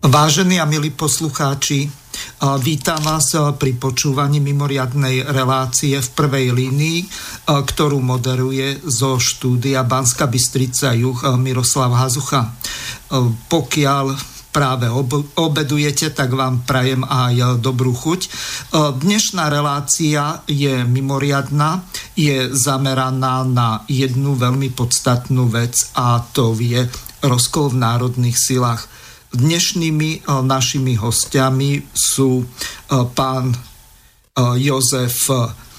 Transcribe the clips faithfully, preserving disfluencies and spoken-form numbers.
Vážení a milí poslucháči, vítam vás pri počúvaní mimoriadnej relácie v prvej línii, ktorú moderuje zo štúdia Banská Bystrica juh Miroslav Hazucha. Pokiaľ práve obedujete, tak vám prajem aj dobrú chuť. Dnešná relácia je mimoriadna, je zameraná na jednu veľmi podstatnú vec a to je rozkol v národných silách. Dnešnými našimi hostiami sú pán Jozef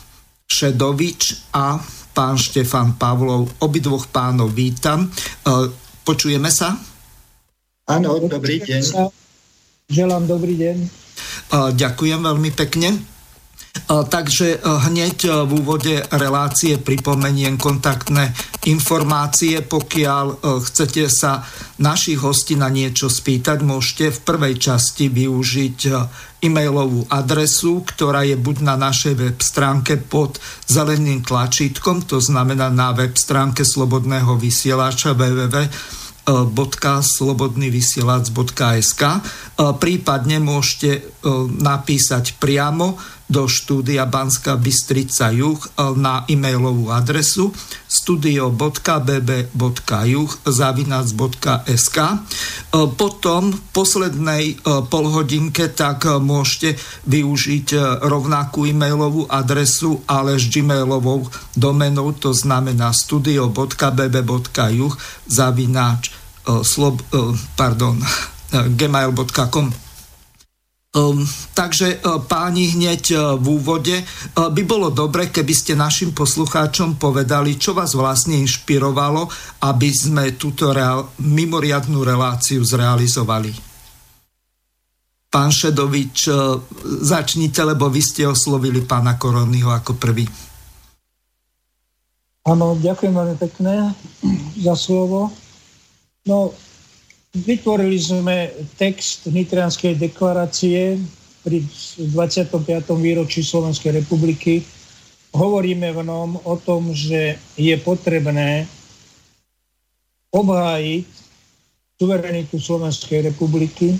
Šedovič a pán Štefan Pavlov. Obidvoch pánov vítam. Počujeme sa? Áno, dobrý deň. Želám dobrý deň. Ďakujem veľmi pekne. Takže hneď v úvode relácie pripomeniem kontaktné informácie. Pokiaľ chcete sa našich hostí na niečo spýtať, môžete v prvej časti využiť e-mailovú adresu, ktorá je buď na našej web stránke pod zeleným tlačítkom, to znamená na web stránke Slobodného vysielača w w w bodka slobodný vysielač bodka es ká. Prípadne môžete napísať priamo do štúdia Banská Bystrica juh na e-mailovú adresu studio bodka b b bodka juh zavináč bodka es ká. Potom v poslednej polhodinke tak môžete využiť rovnakú e-mailovú adresu, ale s gmailovou domenou, to znamená studio bodka b b bodka juh zavináč slob, pardon, gmail bodka com. Um, takže uh, páni, hneď uh, v úvode uh, by bolo dobre, keby ste našim poslucháčom povedali, čo vás vlastne inšpirovalo, aby sme túto reál, mimoriadnu reláciu zrealizovali. Pán Šedovič, uh, začnite, lebo vy ste oslovili pána Koronyho ako prvý. Áno, ďakujem veľmi pekne za slovo. No, vytvorili sme text Nitrianskej deklarácie pri dvadsiatom piatom výročí Slovenskej republiky. Hovoríme v ňom o tom, že je potrebné obhájiť suverenitu Slovenskej republiky.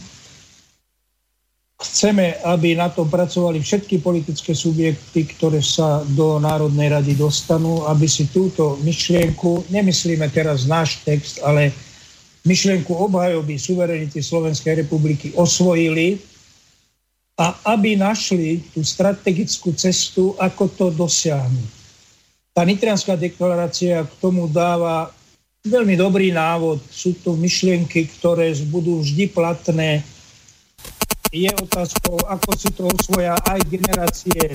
Chceme, aby na to pracovali všetky politické subjekty, ktoré sa do Národnej rady dostanú, aby si túto myšlienku, nemyslíme teraz náš text, ale myšlienku obhajoby suverenity Slovenskej republiky osvojili a aby našli tú strategickú cestu, ako to dosiahnuť. Tá Nitrianská deklarácia k tomu dáva veľmi dobrý návod. Sú to myšlienky, ktoré budú vždy platné. Je otázkou, ako si to osvoja aj generácie e,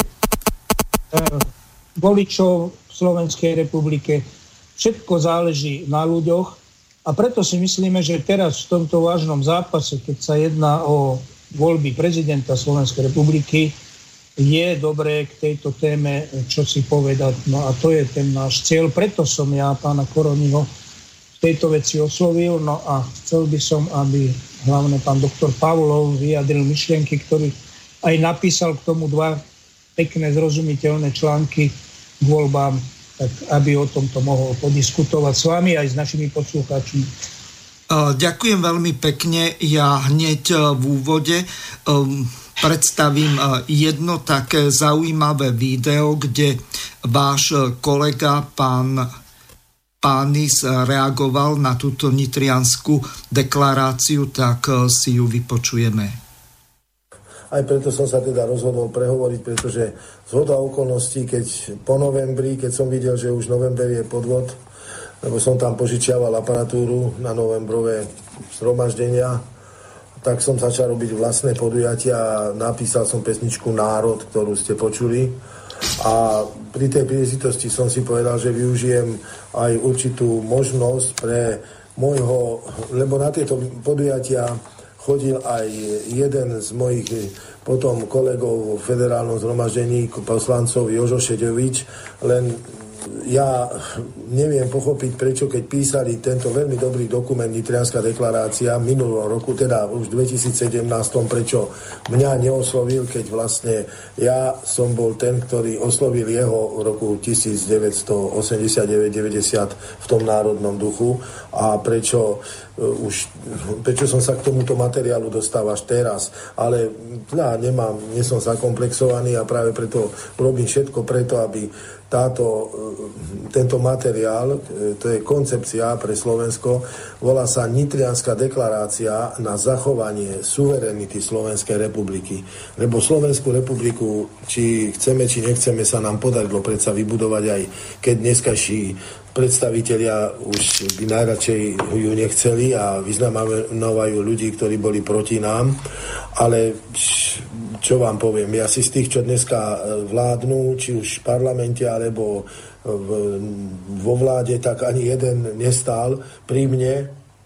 voličov v Slovenskej republike. Všetko záleží na ľuďoch. A preto si myslíme, že teraz v tomto vážnom zápase, keď sa jedná o voľby prezidenta Slovenskej republiky, je dobré k tejto téme čo si povedať. No a to je ten náš cieľ. Preto som ja pána Koronyho v tejto veci oslovil. No a chcel by som, aby hlavne pán doktor Pavlov vyjadril myšlienky, ktorý aj napísal k tomu dva pekné, zrozumiteľné články k voľbám, tak aby o tomto mohol podiskutovať s vami aj s našimi poslucháčmi. Ďakujem veľmi pekne. Ja hneď v úvode um, predstavím jedno také zaujímavé video, kde váš kolega pán Pánis reagoval na túto nitriansku deklaráciu, tak si ju vypočujeme. Aj preto som sa teda rozhodol prehovoriť, pretože zhoda okolností, keď po novembri, keď som videl, že už november je podvod, lebo som tam požičiaval aparatúru na novembrové zhromaždenia, tak som začal robiť vlastné podujatia a napísal som pesničku Národ, ktorú ste počuli. A pri tej príležitosti som si povedal, že využijem aj určitú možnosť pre môjho, lebo na tieto podujatia chodil aj jeden z mojich potom kolegov v federálnom zhromaždení, poslancov Jožo Šedovič, len ja neviem pochopiť, prečo keď písali tento veľmi dobrý dokument Nitrianska deklarácia minulého roku, teda už v dvetisícsedemnásť, prečo mňa neoslovil, keď vlastne ja som bol ten, ktorý oslovil jeho v roku devätnásťstoosemdesiatdeväť deväťdesiat v tom národnom duchu a prečo už, prečo som sa k tomuto materiálu dostal až teraz, ale ja nemám, nie som zakomplexovaný a práve preto robím všetko preto, aby táto, tento materiál, to je koncepcia pre Slovensko, volá sa Nitrianska deklarácia na zachovanie suverenity Slovenskej republiky. Lebo Slovenskú republiku, či chceme, či nechceme, sa nám podarilo predsa vybudovať, aj keď dneskajší predstavitelia už by najradšej ju nechceli a vyznamenávajú ľudí, ktorí boli proti nám. Ale čo vám poviem, ja si z tých, čo dneska vládnu, či už v parlamente alebo v, vo vláde, tak ani jeden nestál pri mne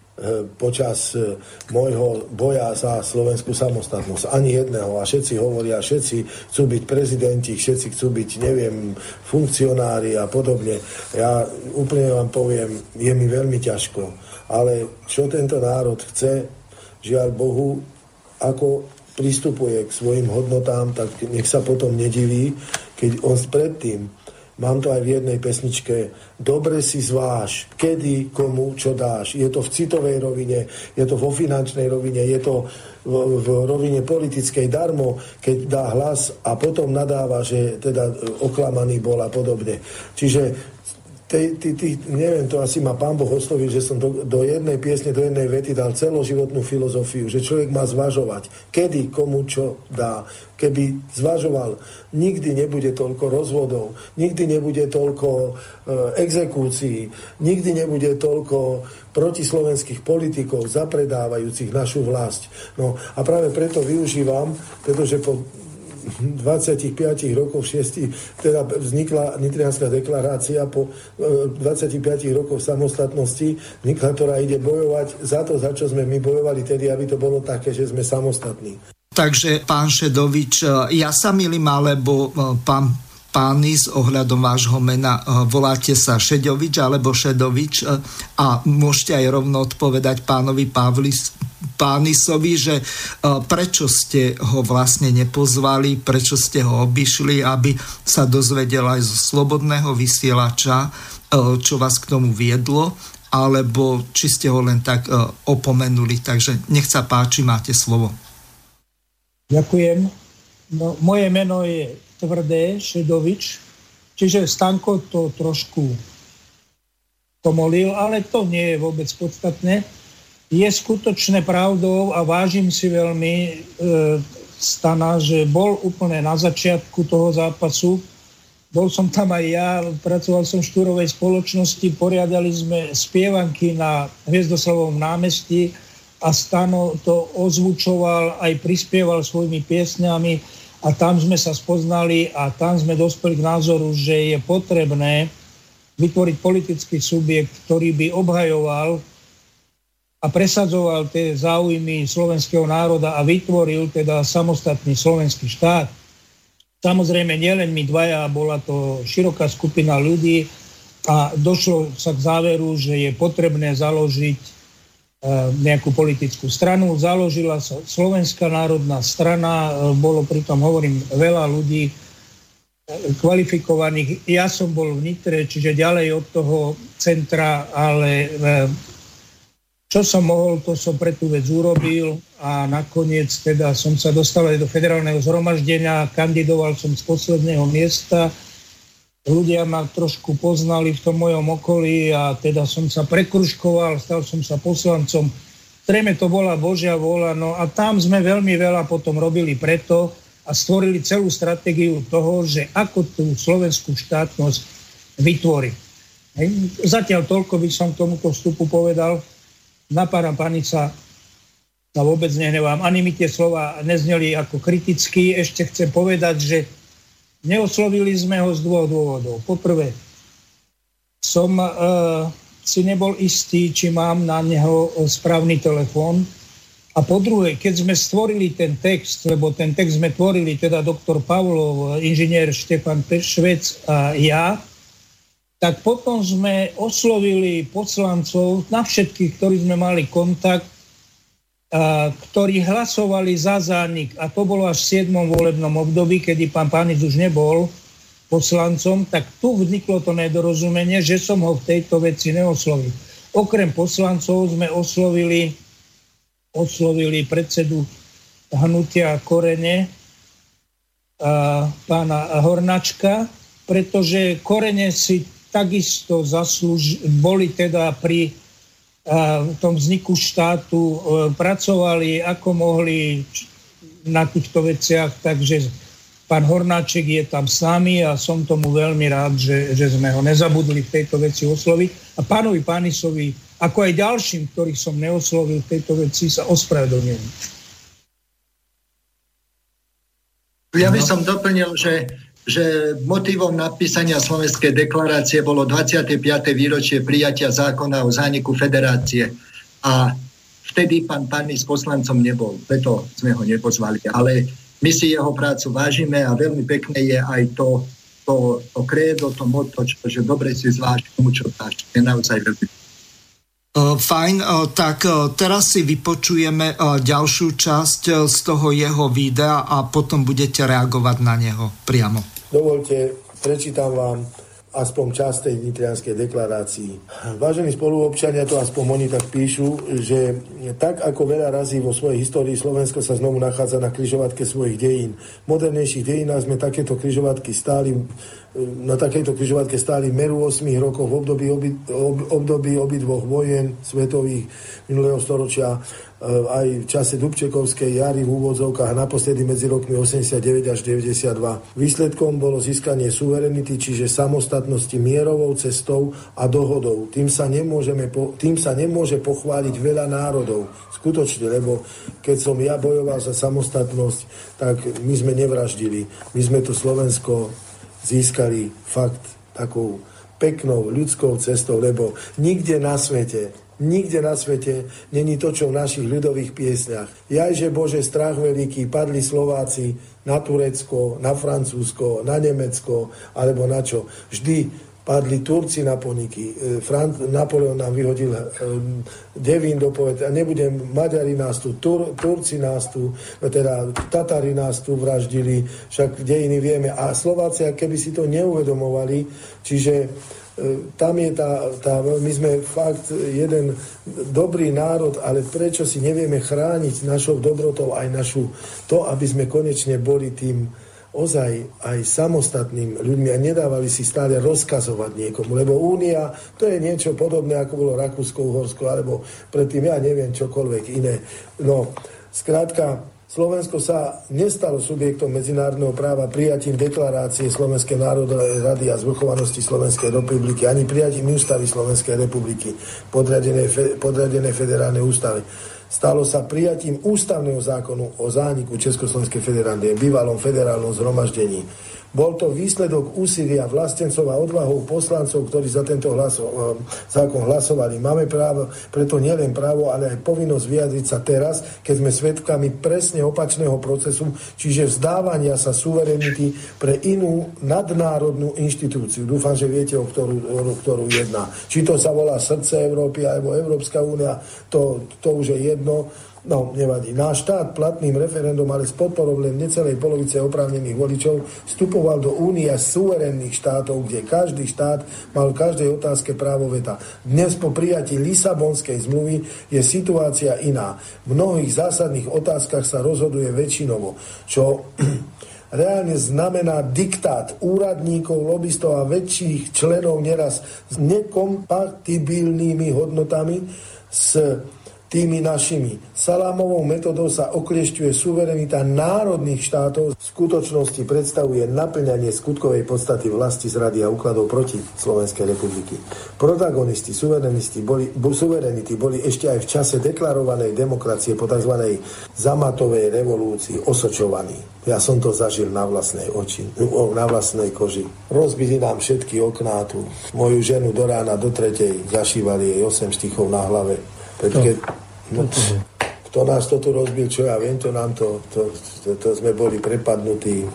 počas môjho boja za slovenskú samostatnosť. Ani jedného. A všetci hovoria, všetci chcú byť prezidenti, všetci chcú byť, neviem, funkcionári a podobne. Ja úplne vám poviem, je mi veľmi ťažko. Ale čo tento národ chce, žiaľ Bohu, ako pristupuje k svojim hodnotám, tak nech sa potom nediví, keď on predtým, mám to aj v jednej pesničke, dobre si zváž, kedy, komu, čo dáš. Je to v citovej rovine, je to vo finančnej rovine, je to v, v rovine politickej darmo, keď dá hlas a potom nadáva, že teda oklamaný bol a podobne. Čiže Ty, ty, ty, neviem, to asi ma Pán Boh oslovil, že som do, do jednej piesne, do jednej vety dal celoživotnú filozofiu, že človek má zvažovať, kedy, komu, čo dá. Keby zvažoval, nikdy nebude toľko rozvodov, nikdy nebude toľko e, exekúcií, nikdy nebude toľko protislovenských politikov zapredávajúcich našu vlast. No a práve preto využívam, pretože po dvadsaťpäť rokov, šiesti, teda vznikla Nitrianská deklarácia po dvadsaťpäť rokov samostatnosti, vznikla, ktorá ide bojovať za to, za čo sme my bojovali tedy, aby to bolo také, že sme samostatní. Takže, pán Šedovič, ja sa milím, alebo pán Pánis, ohľadom vášho mena, voláte sa Šedovič alebo Šedovič a môžete aj rovno odpovedať pánovi Pavlis, Pánisovi, že prečo ste ho vlastne nepozvali, prečo ste ho obišli, aby sa dozvedel aj zo slobodného vysielača, čo vás k tomu viedlo, alebo či ste ho len tak opomenuli. Takže nech sa páči, máte slovo. Ďakujem. No, moje meno je tvrdé, Šedovič, čiže Stanko to trošku pomolil, ale to nie je vôbec podstatné. Je skutočne pravdou a vážim si veľmi e, Stana, že bol úplne na začiatku toho zápasu. Bol som tam aj ja, pracoval som v Štúrovej spoločnosti, poriadali sme spievanky na Hviezdoslavovom námestí a Stano to ozvučoval, aj prispieval svojimi piesňami a tam sme sa spoznali a tam sme dospeli k názoru, že je potrebné vytvoriť politický subjekt, ktorý by obhajoval a presadzoval tie záujmy slovenského národa a vytvoril teda samostatný slovenský štát. Samozrejme, nielen my dvaja, bola to široká skupina ľudí a došlo sa k záveru, že je potrebné založiť e, nejakú politickú stranu. Založila sa Slovenská národná strana, e, bolo pritom, hovorím, veľa ľudí e, kvalifikovaných. Ja som bol v Nitre, čiže ďalej od toho centra, ale e, čo som mohol, to som pre tú vec urobil a nakoniec teda som sa dostal aj do federálneho zhromaždenia, kandidoval som z posledného miesta. Ľudia ma trošku poznali v tom mojom okolí a teda som sa prekružkoval, stal som sa poslancom. Zrejme to bola Božia vôľa, no a tam sme veľmi veľa potom robili preto a stvorili celú stratégiu toho, že ako tú slovenskú štátnosť vytvoriť. Zatiaľ toľko by som k tomuto vstupu povedal. Na pána Pánica sa vôbec nehnevám. Ani mi tie slova nezneli ako kriticky. Ešte chcem povedať, že neoslovili sme ho z dvoch dôvodov. Poprvé, som e, si nebol istý, či mám na neho správny telefón. A po druhé, keď sme stvorili ten text, lebo ten text sme tvorili teda doktor Pavlov, inžinier Štefan Švec a ja, tak potom sme oslovili poslancov na všetkých, ktorí sme mali kontakt, a, ktorí hlasovali za zánik. A to bolo až v siedmom volebnom období, kedy pán Pánic už nebol poslancom, tak tu vzniklo to nedorozumenie, že som ho v tejto veci neoslovil. Okrem poslancov sme oslovili, oslovili predsedu hnutia Korene, a, pána Hornáčka, pretože Korene si takisto zaslúž, boli teda pri a, tom vzniku štátu, e, pracovali ako mohli na týchto veciach, takže pán Hornáček je tam s nami a som tomu veľmi rád, že, že sme ho nezabudli v tejto veci osloviť. A pánovi Pánisovi, ako aj ďalším, ktorých som neoslovil v tejto veci, sa ospravedlňujem. Ja by som doplnil, že že motivom napísania Slovenskej deklarácie bolo dvadsiate piate výročie prijatia zákona o zániku federácie. A vtedy pán Pánic poslancom nebol, preto sme ho nepozvali. Ale my si jeho prácu vážime a veľmi pekné je aj to, to, to krédo, to motto, že dobre si zváž tomu, čo dáš. Je naozaj veľmi. Fajn, tak teraz si vypočujeme ďalšiu časť z toho jeho videa a potom budete reagovať na neho priamo. Dovolte, prečítam vám aspoň časť tej nitrianskej deklarácii. Vážení spoluobčania, to aspoň oni tak píšu, že tak ako veľa razy vo svojej histórii Slovensko sa znovu nachádza na križovatke svojich dejín. V modernejších dejinách sme takéto križovatky stáli, na takejto križovatke stáli meru ôsmich rokov v období, obi, ob, období obidvoch vojen svetových minulého storočia, aj v čase Dubčekovskej jary v úvodzovkách a naposledy medzi rokmi osemdesiatdeväť až deväťdesiatdva. Výsledkom bolo získanie suverenity, čiže samostatnosti mierovou cestou a dohodou. Tým sa, nemôžeme, tým sa nemôže pochváliť veľa národov. Skutočne, lebo keď som ja bojoval za samostatnosť, tak my sme nevraždili. My sme tu Slovensko získali fakt takou peknou ľudskou cestou, lebo nikde na svete Nikde na svete není to, čo v našich ľudových piesňach. Jajže Bože, strach veľký, padli Slováci na Turecko, na Francúzsko, na Nemecko, alebo na čo. Vždy padli Turci na poniky. Fran- Napoleon nám vyhodil um, Devín do povede. A nebudem, Maďari nás tu, Tur- Turci nás tu, teda Tatári nás tu vraždili, však dejiny vieme. A Slováci, keby si to neuvedomovali, čiže tam je tá, tá, my sme fakt jeden dobrý národ, ale prečo si nevieme chrániť našou dobrotou aj našu, to, aby sme konečne boli tým ozaj aj samostatným ľuďmi a nedávali si stále rozkazovať niekomu, lebo únia, to je niečo podobné, ako bolo Rakúsko-Uhorsko, alebo predtým, ja neviem, čokoľvek iné. No, skrátka, Slovensko sa nestalo subjektom medzinárodného práva prijatím deklarácie Slovenskej národnej rady a zvrchovanosti Slovenskej republiky, ani prijatím ústavy Slovenskej republiky, podriadenej, podriadenej federálnej ústave. Stalo sa prijatím ústavného zákonu o zániku Československej federálie v bývalom federálnom zhromaždení. Bol to výsledok úsilia vlastencov a odvahou poslancov, ktorí za tento hlaso, zákon hlasovali. Máme právo, preto nielen právo, ale aj povinnosť vyjadriť sa teraz, keď sme svedkami presne opačného procesu, čiže vzdávania sa suverenity pre inú nadnárodnú inštitúciu. Dúfam, že viete, o ktorú, o ktorú jedná. Či to sa volá srdce Európy alebo Európska únia, to, to už je jedno. No, nevadí. Náš štát platným referendum, ale s podporou len necelej polovice oprávnených voličov vstupoval do únie suverénnych štátov, kde každý štát mal v každej otázke právo veta. Dnes po prijatí Lisabonskej zmluvy je situácia iná. V mnohých zásadných otázkach sa rozhoduje väčšinovo, čo reálne znamená diktát úradníkov, lobistov a väčších členov neraz s nekompatibilnými hodnotami s tými našimi. Salámovou metodou sa okliešťuje suverenita národných štátov. V skutočnosti predstavuje naplňanie skutkovej podstaty vlasti zrady a úkladov proti Slovenskej republiky. Protagonisti suverenity boli, suverenity boli ešte aj v čase deklarovanej demokracie po tzv. Zamatovej revolúcii osočovaní. Ja som to zažil na vlastnej oči, na vlastnej koži. Rozbili nám všetky okná tu. Moju ženu do rána do tretej zašívali jej osem štychov na hlave. Keď, no, kto to nás to tu rozbil, čo ja viem, to nám to, to, to, to sme boli prepadnutí.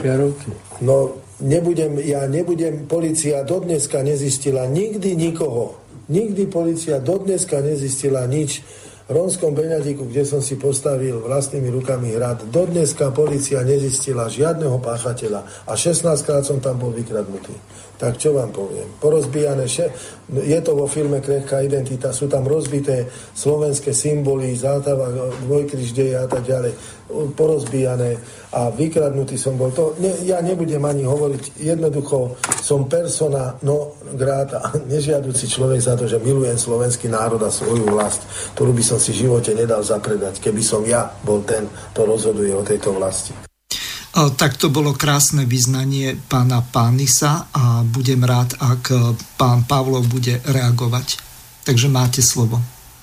No, nebudem, ja nebudem, polícia dodneska nezistila nikdy nikoho. Nikdy polícia dodneska nezistila nič. V Rómskom Beňadiku, kde som si postavil vlastnými rukami hrad, dodneska polícia nezistila žiadneho páchateľa a šestnásťkrát som tam bol vykradnutý. Tak čo vám poviem? Porozbijané, še- je to vo filme Krehká identita, sú tam rozbité slovenské symboly, Zátava, dvojkríž deje a tak ďalej, porozbijané a vykradnutý som bol. To, ne, ja nebudem ani hovoriť, jednoducho som persona non grata, nežiaduci človek za to, že milujem slovenský národ a svoju vlast, ktorú by som si v živote nedal zapredať, keby som ja bol ten, kto rozhoduje o tejto vlasti. Tak to bolo krásne vyznanie pána Pánisa a budem rád, ak pán Pavlov bude reagovať. Takže máte slovo.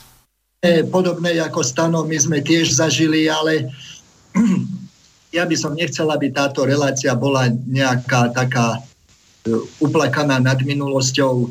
Podobné ako Stano, my sme tiež zažili, ale ja by som nechcel, aby táto relácia bola nejaká taká uplakaná nad minulosťou.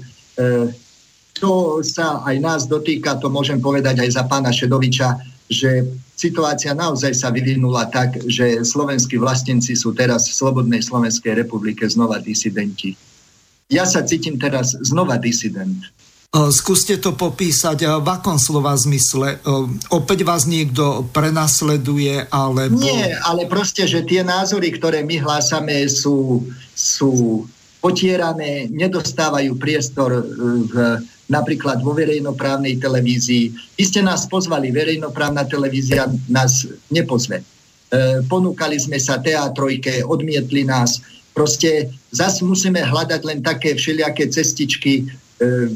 To sa aj nás dotýka, to môžem povedať aj za pána Šedoviča, že situácia naozaj sa vyvinula tak, že slovenskí vlastenci sú teraz v Slobodnej Slovenskej republike znova disidenti. Ja sa cítim teraz znova disident. Skúste to popísať, v akom slova zmysle? Opäť vás niekto prenasleduje, alebo... Nie, ale proste, že tie názory, ktoré my hlásame, sú, sú potierané, nedostávajú priestor v, napríklad vo verejnoprávnej televízii. Vy ste nás pozvali, verejnoprávna televízia nás nepozve. E, ponúkali sme sa teatrojke, odmietli nás. Proste zase musíme hľadať len také všelijaké cestičky e,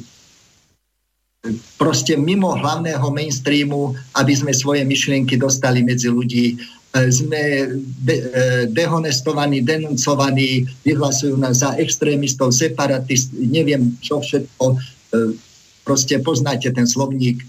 proste mimo hlavného mainstreamu, aby sme svoje myšlienky dostali medzi ľudí. Sme de- dehonestovaní, denuncovaní, vyhlasujú nás za extrémistov, separatist, neviem čo všetko. Proste poznáte ten slovník.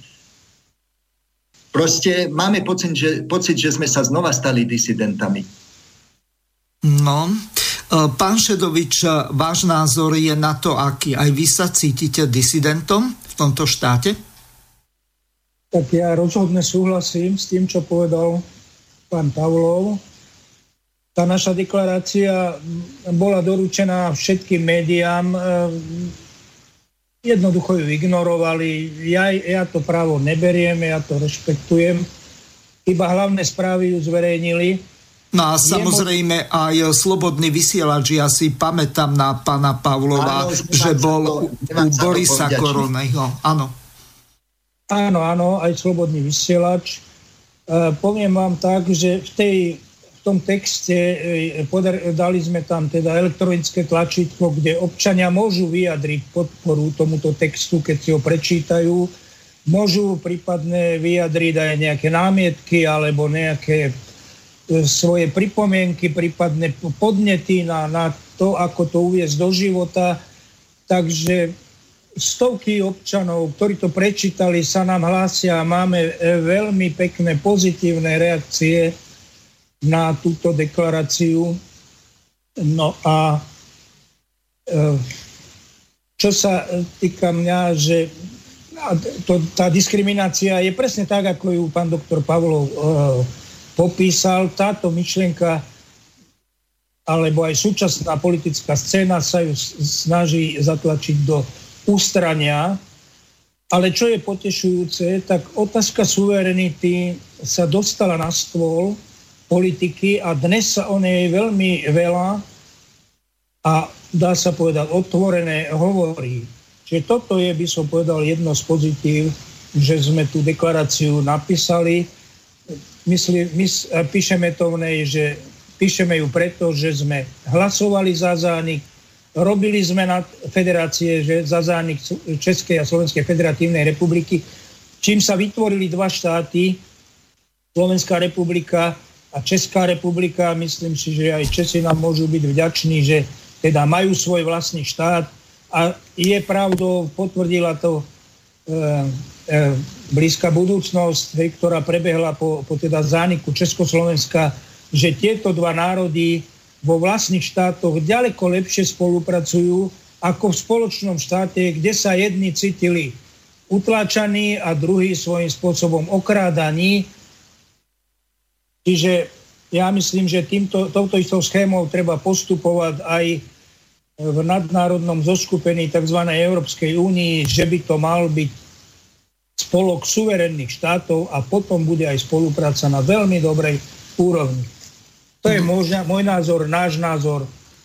Proste máme pocit, že, pocit, že sme sa znova stali disidentami. No, pán Šedovič, váš názor je na to, aký? Aj vy sa cítite disidentom v tomto štáte? Tak ja rozhodne súhlasím s tým, čo povedal pán Pavlov. Tá naša deklarácia bola doručená všetkým médiám. Jednoducho ju ignorovali. Ja, ja to právo neberiem, ja to rešpektujem. Iba hlavné správy ju zverejnili. No a samozrejme aj Slobodný vysielač, ja si pamätám na pána Pavlova, áno, že bol to, u Borisa Koronyho. Áno. Áno, áno, aj Slobodný vysielač. Uh, poviem vám tak, že v, tej, v tom texte uh, podar, dali sme tam teda elektronické tlačítko, kde občania môžu vyjadriť podporu tomuto textu, keď si ho prečítajú. Môžu prípadne vyjadriť aj nejaké námietky alebo nejaké uh, svoje pripomienky, prípadne podnety na, na to, ako to uviesť do života. Takže stovky občanov, ktorí to prečítali, sa nám hlásia a máme veľmi pekné pozitívne reakcie na túto deklaráciu. No a čo sa týka mňa, že to, tá diskriminácia je presne tak, ako ju pán doktor Pavlov uh, popísal. Táto myšlienka alebo aj súčasná politická scéna sa ju snaží zatlačiť do ústrania, ale čo je potešujúce, tak otázka suverenity sa dostala na stôl politiky a dnes sa o nej veľmi veľa a dá sa povedať otvorené hovorí. Čiže toto je, by som povedal, jedno z pozitív, že sme tú deklaráciu napísali. Myslí, my píšeme to v nej, že píšeme ju preto, že sme hlasovali za zánik. Robili sme na federácie, že za zánik Českej a Slovenskej federatívnej republiky, čím sa vytvorili dva štáty, Slovenská republika a Česká republika. Myslím si, že aj Česi nám môžu byť vďační, že teda majú svoj vlastný štát a je pravdou, potvrdila to e, e, blízka budúcnosť, hej, ktorá prebehla po, po teda zániku Československa, že tieto dva národy vo vlastných štátoch ďaleko lepšie spolupracujú ako v spoločnom štáte, kde sa jedni cítili utláčaní a druhí svojím spôsobom okrádaní. Čiže ja myslím, že týmto, touto istou schémou treba postupovať aj v nadnárodnom zoskupení tzv. Európskej únii, že by to mal byť spolok suverénnych štátov a potom bude aj spolupráca na veľmi dobrej úrovni. To je môj, môj názor, náš názor.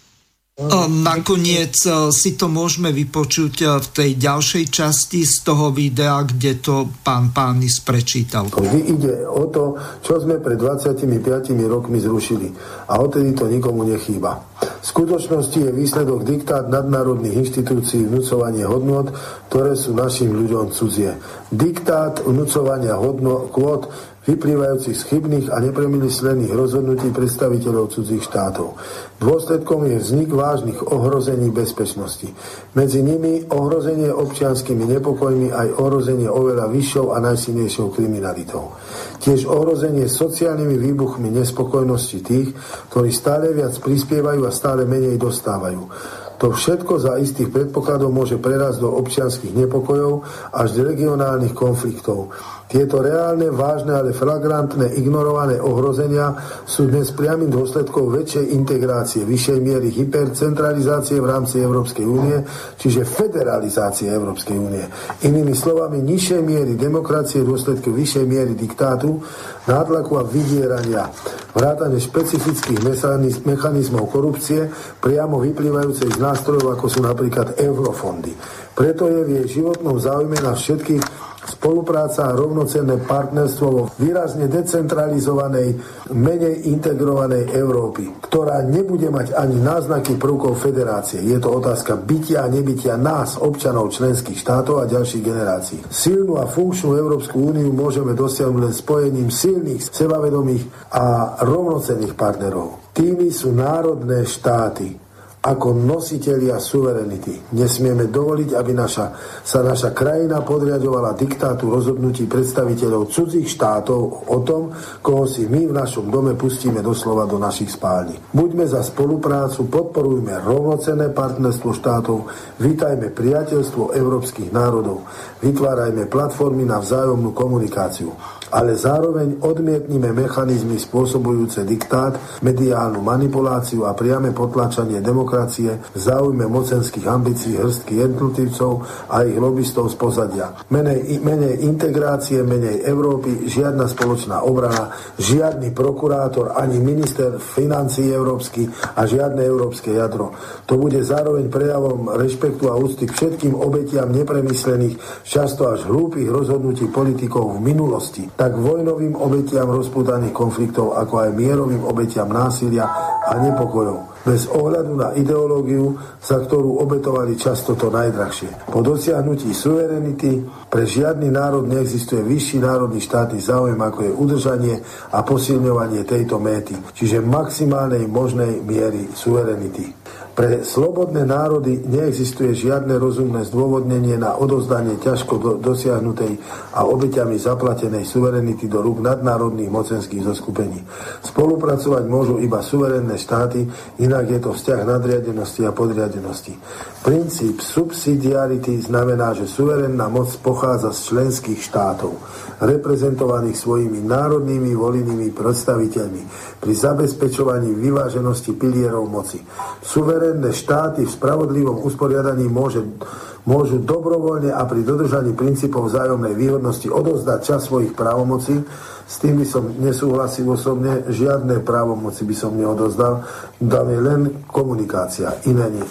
Nakoniec si to môžeme vypočuť v tej ďalšej časti z toho videa, kde to pán Pánis prečítal. Ide o to, čo sme pred dvadsiatimi piatimi rokmi zrušili a odtedy to nikomu nechýba. V skutočnosti je výsledok diktát nadnárodných inštitúcií vnúcovanie hodnôt, ktoré sú našim ľuďom cudzie. Diktát vnúcovania hodnôt kvót vyplývajúcich z chybných a nepremyslených rozhodnutí predstaviteľov cudzích štátov. Dôsledkom je vznik vážnych ohrození bezpečnosti. Medzi nimi ohrozenie občianskými nepokojmi aj ohrozenie oveľa vyššou a najsilnejšou kriminalitou. Tiež ohrozenie sociálnymi výbuchmi nespokojnosti tých, ktorí stále viac prispievajú a stále menej dostávajú. To všetko za istých predpokladov môže prerásť do občianskych nepokojov až do regionálnych konfliktov. Tieto reálne, vážne, ale flagrantné, ignorované ohrozenia sú dnes priamym dôsledkom väčšej integrácie, vyššej miery hypercentralizácie v rámci Európskej únie, čiže federalizácie Európskej únie. Inými slovami, nižšej miery demokracie v dôsledku vyššej miery diktátu, nátlaku a vydierania, vrátane špecifických mechanizmov korupcie, priamo vyplývajúcej z nástrojov, ako sú napríklad eurofondy. Preto je v jej životnom záujme na všetkých spolupráca a rovnocenné partnerstvo vo výrazne decentralizovanej, menej integrovanej Európy, ktorá nebude mať ani náznaky prvkov federácie. Je to otázka bytia a nebytia nás, občanov členských štátov a ďalších generácií. Silnú a funkčnú Európsku úniu môžeme dosiahnuť len spojením silných, sebavedomých a rovnocenných partnerov. Tými sú národné štáty ako nositelia suverenity. Nesmieme dovoliť, aby naša, sa naša krajina podriadovala diktátu rozhodnutí predstaviteľov cudzích štátov o tom, koho si my v našom dome pustíme doslova do našich spální. Buďme za spoluprácu, podporujme rovnocenné partnerstvo štátov, vítajme priateľstvo európskych národov, vytvárajme platformy na vzájomnú komunikáciu, ale zároveň odmietnime mechanizmy spôsobujúce diktát, mediálnu manipuláciu a priame potláčanie demokracie v záujme mocenských ambícií hrstky jednotlivcov a ich lobbystov z pozadia. Menej, menej integrácie, menej Európy, žiadna spoločná obrana, žiadny prokurátor, ani minister financií európsky a žiadne európske jadro. To bude zároveň prejavom rešpektu a úcty k všetkým obetiam nepremyslených, často až hlúpych rozhodnutí politikov v minulosti, tak vojnovým obetiam rozpútaných konfliktov, ako aj mierovým obetiam násilia a nepokojov. Bez ohľadu na ideológiu, za ktorú obetovali často to najdrahšie. Po dosiahnutí suverenity pre žiadny národ neexistuje vyšší národný štátny záujem, ako je udržanie a posilňovanie tejto méty, čiže maximálnej možnej miery suverenity. Pre slobodné národy neexistuje žiadne rozumné zdôvodnenie na odovzdanie ťažko do, dosiahnutej a obeťami zaplatenej suverenity do rúk nadnárodných mocenských zoskupení. Spolupracovať môžu iba suverénne štáty, inak je to vzťah nadriadenosti a podriadenosti. Princíp subsidiarity znamená, že suverénna moc pochádza z členských štátov, reprezentovaných svojimi národnými volenými predstaviteľmi pri zabezpečovaní vyváženosti pilierov moci. Suverénne štáty v spravodlivom usporiadaní môže, môžu dobrovoľne a pri dodržaní princípov vzájomnej výhodnosti odovzdať časť svojich právomocí. S tým by som nesúhlasil osobne, žiadne právomoci by som neodozdal, dám je len komunikácia, iné nie.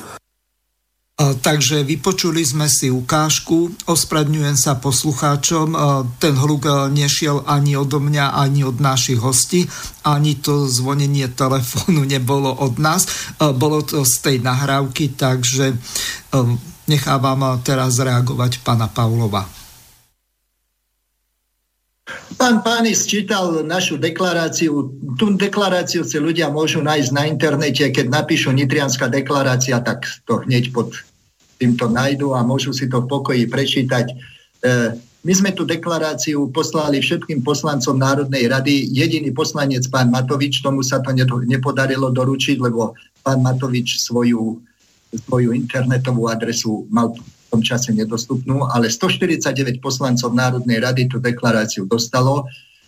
Takže vypočuli sme si ukážku, ospravedlňujem sa poslucháčom, ten hluk nešiel ani odo mňa, ani od našich hostí, ani to zvonenie telefónu nebolo od nás, bolo to z tej nahrávky, takže nechávam teraz reagovať pána Pavlova. Pán Pánis čítal našu deklaráciu. Tú deklaráciu si ľudia môžu nájsť na internete. Keď napíšu Nitrianská deklarácia, tak to hneď pod týmto nájdu a môžu si to v pokoji prečítať. My sme tú deklaráciu poslali všetkým poslancom Národnej rady. Jediný poslanec, pán Matovič, tomu sa to nepodarilo doručiť, lebo pán Matovič svoju, svoju internetovú adresu mal v tom čase nedostupnú, ale stoštyridsaťdeväť poslancov Národnej rady tú deklaráciu dostalo.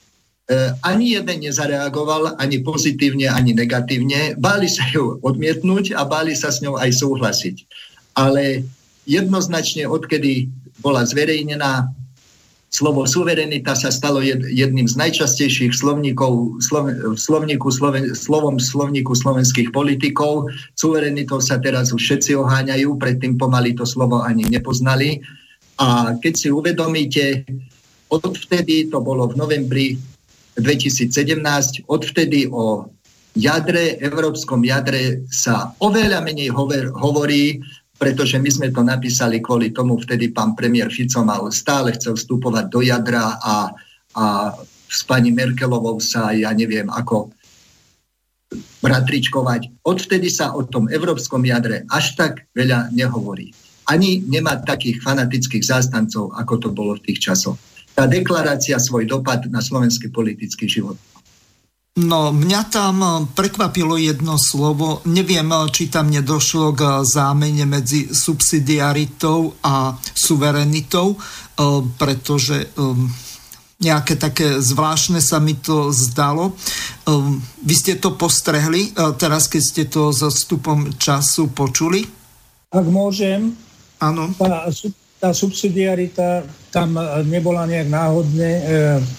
ani jeden nezareagoval, ani pozitívne, ani negatívne. Báli sa ju odmietnúť a báli sa s ňou aj súhlasiť. Ale jednoznačne, odkedy bola zverejnená, slovo suverenita sa stalo jedným z najčastejších slovníkov, slov, v slovníku, sloven, slovom slovníku slovenských politikov. Suverenitou sa teraz už všetci oháňajú, predtým pomaly to slovo ani nepoznali. A keď si uvedomíte, odvtedy, to bolo v novembri dvetisícsedemnásť, odvtedy o jadre, európskom jadre sa oveľa menej hover, hovorí, pretože my sme to napísali kvôli tomu, vtedy pán premiér Fico mal stále chcel vstupovať do jadra a, a s pani Merkelovou sa, ja neviem, ako bratričkovať. Odvtedy sa o tom európskom jadre až tak veľa nehovorí. Ani nemá takých fanatických zástancov, ako to bolo v tých časoch. Tá deklarácia svoj dopad na slovenský politický život. No, mňa tam prekvapilo jedno slovo. Neviem, či tam nedošlo k zámene medzi subsidiaritou a suverenitou, pretože nejaké také zvláštne sa mi to zdalo. Vy ste to postrehli, teraz keď ste to so vstupom času počuli? Ak môžem, áno. Tá, tá subsidiarita tam nebola nejak náhodne e,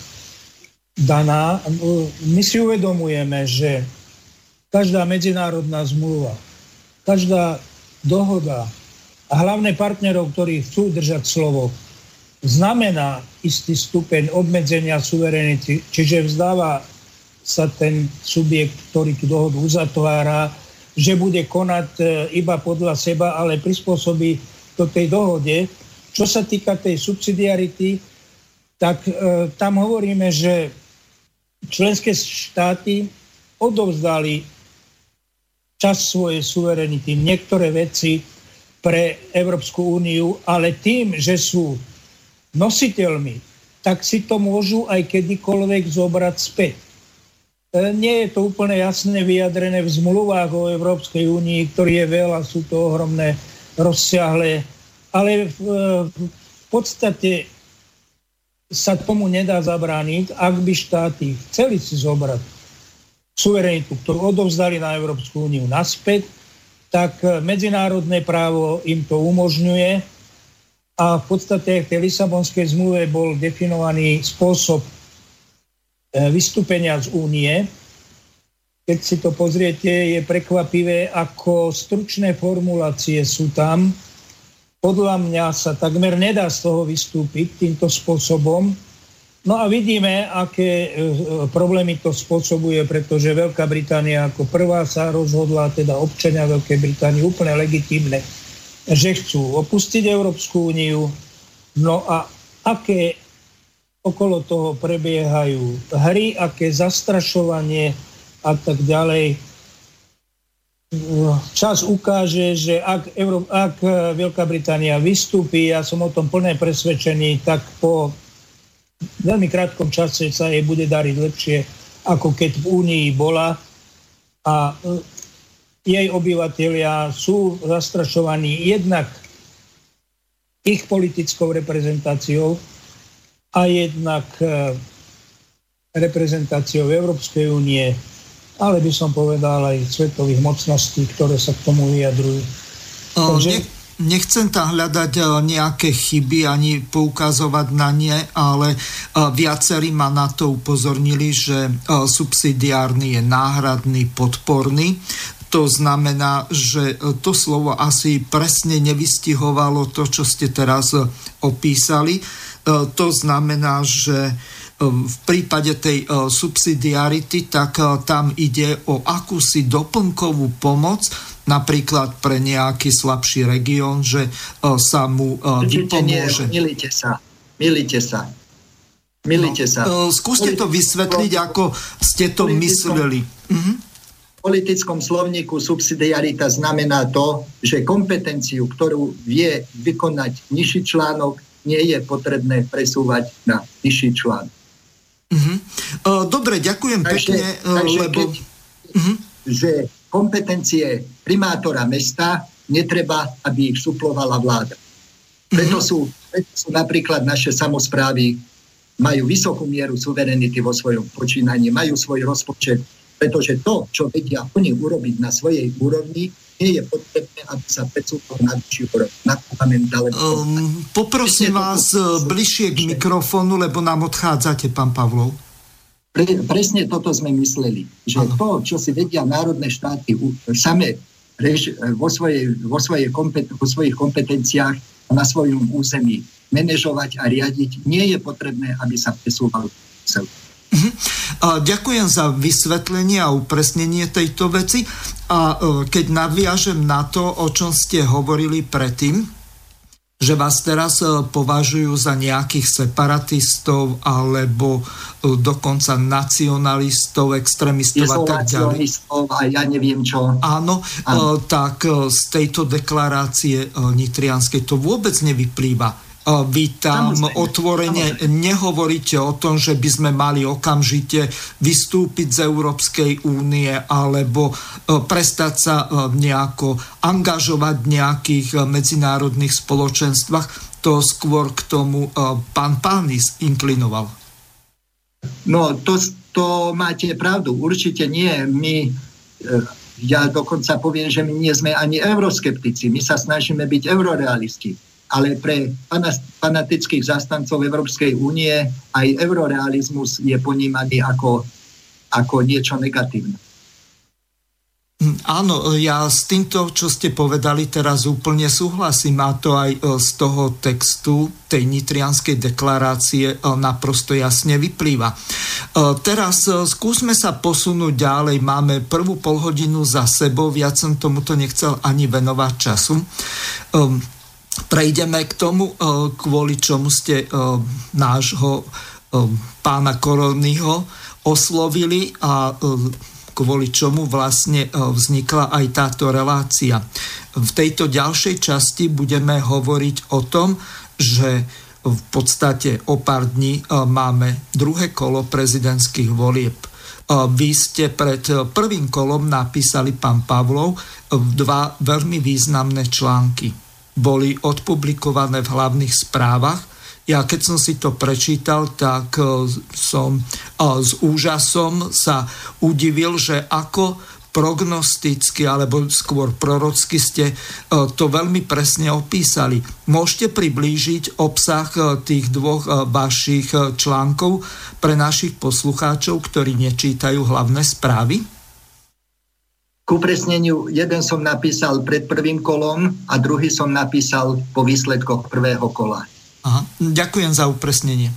daná. My si uvedomujeme, že každá medzinárodná zmluva, každá dohoda a hlavne partnerov, ktorí chcú držať slovo, znamená istý stupeň obmedzenia suverenity, čiže vzdáva sa ten subjekt, ktorý tú dohodu uzatvára, že bude konať iba podľa seba, ale prispôsobí to tej dohode. Čo sa týka tej subsidiarity, tak e, tam hovoríme, že členské štáty odovzdali časť svojej suverenity, niektoré veci pre Európsku úniu, ale tým, že sú nositeľmi, tak si to môžu aj kedykoľvek zobrať späť. E, nie je to úplne jasne vyjadrené v zmluvách o Európskej únii, ktorý je veľa, sú to ohromné, rozsiahle, ale v, v podstate sa tomu nedá zabrániť, ak by štáty chceli si zobrať suverenitu, ktorú odovzdali na Európsku úniu naspäť, tak medzinárodné právo im to umožňuje a v podstate v tej Lisabonskej zmluve bol definovaný spôsob vystúpenia z únie. Keď si to pozriete, je prekvapivé, ako stručné formulácie sú tam. Podľa mňa sa takmer nedá z toho vystúpiť týmto spôsobom. No a vidíme, aké problémy to spôsobuje, pretože Veľká Británia ako prvá sa rozhodla, teda občania Veľkej Británie úplne legitímne, že chcú opustiť Európsku úniu. No a aké okolo toho prebiehajú hry, aké zastrašovanie a tak ďalej. Čas ukáže, že ak, Euró- ak Veľká Británia vystúpi, ja som o tom plne presvedčený, tak po veľmi krátkom čase sa jej bude dariť lepšie, ako keď v Únii bola. A jej obyvatelia sú zastrašovaní jednak ich politickou reprezentáciou a jednak reprezentáciou Európskej únie, ale by som povedal aj svetových mocností, ktoré sa k tomu vyjadrujú. Takže... Ne, nechcem tam hľadať nejaké chyby ani poukazovať na ne, ale viacerí ma na to upozornili, že subsidiárny je náhradný, podporný. To znamená, že to slovo asi presne nevystihovalo to, čo ste teraz opísali. To znamená, že v prípade tej subsidiarity, tak tam ide o akúsi doplnkovú pomoc, napríklad pre nejaký slabší región, že sa mu vypomôže. Milite sa, milite sa, milite sa. No, skúste to vysvetliť, ako ste to mysleli. Mhm. V politickom slovníku subsidiarita znamená to, že kompetenciu, ktorú vie vykonať nižší článok, nie je potrebné presúvať na nižší článok. Uh-huh. Dobre, ďakujem takže, pekne, takže lebo... Keď, uh-huh. že kompetencie primátora mesta netreba, aby ich suplovala vláda. Preto, uh-huh. sú, preto sú napríklad naše samosprávy majú vysokú mieru suverenity vo svojom počínaní, majú svoj rozpočet, pretože to, čo vedia oni urobiť na svojej úrovni, nie je potrebné, aby sa predsúvalo na vyššiu úrovni, na parlament. Um, poprosím vás to, bližšie k mikrofónu, lebo nám odchádzate, pán Pavlov. Pre, presne toto sme mysleli, že ano. To, čo si vedia národné štáty same rež, vo, svojej, vo, svojej kompet, vo svojich kompetenciách na svojom území manažovať a riadiť, nie je potrebné, aby sa presúvalo celé. Uh-huh. Ďakujem za vysvetlenie a upresnenie tejto veci. A keď naviažem na to, o čom ste hovorili predtým, že vás teraz považujú za nejakých separatistov alebo dokonca nacionalistov, extrémistov a tak ďalej. A ja neviem čo. Áno, Áno, tak z tejto deklarácie nitrianskej to vôbec nevyplýva. Vy tam samozrejme, otvorene samozrejme. Nehovoríte o tom, že by sme mali okamžite vystúpiť z Európskej únie alebo prestať sa nejako angažovať v nejakých medzinárodných spoločenstvách. To skôr k tomu pán Pánis inklinoval. No, to, to máte pravdu. Určite nie. My, ja dokonca poviem, že my nie sme ani euroskeptici. My sa snažíme byť eurorealisti. Ale pre fanatických zástancov Európskej únie aj eurorealizmus je ponímaný ako, ako niečo negatívne. Áno, ja s týmto, čo ste povedali, teraz úplne súhlasím. A to aj z toho textu tej nitrianskej deklarácie naprosto jasne vyplýva. Teraz skúsme sa posunúť ďalej. Máme prvú polhodinu za sebou, viac som tomuto nechcel ani venovať času. Prejdeme k tomu, kvôli čomu ste nášho pána Koronyho oslovili a kvôli čomu vlastne vznikla aj táto relácia. V tejto ďalšej časti budeme hovoriť o tom, že v podstate o pár dní máme druhé kolo prezidentských volieb. Vy ste pred prvým kolom napísali, pán Pavlov, dva veľmi významné články. Boli odpublikované v hlavných správach. Ja keď som si to prečítal, tak som s úžasom sa udivil, že ako prognosticky alebo skôr prorocky ste to veľmi presne opísali. Môžete priblížiť obsah tých dvoch vašich článkov pre našich poslucháčov, ktorí nečítajú hlavné správy? K upresneniu, jeden som napísal pred prvým kolom a druhý som napísal po výsledkoch prvého kola. Aha, ďakujem za upresnenie.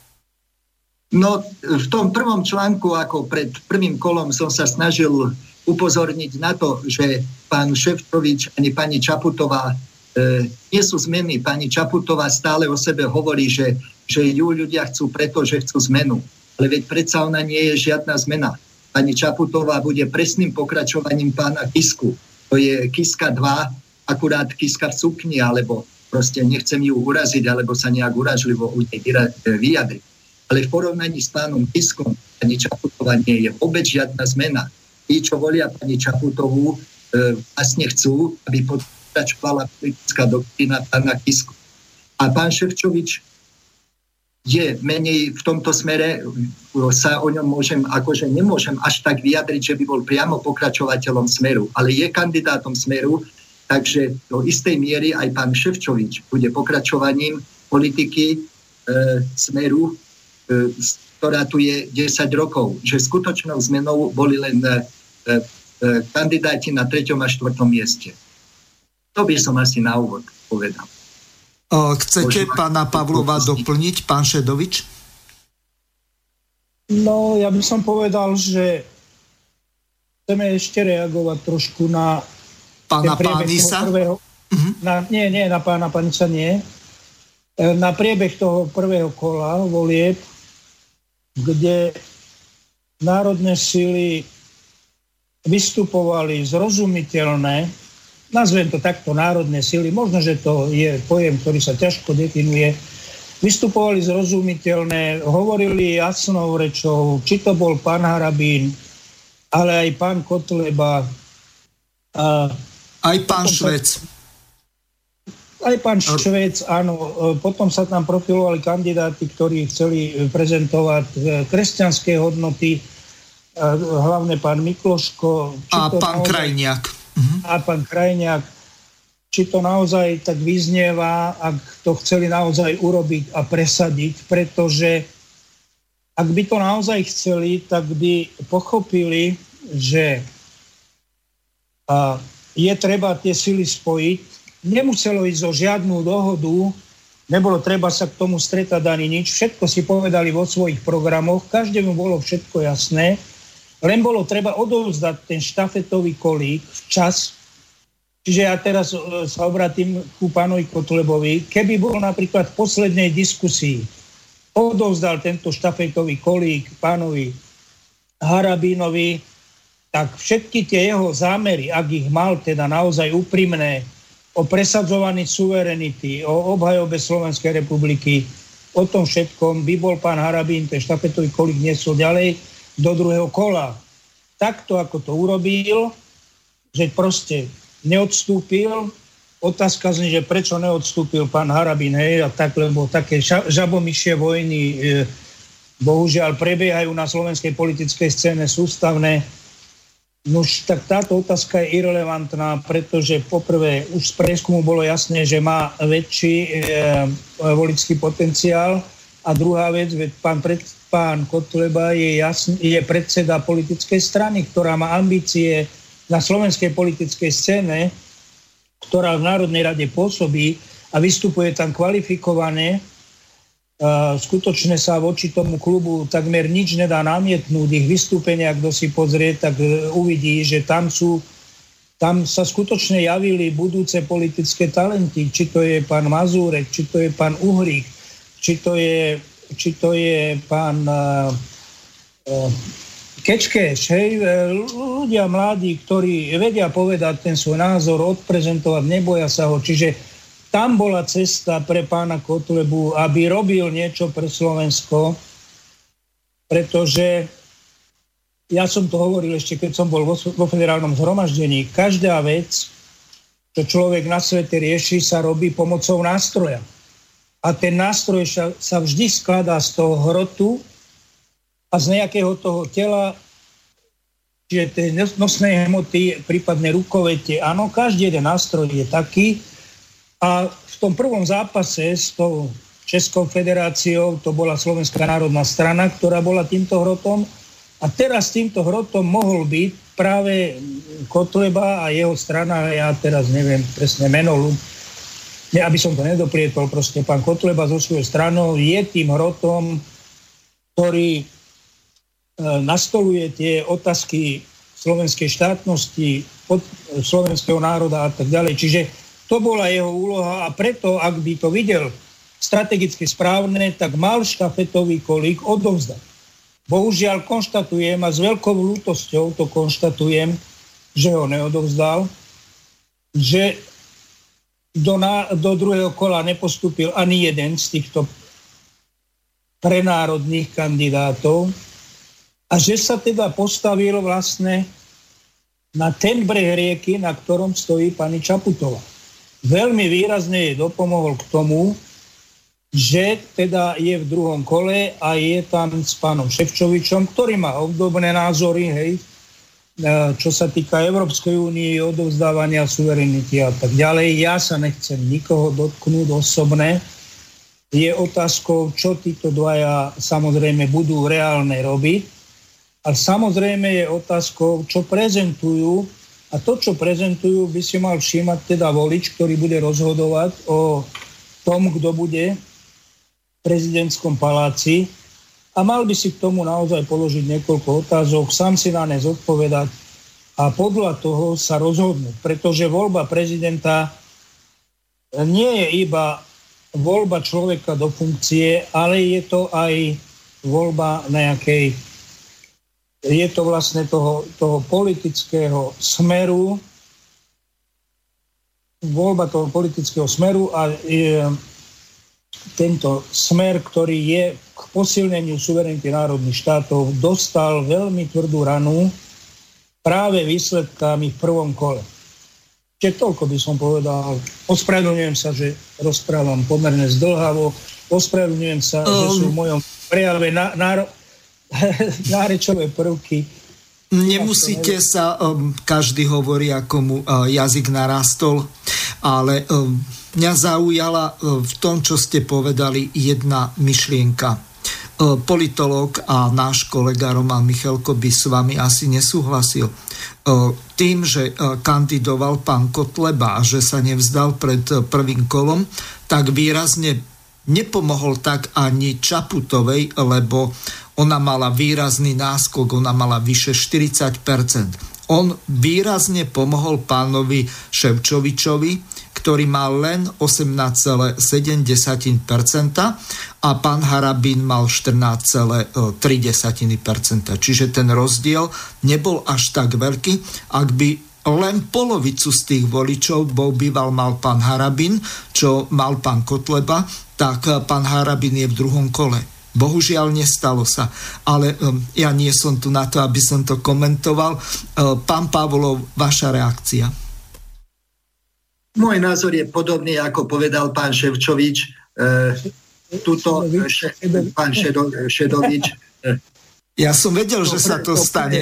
No, v tom prvom článku, ako pred prvým kolom, som sa snažil upozorniť na to, že pán Šefčovič ani pani Čaputová e, nie sú zmeny. Pani Čaputová stále o sebe hovorí, že, že ju ľudia chcú preto, že chcú zmenu. Ale veď predsa ona nie je žiadna zmena. Pani Čaputová bude presným pokračovaním pána Kisku. To je Kiska dva, akurát Kiska v sukni, alebo proste nechcem ju uraziť, alebo sa nejak uražlivo u nej vyjadriť. Ale v porovnaní s pánom Kiskom pani Čaputová nie je vôbec žiadna zmena. Tí, čo volia pani Čaputovú, e, vlastne chcú, aby pokračovala politická doktrína pána Kisku. A pán Šefčovič je menej v tomto smere, sa o ňom môžem, akože nemôžem až tak vyjadriť, že by bol priamo pokračovateľom Smeru, ale je kandidátom Smeru, takže do istej miery aj pán Šefčovič bude pokračovaním politiky e, Smeru, e, ktorá tu je desať rokov. Že skutočnou zmenou boli len e, e, kandidáti na treťom a štvrtom mieste. To by som asi na úvod povedal. Chcete pána Pavlova doplniť, pán Šedovič? No, ja by som povedal, že chceme ešte reagovať trošku na pána Pánisa? Prvého, uh-huh. na, nie, nie, na pána Pánisa nie. Na priebeh toho prvého kola volieb, kde národné sily vystupovali zrozumiteľné, nazvem to takto, národné sily, možno, že to je pojem, ktorý sa ťažko definuje, vystupovali zrozumiteľné, hovorili jasnou rečou, či to bol pán Harabín, ale aj pán Kotleba. A aj pán Švec. Aj pán Švec, áno. Potom sa tam profilovali kandidáti, ktorí chceli prezentovať kresťanské hodnoty, hlavne pán Mikloško. A pán naozaj, Krajniak. A pán Krajniak. Či to naozaj tak vyznieva, ak to chceli naozaj urobiť a presadiť, pretože ak by to naozaj chceli, tak by pochopili, že je treba tie sily spojiť. Nemuselo ísť o žiadnu dohodu, nebolo treba sa k tomu stretať ani nič. Všetko si povedali vo svojich programoch, každému bolo všetko jasné, len bolo treba odovzdať ten štafetový kolík včas. Čiže ja teraz sa obratím ku pánovi Kotlebovi. Keby bol napríklad v poslednej diskusii odovzdal tento štafetový kolík pánovi Harabínovi, tak všetky tie jeho zámery, ak ich mal teda naozaj úprimné, o presadzovaní suverenity, o obhajobe Slovenskej republiky, o tom všetkom by bol pán Harabín ten štafetový kolík niesol ďalej do druhého kola. Takto, ako to urobil, že proste neodstúpil. Otázka znie, že prečo neodstúpil pán Harabín, hej, a tak, lebo také žabomyšie vojny e, bohužiaľ prebiehajú na slovenskej politickej scéne sústavné. Nož, tak táto otázka je irelevantná, pretože poprvé už z prieskumu bolo jasné, že má väčší e, voličský potenciál, a druhá vec, veď pán, pred, pán Kotleba je, jasný, je predseda politickej strany, ktorá má ambície na slovenskej politickej scéne, ktorá v Národnej rade pôsobí a vystupuje tam kvalifikovane. Skutočne sa voči tomu klubu takmer nič nedá namietnúť. Ich vystúpenia, kto si pozrie, tak uvidí, že tam sú, tam sa skutočne javili budúce politické talenty. Či to je pán Mazúrek, či to je pán Uhrík, či to je, či to je pán uh, uh, Kečkeš, hej, ľudia mladí, ktorí vedia povedať ten svoj názor, odprezentovať, neboja sa ho. Čiže tam bola cesta pre pána Kotlebu, aby robil niečo pre Slovensko, pretože ja som to hovoril ešte, keď som bol vo, vo federálnom zhromaždení, každá vec, čo človek na svete rieši, sa robí pomocou nástroja. A ten nástroj sa, sa vždy skladá z toho hrotu a z nejakého toho tela, čiže tej nosnej hmoty, prípadne rukovete. Áno, každý jeden nástroj je taký. A v tom prvom zápase s tou Českou federáciou to bola Slovenská národná strana, ktorá bola týmto hrotom. A teraz týmto hrotom mohol byť práve Kotleba a jeho strana, ja teraz neviem presne meno, ne, aby som to nedoplietol, proste pán Kotleba so svojou stranou je tým hrotom, ktorý e, nastoluje tie otázky slovenskej štátnosti, pod, slovenského národa a tak ďalej. Čiže to bola jeho úloha a preto, ak by to videl strategicky správne, tak mal štafetový kolík odovzdať. Bohužiaľ konštatujem a s veľkou ľútosťou to konštatujem, že ho neodovzdal, že Do, na, do druhého kola nepostúpil ani jeden z týchto prenárodných kandidátov a že sa teda postavil vlastne na ten breh rieky, na ktorom stojí pani Čaputová. Veľmi výrazne jej dopomohol k tomu, že teda je v druhom kole a je tam s pánom Šefčovičom, ktorý má obdobné názory, hej, čo sa týka Európskej únie, odovzdávania suverenity a tak ďalej. Ja sa nechcem nikoho dotknúť osobne. Je otázkou, čo títo dvaja samozrejme budú reálne robiť. A samozrejme je otázkou, čo prezentujú. A to, čo prezentujú, by si mal všímať teda volič, ktorý bude rozhodovať o tom, kto bude v prezidentskom paláci. A mal by si k tomu naozaj položiť niekoľko otázok, sám si na ne zodpovedať a podľa toho sa rozhodnúť. Pretože voľba prezidenta nie je iba voľba človeka do funkcie, ale je to aj voľba nejakej, je to vlastne toho, toho politického smeru, voľba toho politického smeru a je, tento smer, ktorý je k posilneniu suverenity národných štátov, dostal veľmi tvrdú ranu práve výsledkami v prvom kole. Čiže toľko by som povedal. Ospravedlňujem sa, že rozprávam pomerne zdĺhavo. Ospravedlňujem sa, um, že sú v mojom prejave na, na, nárečové prvky. Nemusíte sa, um, každý hovorí, ako mu uh, jazyk narastol, ale um, mňa zaujala uh, v tom, čo ste povedali, jedna myšlienka. Uh, politológ a náš kolega Roman Michalko by s vami asi nesúhlasil. Uh, tým, že uh, kandidoval pán Kotleba a že sa nevzdal pred uh, prvým kolom, tak výrazne nepomohol tak ani Čaputovej, lebo ona mala výrazný náskok, ona mala vyše štyridsať percent. On výrazne pomohol pánovi Ševčovičovi, ktorý mal len osemnásť celá sedem percenta a pán Harabín mal štrnásť celá tri percenta. Čiže ten rozdiel nebol až tak veľký. Ak by len polovicu z tých voličov bol býval mal pán Harabín, čo mal pán Kotleba, tak pán Harabín je v druhom kole. Bohužiaľ nestalo sa. Ale um, ja nie som tu na to, aby som to komentoval. Uh, pán Pavlov, vaša reakcia? Môj názor je podobný, ako povedal pán Ševčovič. Uh, tuto še, pán Šedo, Šedovič. Uh, ja som vedel, že sa to stane.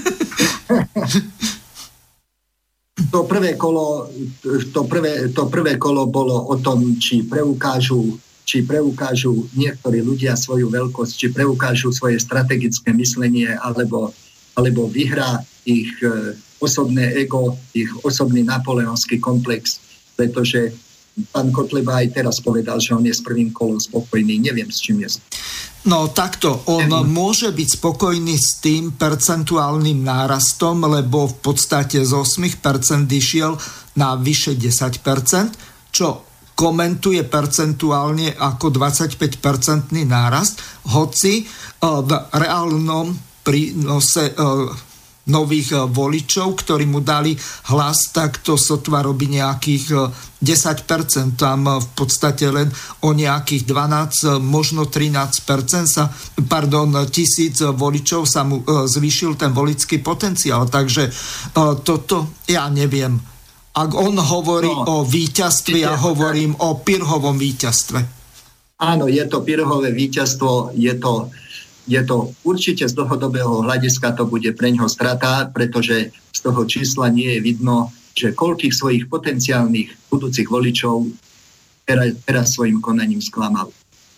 To prvé kolo, to prvé, to prvé kolo bolo o tom, či preukážu či preukážu niektorí ľudia svoju veľkosť, či preukážu svoje strategické myslenie, alebo, alebo vyhrá ich e, osobné ego, ich osobný napoleonský komplex, pretože pán Kotleba aj teraz povedal, že on je s prvým kolom spokojný. Neviem, s čím je. No takto, on Neviem. môže byť spokojný s tým percentuálnym nárastom, lebo v podstate z osem percent išiel na vyše desať percent, čo komentuje percentuálne ako dvadsaťpäť percentný nárast, hoci v reálnom prínose nových voličov, ktorí mu dali hlas, tak to sotva robí nejakých desať percent. Tam v podstate len o nejakých dvanásť, možno trinásť percent sa, pardon, tisíc voličov sa mu zvýšil ten voličský potenciál. Takže toto ja neviem. Ak on hovorí no, o víťazstve, ja hovorím o Pirhovom víťazstve. Áno, je to Pirhové víťazstvo, je to, je to určite z dlhodobého hľadiska to bude preňho strata, pretože z toho čísla nie je vidno, že koľkých svojich potenciálnych budúcich voličov teraz, teraz svojim konaním sklamal.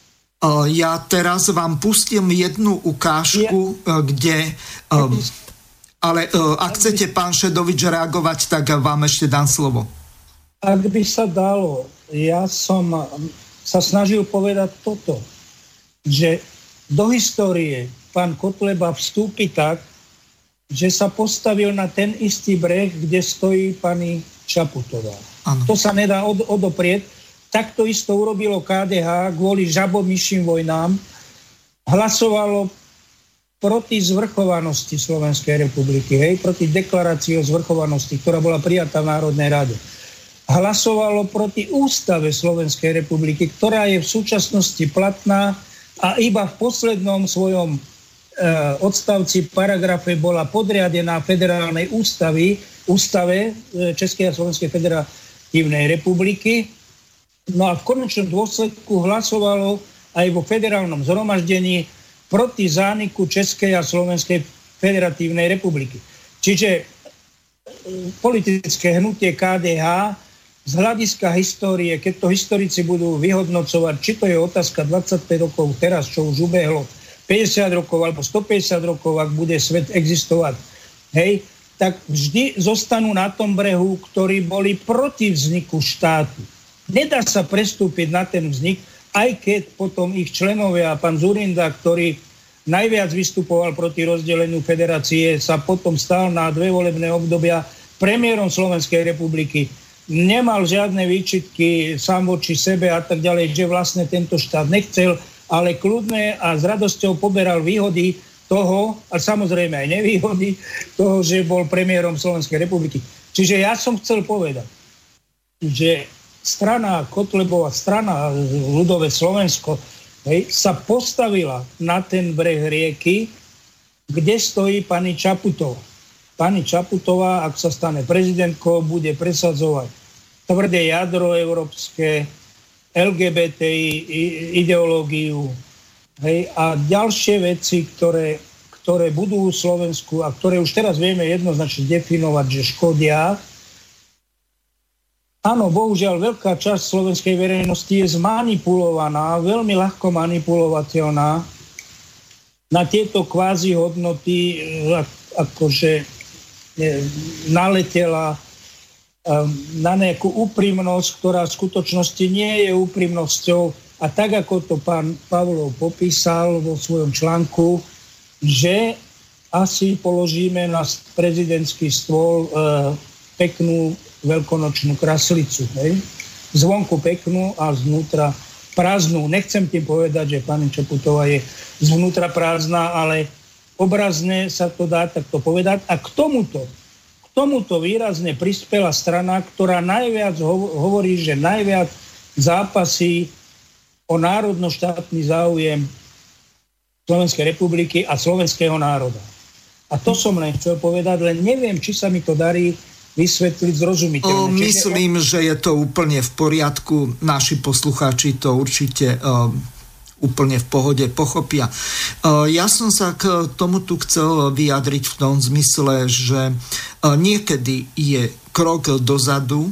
Ja teraz vám pustím jednu ukážku, ja. kde... Um, Ale uh, ak chcete, pán Šedovič, reagovať, tak vám ešte dám slovo. Ak by sa dalo, ja som sa snažil povedať toto, že do histórie pán Kotleba vstúpi tak, že sa postavil na ten istý breh, kde stojí pani Čaputová. Ano. To sa nedá od, odoprieť. Takto isto urobilo ká dé há kvôli žabomyším vojnám. Hlasovalo proti zvrchovanosti Slovenskej republiky, hej, proti deklarácii o zvrchovanosti, ktorá bola prijatá v Národnej rade. Hlasovalo proti ústave Slovenskej republiky, ktorá je v súčasnosti platná a iba v poslednom svojom e, odstavci, paragrafe bola podriadená federálnej ústavy, ústave e, Českej a Slovenskej federatívnej republiky. No a v konečnom dôsledku hlasovalo aj vo federálnom zhromaždení proti zániku Českej a Slovenskej federatívnej republiky. Čiže politické hnutie ká dé há z hľadiska histórie, keď to historici budú vyhodnocovať, či to je otázka dvadsaťpäť rokov teraz, čo už ubehlo, päťdesiat rokov alebo stopäťdesiat rokov, ak bude svet existovať, hej, tak vždy zostanú na tom brehu, ktorí boli proti vzniku štátu. Nedá sa prestúpiť na ten vznik, aj keď potom ich členovia, pán Zurinda, ktorý najviac vystupoval proti rozdeleniu federácie, sa potom stal na dve volebné obdobia premiérom Slovenskej republiky. Nemal žiadne výčitky sám voči sebe a tak ďalej, že vlastne tento štát nechcel, ale kľudne a s radosťou poberal výhody toho, a samozrejme aj nevýhody, toho, že bol premiérom Slovenskej republiky. Čiže ja som chcel povedať, že strana Kotlebova, strana Ľudové Slovensko, hej, sa postavila na ten breh rieky, kde stojí pani Čaputová. pani Čaputová, ak sa stane prezidentkou, bude presadzovať tvrdé jadro európske, el gé bé té í, ideológiu, hej, a ďalšie veci, ktoré, ktoré budú v Slovensku a ktoré už teraz vieme jednoznačne definovať, že škodia. Áno, bohužiaľ, veľká časť slovenskej verejnosti je zmanipulovaná, veľmi ľahko manipulovateľná na tieto kvázi hodnoty, akože naletela na nejakú úprimnosť, ktorá v skutočnosti nie je úprimnosťou. A tak, ako to pán Pavlov popísal vo svojom článku, že asi položíme na prezidentský stôl e, peknú veľkonočnú kraslicu. Hej? Zvonku peknú a znútra prázdnu. Nechcem tým povedať, že pani Čaputová je zvnútra prázdna, ale obrazne sa to dá takto povedať. A k tomuto tomuto výrazne prispela strana, ktorá najviac hovorí, že najviac zápasí o národno-štátny záujem Slovenskej republiky a slovenského národa. A to som len chcel povedať, len neviem, či sa mi to darí vysvetliť zrozumiteľne. O, myslím, Čiže... že je to úplne v poriadku. Naši poslucháči to určite uh, úplne v pohode pochopia. Ja som sa k tomu tu chcel vyjadriť v tom zmysle, že niekedy je krok dozadu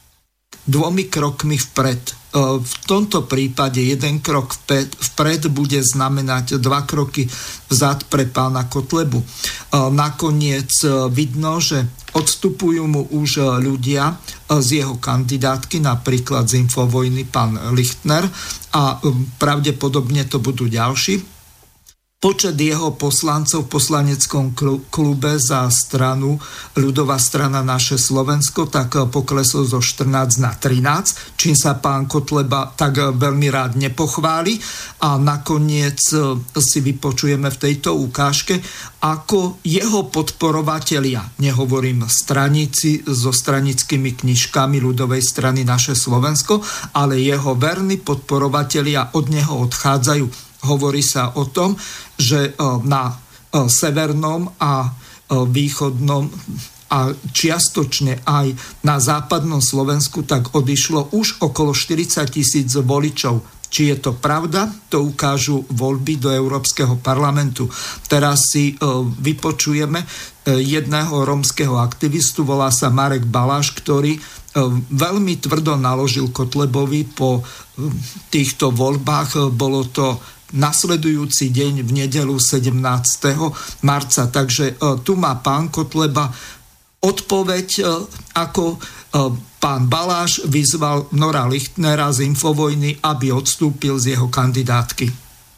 dvomi krokmi vpred. V tomto prípade jeden krok vpred, vpred bude znamenať dva kroky vzad pre pána Kotlebu. Nakoniec vidno, že odstupujú mu už ľudia z jeho kandidátky, napríklad z Infovojny pán Lichtner, a pravdepodobne to budú ďalší. Počet jeho poslancov v poslaneckom klube za stranu Ľudová strana Naše Slovensko tak poklesol zo štrnásť na trinásť, čím sa pán Kotleba tak veľmi rád nepochváli. A nakoniec si vypočujeme v tejto ukážke, ako jeho podporovatelia, nehovorím stranici so stranickými knižkami Ľudovej strany Naše Slovensko, ale jeho verní podporovatelia od neho odchádzajú. Hovorí sa o tom, že na severnom a východnom a čiastočne aj na západnom Slovensku tak odišlo už okolo štyridsať tisíc voličov. Či je to pravda, to ukážu voľby do Európskeho parlamentu. Teraz si vypočujeme jedného rómskeho aktivistu, volá sa Marek Baláš, ktorý veľmi tvrdo naložil Kotlebovi po týchto voľbách. Bolo to nasledujúci deň v nedeľu sedemnásteho marca. Takže tu má pán Kotleba odpoveď, ako pán Baláš vyzval Nora Lichtnera z Infovojny, aby odstúpil z jeho kandidátky.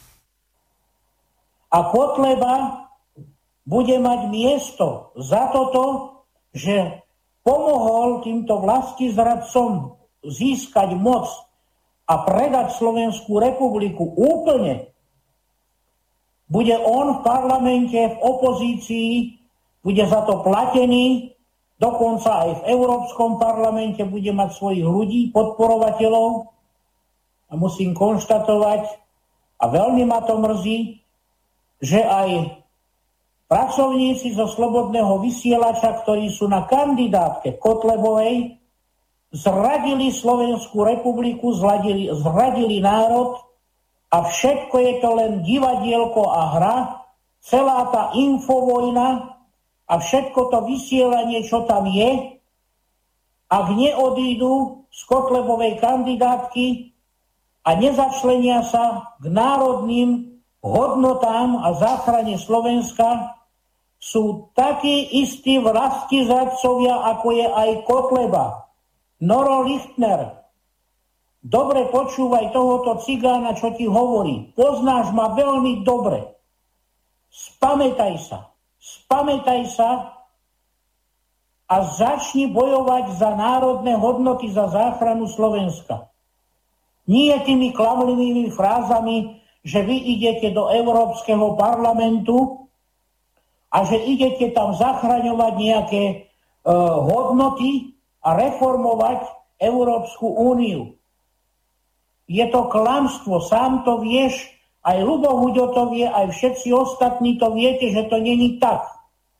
A Kotleba bude mať miesto za toto, že pomohol týmto vlastizradcom získať moc a predať Slovenskú republiku úplne. Bude on v parlamente, v opozícii, bude za to platený, dokonca aj v Európskom parlamente bude mať svojich ľudí, podporovateľov. A musím konštatovať, a veľmi ma to mrzí, že aj pracovníci zo Slobodného vysielača, ktorí sú na kandidátke Kotlebovej, zradili Slovenskú republiku, zradili, zradili národ a všetko je to len divadielko a hra, celá tá Infovojna a všetko to vysielanie, čo tam je, ak neodídu z Kotlebovej kandidátky a nezačlenia sa k národným hodnotám a záchrane Slovenska, sú takí istí vlastizradcovia, ako je aj Kotleba. Noro Lichtner, dobre počúvaj tohoto cigána, čo ti hovorí. Poznáš ma veľmi dobre. Spamätaj sa. Spamätaj sa a začni bojovať za národné hodnoty, za záchranu Slovenska. Nie tými klamlivými frázami, že vy idete do Európskeho parlamentu a že idete tam zachraňovať nejaké uh, hodnoty a reformovať Európsku úniu. Je to klamstvo, sám to vieš, aj Ľubo Huďo to vie, aj všetci ostatní to viete, že to není tak.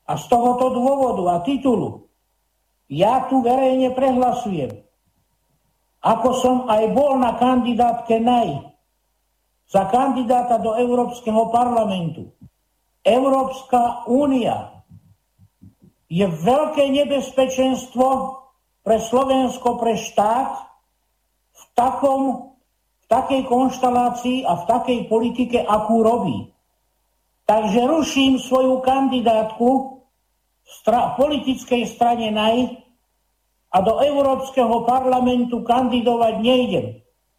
A z tohoto dôvodu a titulu ja tu verejne prehlasujem, ako som aj bol na kandidátke NAJ za kandidáta do Európskeho parlamentu. Európska únia je veľké nebezpečenstvo pre Slovensko, pre štát v, takom, v takej konštelácii a v takej politike, akú robí. Takže ruším svoju kandidátku v stra- politickej strane NAJ a do Európskeho parlamentu kandidovať nejdem.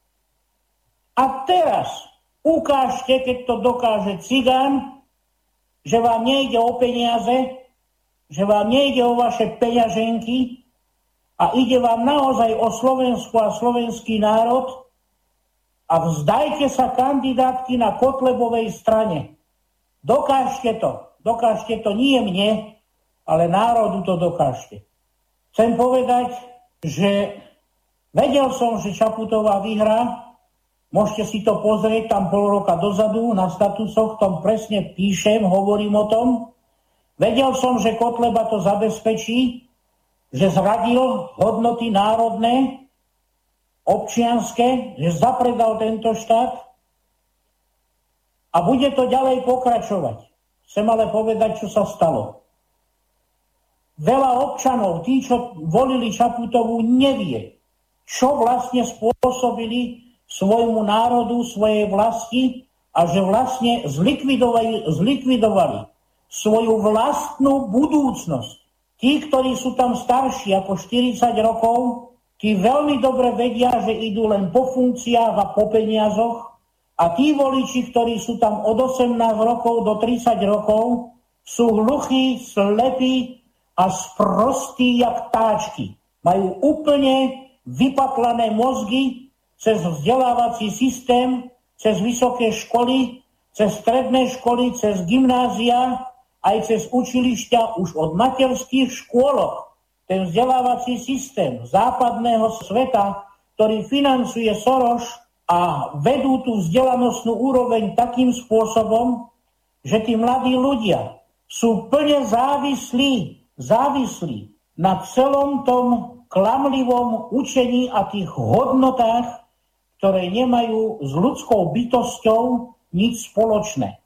A teraz ukážte, keď to dokáže Cigán, že vám nejde o peniaze, že vám nejde o vaše peňaženky a ide vám naozaj o Slovensku a slovenský národ a vzdajte sa kandidátky na Kotlebovej strane. Dokážte to. Dokážte to nie mne, ale národu to dokážte. Chcem povedať, že vedel som, že Čaputová vyhrá. Môžete si to pozrieť tam pol roka dozadu na statusoch, tom presne píšem, hovorím o tom. Vedel som, že Kotleba to zabezpečí, že zradil hodnoty národné, občianske, že zapredal tento štát a bude to ďalej pokračovať. Chcem ale povedať, čo sa stalo. Veľa občanov, tí, čo volili Čaputovú, nevie, čo vlastne spôsobili svojmu národu, svojej vlasti a že vlastne zlikvidovali, zlikvidovali svoju vlastnú budúcnosť. Tí, ktorí sú tam starší ako štyridsať rokov, tí veľmi dobre vedia, že idú len po funkciách a po peniazoch a tí voliči, ktorí sú tam od osemnásť rokov do tridsať rokov, sú hluchí, slepí a sprostí jak táčky. Majú úplne vypatlané mozgy cez vzdelávací systém, cez vysoké školy, cez stredné školy, cez gymnázia, aj cez učilišťa už od materských škôlok. Ten vzdelávací systém západného sveta, ktorý financuje Soros a vedú tú vzdelanostnú úroveň takým spôsobom, že tí mladí ľudia sú plne závislí, závislí na celom tom klamlivom učení a tých hodnotách, ktoré nemajú s ľudskou bytosťou nič spoločné.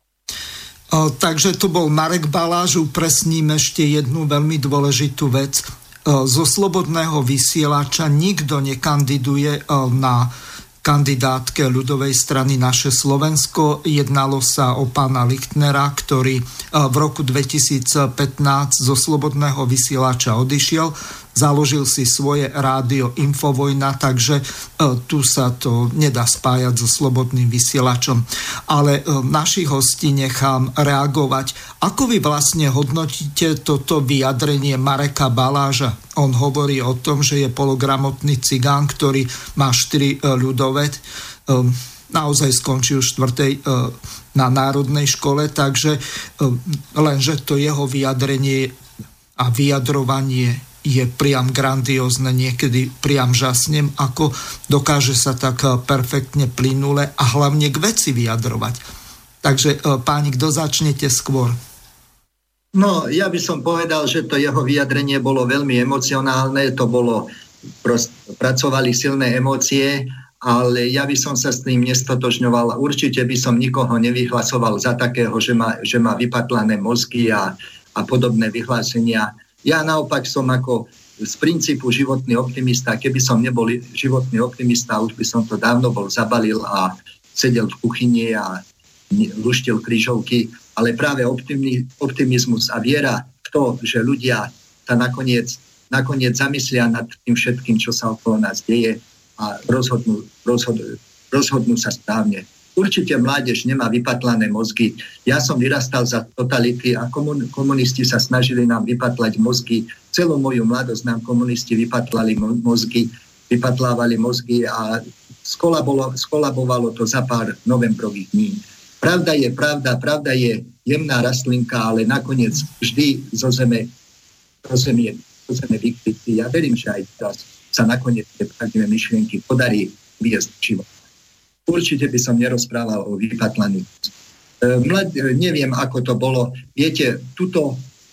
O, takže tu bol Marek Baláž, upresním ešte jednu veľmi dôležitú vec. O, zo Slobodného vysielača nikto nekandiduje o, na kandidátke ľudovej strany Naše Slovensko. Jednalo sa o pána Lichtnera, ktorý v roku dvetisícpätnásť zo Slobodného vysielača odišiel. Založil si svoje rádio Infovojna, takže tu sa to nedá spájať so Slobodným vysielačom. Ale našich hostí nechám reagovať. Ako vy vlastne hodnotíte toto vyjadrenie Mareka Baláža? On hovorí o tom, že je pologramotný cigán, ktorý má štyri ľudové. Naozaj skončil štvrtej na národnej škole, takže lenže to jeho vyjadrenie a vyjadrovanie je priam grandiózne, niekedy priam žasnem, ako dokáže sa tak perfektne plynule a hlavne k veci vyjadrovať. Takže páni, kto začnete skôr? No, ja by som povedal, že to jeho vyjadrenie bolo veľmi emocionálne, to bolo, prost, pracovali silné emócie, ale ja by som sa s tým nestotožňoval. Určite by som nikoho nevyhlasoval za takého, že má, že má vypatlané mozgy a, a podobné vyhlásenia. Ja naopak som ako z princípu životný optimista. Keby som nebol životný optimista, už by som to dávno bol zabalil a sedel v kuchyni a luštil krížovky. Ale práve optimizmus a viera v to, že ľudia sa nakoniec, nakoniec zamyslia nad tým všetkým, čo sa okolo nás deje a rozhodnú, rozhodnú, rozhodnú sa správne. Určite mládež nemá vypatlané mozgy. Ja som vyrastal za totality a komun- komunisti sa snažili nám vypatlať mozgy. Celú moju mladosť nám komunisti vypatlali mo- mozgy, vypatlávali mozgy a skolabolo, skolabovalo to za pár novembrových dní. Pravda je pravda, pravda je jemná rastlinka, ale nakoniec vždy zo zeme, zo zeme, zo zeme vykrytí. Ja verím, že aj teraz sa nakoniec tie pravdivé myšlienky podarí viesť život. Určite by som nerozprával o vypatlaní. Mlad, neviem, ako to bolo. Viete, tuto o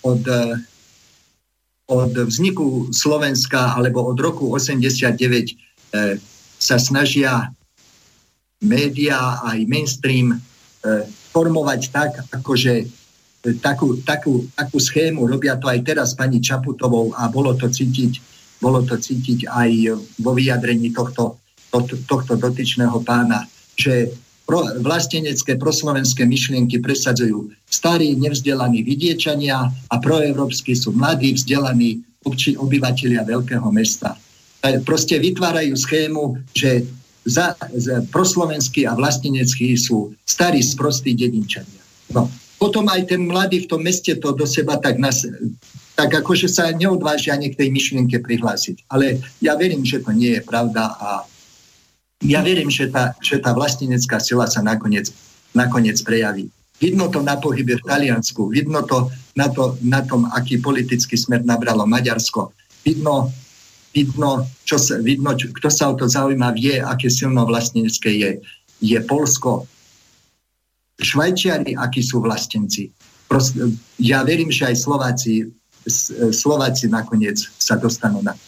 od, od vzniku Slovenska alebo od roku osemdesiatdeväť sa snažia médiá aj mainstream formovať tak, akože takú, takú, takú schému, robia to aj teraz pani Čaputovou a bolo to cítiť, bolo to cítiť aj vo vyjadrení tohto, tohto, tohto dotyčného pána, že pro, vlastenecké proslovenské myšlienky presadzujú starí, nevzdelaní vidiečania a proeurópsky sú mladí, vzdelaní obči, obyvatelia veľkého mesta. Proste vytvárajú schému, že za, za proslovenskí a vlasteneckí sú starí, sprostí dedinčania. No. Potom aj ten mladý v tom meste to do seba tak, nas, tak akože sa neodvážia ani k tej myšlienke prihlásiť. Ale ja verím, že to nie je pravda a ja verím, že tá, že tá vlastenecká sila sa nakoniec, nakoniec prejaví. Vidno to na pohybe v Taliansku, vidno to na, to na tom, aký politický smer nabralo Maďarsko. Vidno, vidno, čo sa, vidno čo, kto sa o to zaujíma, vie, aké silno vlastenecké je, je Poľsko. Švajčiari, akí sú vlastenci. Prost, ja verím, že aj Slováci, Slováci nakoniec sa dostanú na...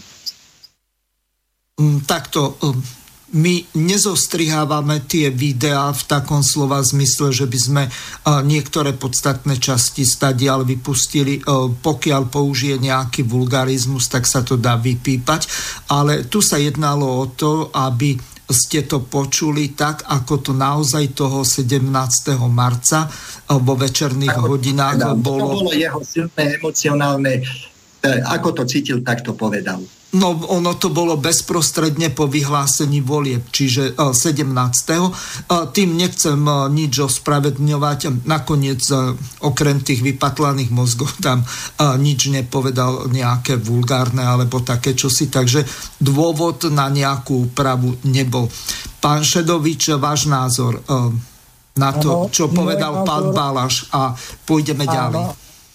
Takto... My nezostrihávame tie videá v takom slova zmysle, že by sme niektoré podstatné časti stadiaľ vypustili. Pokiaľ použije nejaký vulgarizmus, tak sa to dá vypípať. Ale tu sa jednalo o to, aby ste to počuli tak, ako to naozaj toho sedemnásteho marca vo večerných ako, hodinách teda, bolo. To bolo jeho silné, emocionálne, ako to cítil, tak to povedal. No, ono to bolo bezprostredne po vyhlásení volieb, čiže sedemnásteho Tým nechcem nič ospravedlňovať. Nakoniec, okrem tých vypatlaných mozgov, tam nič nepovedal nejaké vulgárne alebo také čosi, takže dôvod na nejakú úpravu nebol. Pán Šedovič, váš názor na to, čo povedal pán Balaš a pôjdeme ďalej.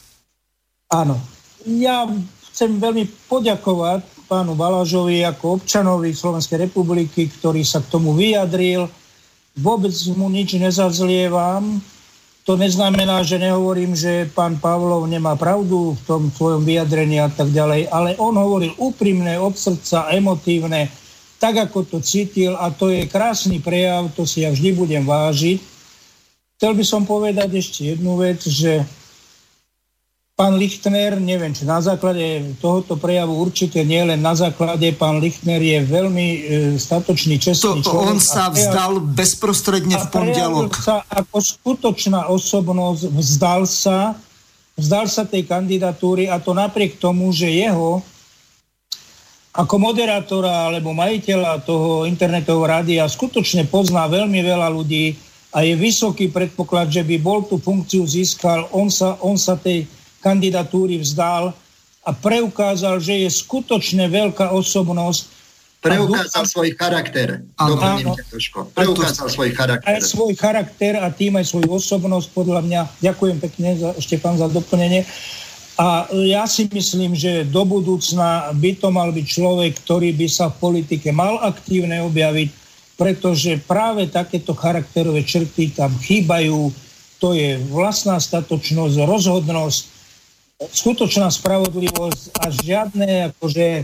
Áno. Ja chcem veľmi poďakovať pánu Balažovi ako občanovi Slovenskej republiky, ktorý sa k tomu vyjadril. Vôbec mu nič nezazlievam. To neznamená, že nehovorím, že pán Pavlov nemá pravdu v tom svojom vyjadrení a tak ďalej, ale on hovoril úprimné, od srdca, emotívne, tak ako to cítil a to je krásny prejav, to si ja vždy budem vážiť. Chcel by som povedať ešte jednu vec, že pán Lichtner, neviem, či na základe tohoto prejavu určite nie, len na základe pán Lichtner je veľmi e, statočný, čestný to, človek. On sa vzdal bezprostredne v pondelok. A sa ako skutočná osobnosť vzdal sa, vzdal sa tej kandidatúry a to napriek tomu, že jeho ako moderátora alebo majiteľa toho internetového rádia skutočne pozná veľmi veľa ľudí a je vysoký predpoklad, že by bol tú funkciu získal, on sa, on sa tej kandidatúry vzdal a preukázal, že je skutočne veľká osobnosť. Preukázal dúfam, svoj charakter. Áno, preukázal svoj charakter. Aj svoj charakter a tým aj svoju osobnosť, podľa mňa. Ďakujem pekne, za, Štefan, za doplnenie. A ja si myslím, že do budúcna by to mal byť človek, ktorý by sa v politike mal aktívne objaviť, pretože práve takéto charakterové črty tam chýbajú. To je vlastná statočnosť, rozhodnosť, skutočná spravodlivosť a žiadne akože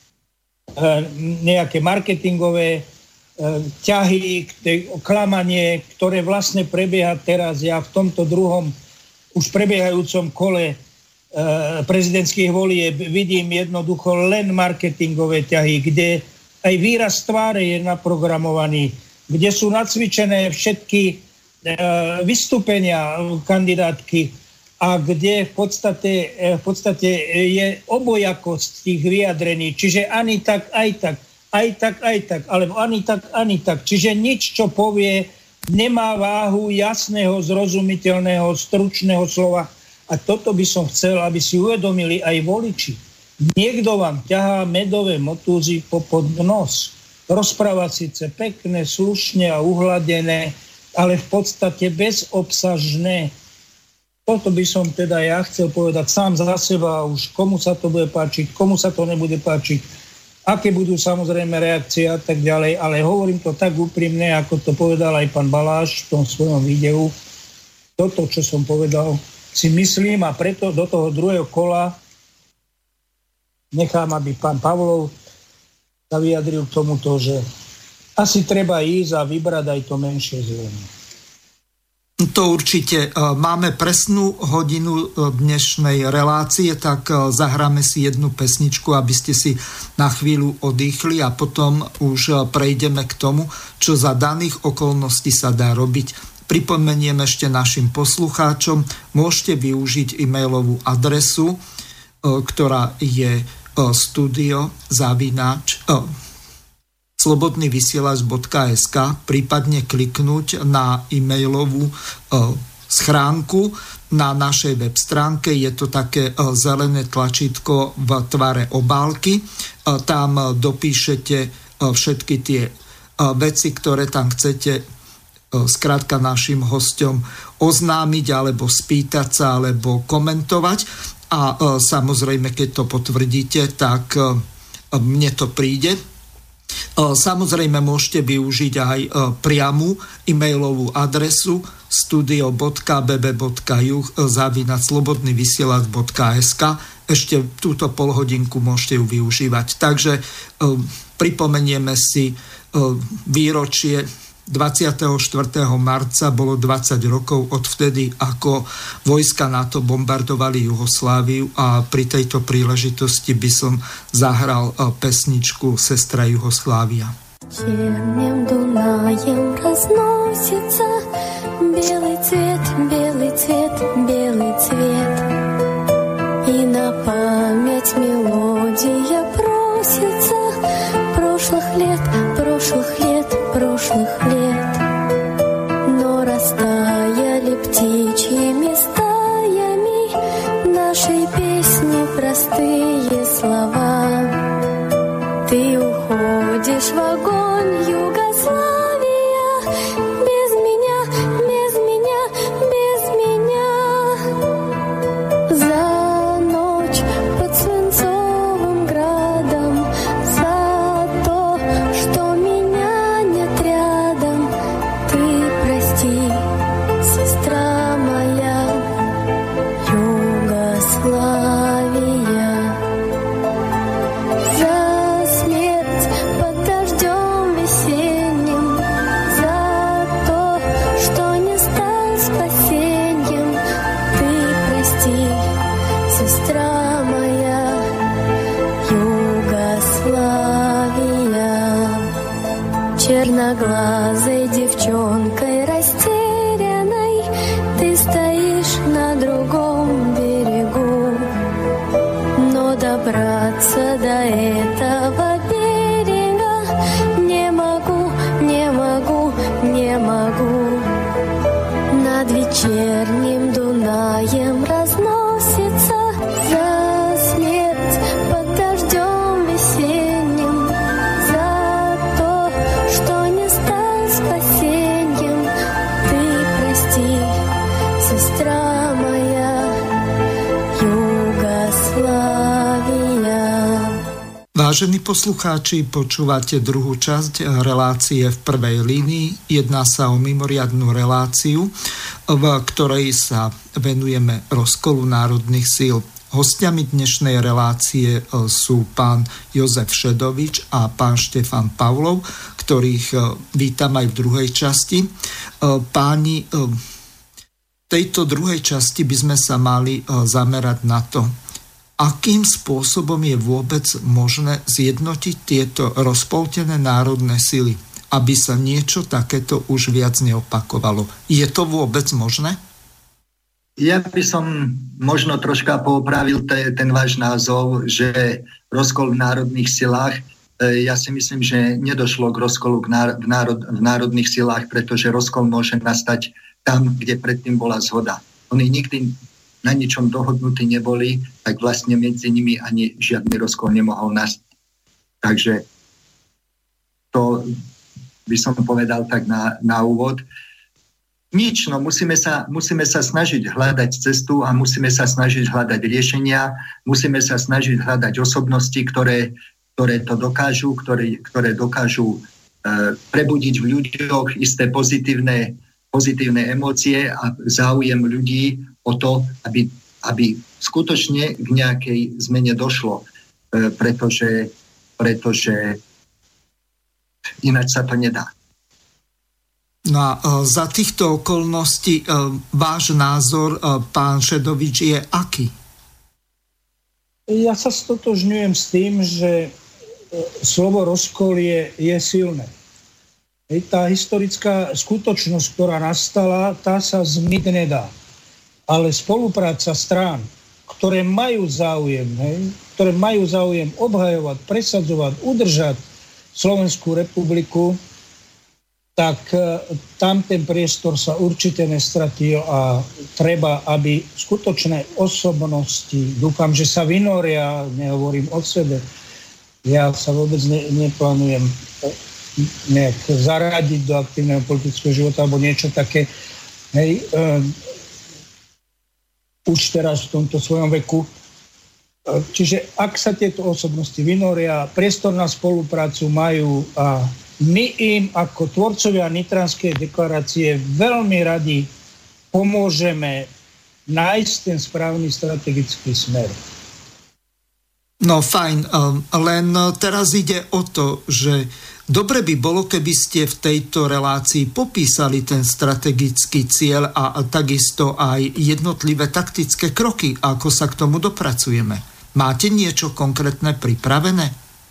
nejaké marketingové ťahy, klamanie, ktoré vlastne prebieha teraz. Ja v tomto druhom už prebiehajúcom kole prezidentských volieb vidím jednoducho len marketingové ťahy, kde aj výraz tváre je naprogramovaný, kde sú nacvičené všetky vystúpenia kandidátky a kde v podstate, v podstate je obojakosť tých vyjadrení. Čiže ani tak, aj tak, aj tak, aj tak, alebo ani tak, ani tak. Čiže nič, čo povie, nemá váhu jasného, zrozumiteľného, stručného slova. A toto by som chcel, aby si uvedomili aj voliči. Niekto vám ťahá medové motúzy popod nos. Rozpráva síce pekné, slušne a uhladené, ale v podstate bezobsažné. Toto by som teda ja chcel povedať sám za seba, už komu sa to bude páčiť, komu sa to nebude páčiť, aké budú samozrejme reakcie a tak ďalej, ale hovorím to tak úprimne, ako to povedal aj pán Baláš v tom svojom videu. Toto, čo som povedal, si myslím, a preto do toho druhého kola nechám, aby pán Pavlov sa vyjadril k tomuto, že asi treba ísť a vybrať aj to menšie zlo. To určite. Máme presnú hodinu dnešnej relácie, tak zahráme si jednu pesničku, aby ste si na chvíľu odýchli a potom už prejdeme k tomu, čo za daných okolností sa dá robiť. Pripomeniem ešte našim poslucháčom, môžete využiť e-mailovú adresu, ktorá je studio zavináč slobodný vysielač bodka es ká, prípadne kliknúť na e-mailovú e, schránku na našej web stránke. Je to také e, zelené tlačítko v tvare obálky. E, tam e, dopíšete e, všetky tie e, veci, ktoré tam chcete e, skrátka našim hosťom oznámiť, alebo spýtať sa, alebo komentovať. A e, samozrejme, keď to potvrdíte, tak e, mne to príde. Samozrejme môžete využiť aj priamu e-mailovú adresu studio bodka b b bodka juh zavináč slobodný vysielač bodka es ká. Ešte túto polhodinku môžete ju využívať. Takže pripomenieme si výročie dvadsiateho štvrtého marca, bolo dvadsať rokov od vtedy, ako vojska NATO bombardovali Jugosláviu, a pri tejto príležitosti by som zahral pesničku Sestra Jugoslávia. Черным Дунаем разносится белый цвет, белый цвет, белый цвет. И на память мелодия просится прошлых лет, прошлых лет, прошлых лет. Но растаяли птичьими стаями нашей песни простые слова. Ты уходишь в огонь, Югославия, без меня, без меня, без меня. За ночь под свинцовым градом, за то, что меня нет рядом. Ты прости, сестра моя, Югославия. За смерть под дождем весенним, за то, что не стал спасеньем. Ты прости, сестра моя, Югославия. Черноглазой девчонкой растерянной ты стоишь на другом берегу, но добраться до этого берега не могу, не могу, не могу. Над вечерним Дунаем разносится за смерть под дождем весенним, за то, что не стал спасеньем. Ты прости, сестра моя, Югославия. Vážení poslucháči, počúvate druhú časť relácie V prvej línii. Jedná sa o mimoriadnu reláciu, v ktorej sa venujeme rozkolu národných síl. Hostiami dnešnej relácie sú pán Jozef Šedovič a pán Štefan Pavlov, ktorých vítam aj v druhej časti. Páni, v tejto druhej časti by sme sa mali zamerať na to, akým spôsobom je vôbec možné zjednotiť tieto rozpoltené národné sily, aby sa niečo takéto už viac neopakovalo. Je to vôbec možné? Ja by som možno troška poopravil te, ten váš názov, že rozkol v národných silách. Ja si myslím, že nedošlo k rozkolu v, národ, v národných silách, pretože rozkol môže nastať tam, kde predtým bola zhoda. Oni nikdy na ničom dohodnutí neboli, tak vlastne medzi nimi ani žiadny rozkol nemohol nastať. Takže to by som povedal tak na, na úvod. Nič, no musíme sa, musíme sa snažiť hľadať cestu a musíme sa snažiť hľadať riešenia, musíme sa snažiť hľadať osobnosti, ktoré, ktoré to dokážu, ktoré, ktoré dokážu e, prebudiť v ľuďoch isté pozitívne, pozitívne emócie a záujem ľudí o to, aby, aby skutočne k nejakej zmene došlo, pretože, pretože ináč sa to nedá. No a za týchto okolností váš názor, pán Šedovič, je aký? Ja sa stotožňujem s tým, že slovo rozkol je, je silné. Tá historická skutočnosť, ktorá nastala, tá sa zmyť nedá. Ale spolupráca strán, ktoré majú záujem, hej, ktoré majú záujem obhajovať, presadzovať, udržať Slovenskú republiku, tak tam ten priestor sa určite nestratí a treba, aby skutočné osobnosti, dúfam, že sa vynoria, nehovorím o sebe, ja sa vôbec ne, neplánujem nejak zaradiť do aktívneho politického života alebo niečo také, hej, um, už teraz v tomto svojom veku. Čiže ak sa tieto osobnosti vynoria, priestor na spoluprácu majú a my im ako tvorcovia Nitranskej deklarácie veľmi radi pomôžeme nájsť ten správny strategický smer. No fajn, len teraz ide o to, že dobre by bolo, keby ste v tejto relácii popísali ten strategický cieľ a takisto aj jednotlivé taktické kroky, ako sa k tomu dopracujeme. Máte niečo konkrétne pripravené?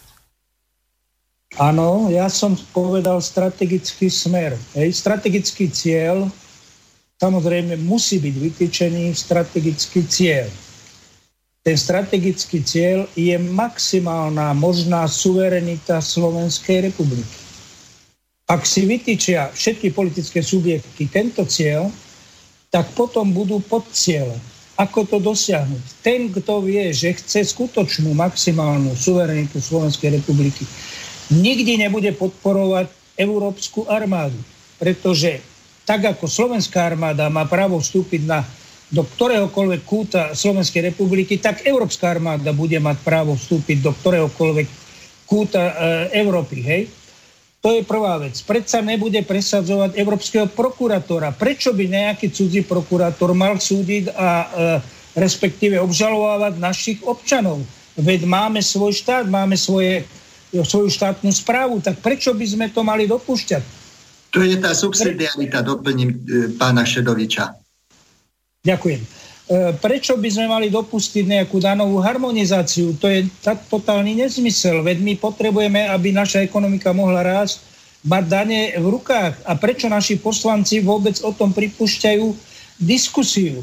Áno, ja som povedal strategický smer. Hej, strategický cieľ, samozrejme musí byť vytýčený strategický cieľ. Ten strategický cieľ je maximálna možná suverenita Slovenskej republiky. Ak si vytýčia všetky politické subjekty tento cieľ, tak potom budú podciele. Ako to dosiahnuť? Ten, kto vie, že chce skutočnú maximálnu suverenitu Slovenskej republiky, nikdy nebude podporovať európsku armádu, pretože tak ako slovenská armáda má právo vstúpiť na, do ktoréhokoľvek kúta Slovenskej republiky, tak európska armáda bude mať právo vstúpiť do ktoréhokoľvek kúta e, Európy. Hej? To je prvá vec. Predsa nebude presadzovať európskeho prokurátora. Prečo by nejaký cudzí prokurátor mal súdiť a e, respektíve obžalovať našich občanov? Veď máme svoj štát, máme svoje svoju štátnu správu, tak prečo by sme to mali dopúšťať? To je tá subsidiarita, doplním e, pána Šedoviča. Ďakujem. E, prečo by sme mali dopustiť nejakú danovú harmonizáciu? To je tak totálny nezmysel, veď my potrebujeme, aby naša ekonomika mohla rásť, mať dane v rukách. A prečo naši poslanci vôbec o tom pripúšťajú diskusiu? E,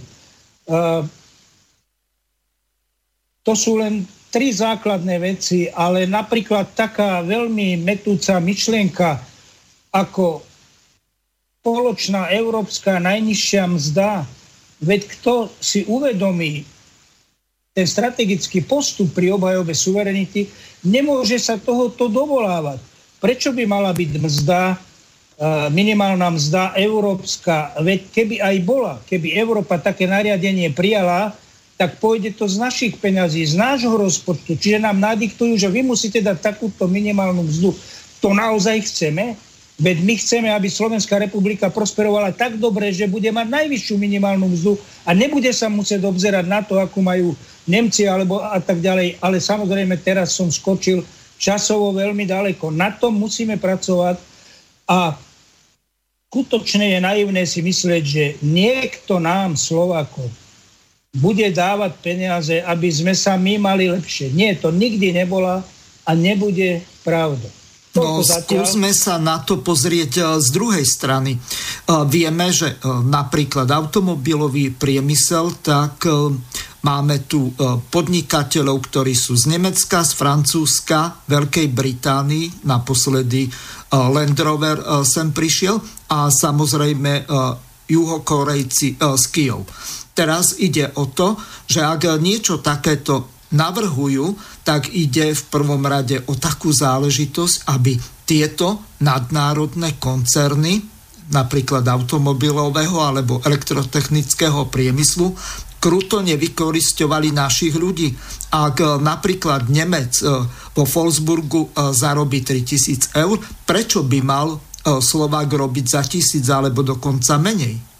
to sú len tri základné veci, ale napríklad taká veľmi metúca myšlienka ako spoločná európska najnižšia mzda. Veď kto si uvedomí ten strategický postup pri obhajobe suverenity, nemôže sa tohoto dovolávať. Prečo by mala byť mzda, minimálna mzda európska? Veď keby aj bola, keby Európa také nariadenie prijala, tak pôjde to z našich peňazí, z nášho rozpočtu. Čiže nám nadiktujú, že vy musíte dať takúto minimálnu mzdu. To naozaj chceme? Veď my chceme, aby Slovenská republika prosperovala tak dobre, že bude mať najvyššiu minimálnu mzdu a nebude sa musieť obzerať na to, ako majú Nemci alebo a tak ďalej. Ale samozrejme teraz som skočil časovo veľmi ďaleko. Na tom musíme pracovať a skutočne je naivné si myslieť, že niekto nám, Slovákov, bude dávať peniaze, aby sme sa my mali lepšie. Nie, to nikdy nebola a nebude pravda. No, skúsme sa na to pozrieť z druhej strany. Vieme, že napríklad automobilový priemysel, tak máme tu podnikateľov, ktorí sú z Nemecka, z Francúzska, Veľkej Británii, naposledy Land Rover sem prišiel a samozrejme Juhokorejci z Kyjov. Teraz ide o to, že ak niečo takéto navrhujú, tak ide v prvom rade o takú záležitosť, aby tieto nadnárodné koncerny, napríklad automobilového alebo elektrotechnického priemyslu, kruto nevykorisťovali našich ľudí. Ak napríklad Nemec vo Wolfsburgu zarobí tritisíc eur, prečo by mal Slovák robiť za tisíc alebo dokonca menej?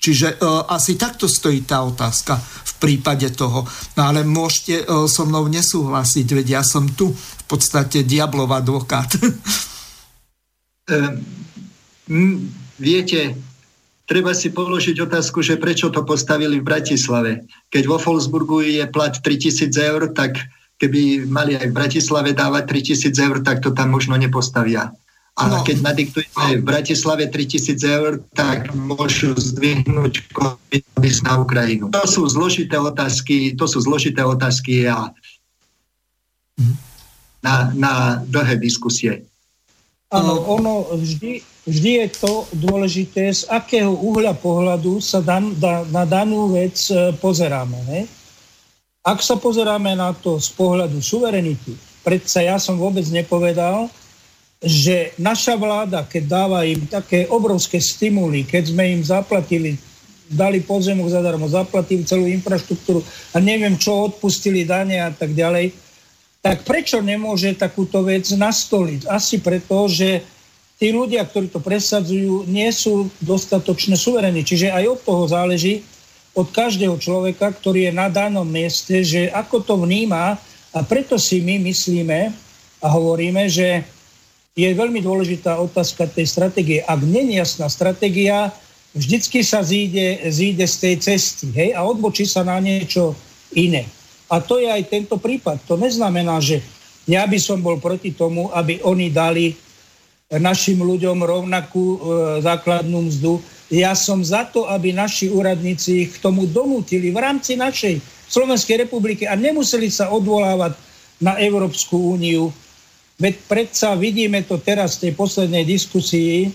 Čiže uh, asi takto stojí tá otázka v prípade toho. No ale môžete uh, so mnou nesúhlasiť, veď ja som tu v podstate diablov advokát. um, viete, treba si položiť otázku, že prečo to postavili v Bratislave. Keď vo Wolfsburgu je plat tritisíc eur, tak keby mali aj v Bratislave dávať tritisíc eur, tak to tam možno nepostavia. A no. keď nadiktujeme v Bratislave tritisíc eur, tak môžu zdvihnúť COVID na Ukrajinu. To sú zložité otázky, to sú zložité otázky a na, na dlhé diskusie. Áno, ono vždy, vždy je to dôležité, z akého uhľa pohľadu sa dan, da, na danú vec pozeráme. Ne? Ak sa pozeráme na to z pohľadu suverenity, predsa ja som vôbec nepovedal, že naša vláda, keď dáva im také obrovské stimuly, keď sme im zaplatili, dali podzemok zadarmo, zaplatili celú infraštruktúru a neviem čo, odpustili dane a tak ďalej, tak prečo nemôže takúto vec nastoliť? Asi preto, že tí ľudia, ktorí to presadzujú, nie sú dostatočne suverení. Čiže aj od toho záleží, od každého človeka, ktorý je na danom mieste, že ako to vníma, a preto si my myslíme a hovoríme, že je veľmi dôležitá otázka tej stratégie. Ak nie je jasná stratégia, vždycky sa zíde, zíde z tej cesty, hej, a odbočí sa na niečo iné. A to je aj tento prípad. To neznamená, že ja by som bol proti tomu, aby oni dali našim ľuďom rovnakú e, základnú mzdu. Ja som za to, aby naši úradníci ich k tomu donútili v rámci našej Slovenskej republiky a nemuseli sa odvolávať na Európsku úniu. Veď predsa vidíme to teraz v tej poslednej diskusii,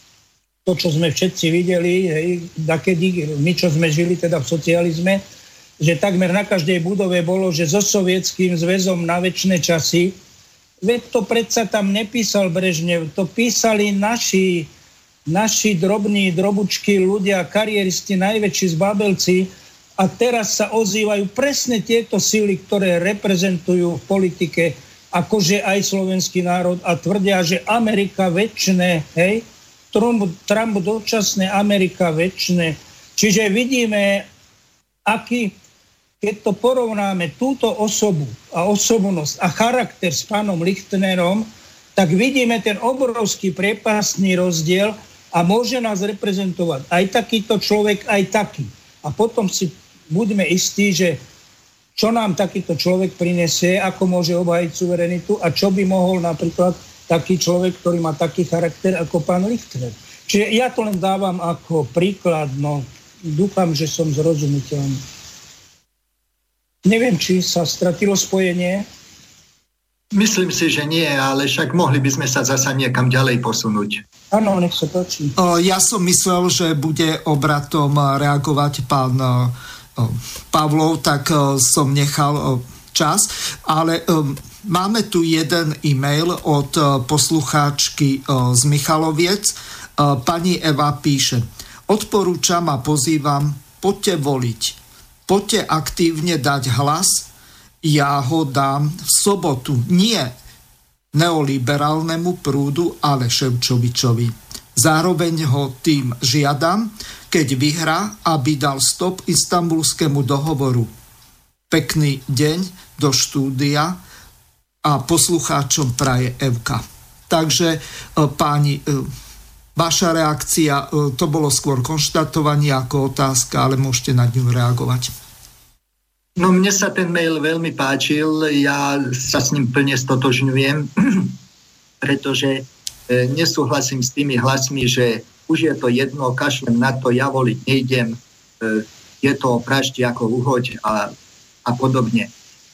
to, čo sme všetci videli, hej, dakedy, my, čo sme žili teda v socializme, že takmer na každej budove bolo, že so Sovietským zväzom na večné časy. Veď to predsa tam nepísal Brežnev, to písali naši, naši drobní, drobučky ľudia, kariéristi, najväčší zbabelci, a teraz sa ozývajú presne tieto síly, ktoré reprezentujú v politike akože aj slovenský národ a tvrdia, že Amerika večné, hej, Trump, Trump dočasné, Amerika večné. Čiže vidíme, aký, keď to porovnáme túto osobu a osobnosť a charakter s pánom Lichtnerom, tak vidíme ten obrovský priepastný rozdiel a môže nás reprezentovať aj takýto človek, aj taký. A potom si buďme istí, že čo nám takýto človek prinesie, ako môže obhájiť suverenitu a čo by mohol napríklad taký človek, ktorý má taký charakter ako pán Lichtner. Čiže ja to len dávam ako príklad, no dúfam, že som zrozumiteľný. Neviem, či sa stratilo spojenie. Myslím si, že nie, ale však mohli by sme sa zasa niekam ďalej posunúť. Áno, nech sa páči. Ja som myslel, že bude obratom reagovať pán Pavlov, tak som nechal čas, ale máme tu jeden e-mail od poslucháčky z Michaloviec. Pani Eva píše: odporúčam a pozývam, poďte voliť, poďte aktívne dať hlas, ja ho dám v sobotu, nie neoliberálnemu prúdu, ale Ševčovičovi. Zároveň ho tým žiadam, keď vyhrá, aby dal stop Istanbulskému dohovoru. Pekný deň do štúdia a poslucháčom praje Evka. Takže páni, vaša reakcia, to bolo skôr konštatovanie ako otázka, ale môžete na ňu reagovať. No mne sa ten mail veľmi páčil, ja sa s ním plne stotožňujem, pretože nesúhlasím s tými hlasmi, že už je to jedno, kašlem na to, ja voliť nejdem, je to prašti ako uhoď a, a podobne.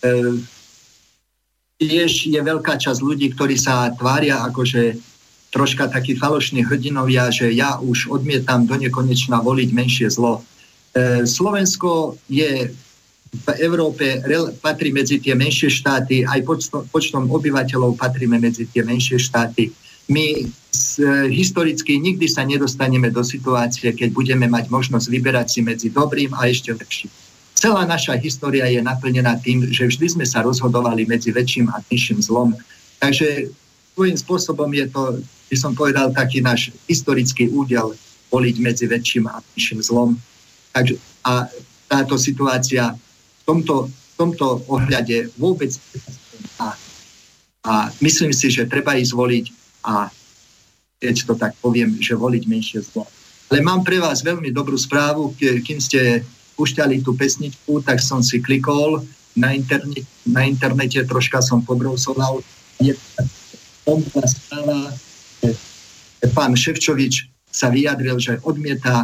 Tiež je veľká časť ľudí, ktorí sa tvária akože troška takí falošní hrdinovia, že ja už odmietam do nekonečna voliť menšie zlo. Slovensko je v Európe, patrí medzi tie menšie štáty, aj počtom, počtom obyvateľov patríme medzi tie menšie štáty. My historicky nikdy sa nedostaneme do situácie, keď budeme mať možnosť vyberať si medzi dobrým a ešte lepším. Celá naša história je naplnená tým, že vždy sme sa rozhodovali medzi väčším a nižším zlom. Takže svojím spôsobom je to, by som povedal, taký náš historický údel voliť medzi väčším a nižším zlom. Takže, a táto situácia v tomto, v tomto ohľade vôbec a, a myslím si, že treba ísť voliť a keď to tak poviem, že voliť menšie zlo. Ale mám pre vás veľmi dobrú správu, kým ste púšťali tú pesničku, tak som si klikol na, interne, na internete, troška som podrousoval. Je dobrá správa, že pán Šefčovič sa vyjadril, že odmieta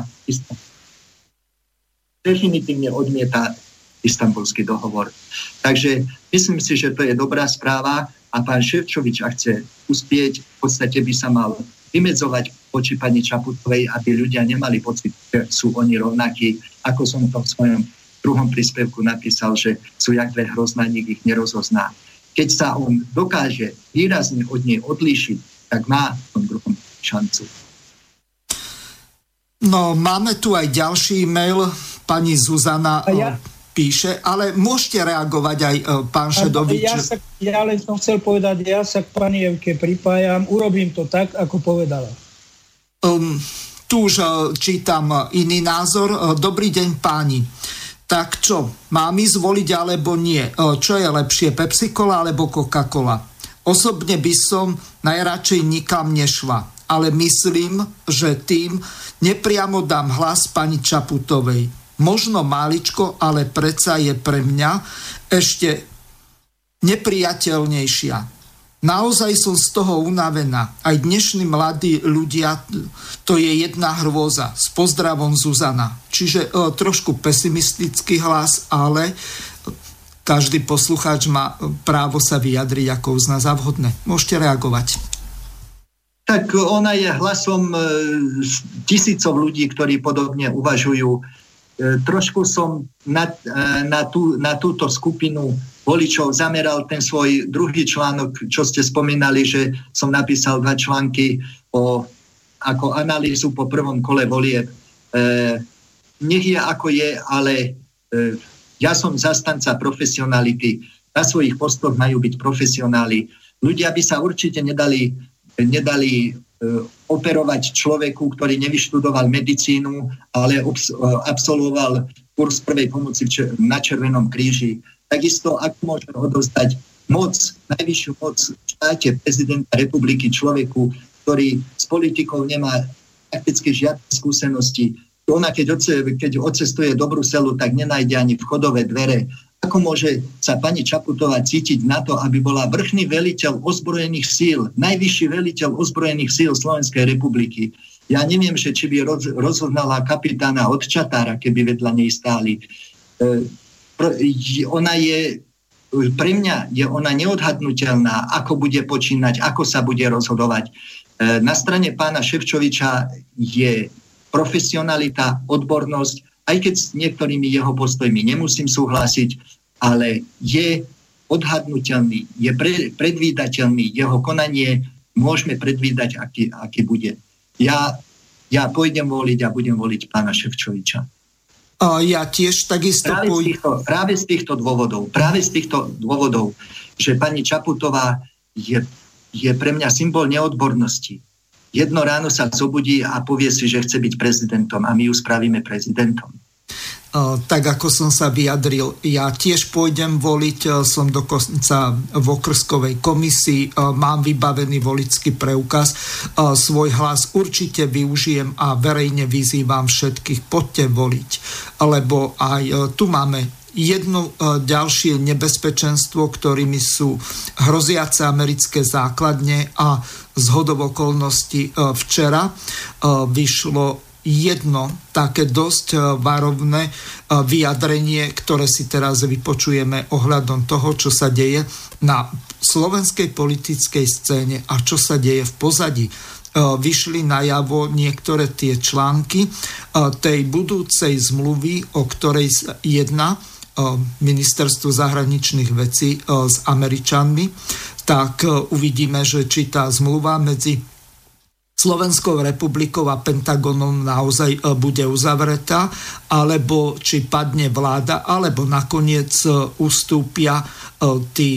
definitívne odmieta Istanbulský dohovor. Takže myslím si, že to je dobrá správa a pán Šefčovič, ak chce uspieť, v podstate by sa mal vymedzovať voči pani Čaputovej, aby ľudia nemali pocit, že sú oni rovnakí, ako som to v svojom druhom príspevku napísal, že sú jak dve hrozná, nik ich nerozozná. Keď sa on dokáže výrazne od nej odlíšiť, tak má v tom druhom šancu. No, máme tu aj ďalší e-mail. Pani Zuzana ja? píše, ale môžete reagovať aj pán Šedovič. Ja, sa, ja len som chcel povedať, ja sa k pani Evke pripájam, urobím to tak, ako povedala. Um, tu už uh, čítam iný názor. Dobrý deň, páni. Tak čo, mám ísť voliť alebo nie? Čo je lepšie, Pepsi-Cola alebo Coca-Cola? Osobne by som najradšej nikam nešla, ale myslím, že tým nepriamo dám hlas pani Čaputovej. Možno máličko, ale predsa je pre mňa ešte nepriateľnejšia. Naozaj som z toho unavená. Aj dnešní mladí ľudia, to je jedna hrôza. S pozdravom, Zuzana. Čiže e, trošku pesimistický hlas, ale každý poslucháč má právo sa vyjadriť, ako uzná za vhodné. Môžete reagovať. Tak ona je hlasom e, tisícov ľudí, ktorí podobne uvažujú. Trošku som na, na, tú, na túto skupinu voličov zameral ten svoj druhý článok, čo ste spomínali, že som napísal dva články o, ako analýzu po prvom kole volieb. E, nech je ako je, ale e, ja som zastanca profesionality. Na svojich postoch majú byť profesionáli. Ľudia by sa určite nedali, nedali operovať človeku, ktorý nevyštudoval medicínu, ale absolvoval kurz prvej pomoci na Červenom kríži. Takisto, ako môže odovzdať moc, najvyššiu moc v štáte prezidenta republiky človeku, ktorý s politikou nemá prakticky žiadne skúsenosti. Ona, keď, oce, keď odcestuje do Bruselu, tak nenájde ani vchodové dvere. Ako môže sa pani Čaputová cítiť na to, aby bola vrchný veliteľ ozbrojených síl, najvyšší veliteľ ozbrojených síl Slovenskej republiky? Ja neviem, že či by roz, rozhodnala kapitána od Čatára, keby vedľa nej stáli. E, ona je, pre mňa je ona neodhadnutelná, ako bude počínať, ako sa bude rozhodovať. E, na strane pána Šefčoviča je profesionalita, odbornosť, aj keď s niektorými jeho postojmi nemusím súhlasiť, ale je odhadnutelný, je pre, predvídateľný, jeho konanie môžeme predvídať, aký, aký bude. Ja, ja pôjdem voliť a budem voliť pána Šefčoviča. A ja tiež takisto... Práve z, týchto, práve z týchto dôvodov, práve z týchto dôvodov, že pani Čaputová je, je pre mňa symbol neodbornosti. Jedno ráno sa zobudí a povie si, že chce byť prezidentom a my ju spravíme prezidentom. Tak ako som sa vyjadril, ja tiež pôjdem voliť, som dokonca v okrskovej komisii, mám vybavený voličský preukaz, svoj hlas určite využijem a verejne vyzývam všetkých, poďte voliť, lebo aj tu máme jedno ďalšie nebezpečenstvo, ktorými sú hroziace americké základne a zhodou okolností včera vyšlo jedno také dosť varovné vyjadrenie, ktoré si teraz vypočujeme ohľadom toho, čo sa deje na slovenskej politickej scéne a čo sa deje v pozadí. Vyšli najavo niektoré tie články tej budúcej zmluvy, o ktorej jedná ministerstvo zahraničných vecí s Američanmi, tak uvidíme, že či tá zmluva medzi Slovenskou republikou a Pentagonom naozaj bude uzavretá, alebo či padne vláda, alebo nakoniec ustúpia tí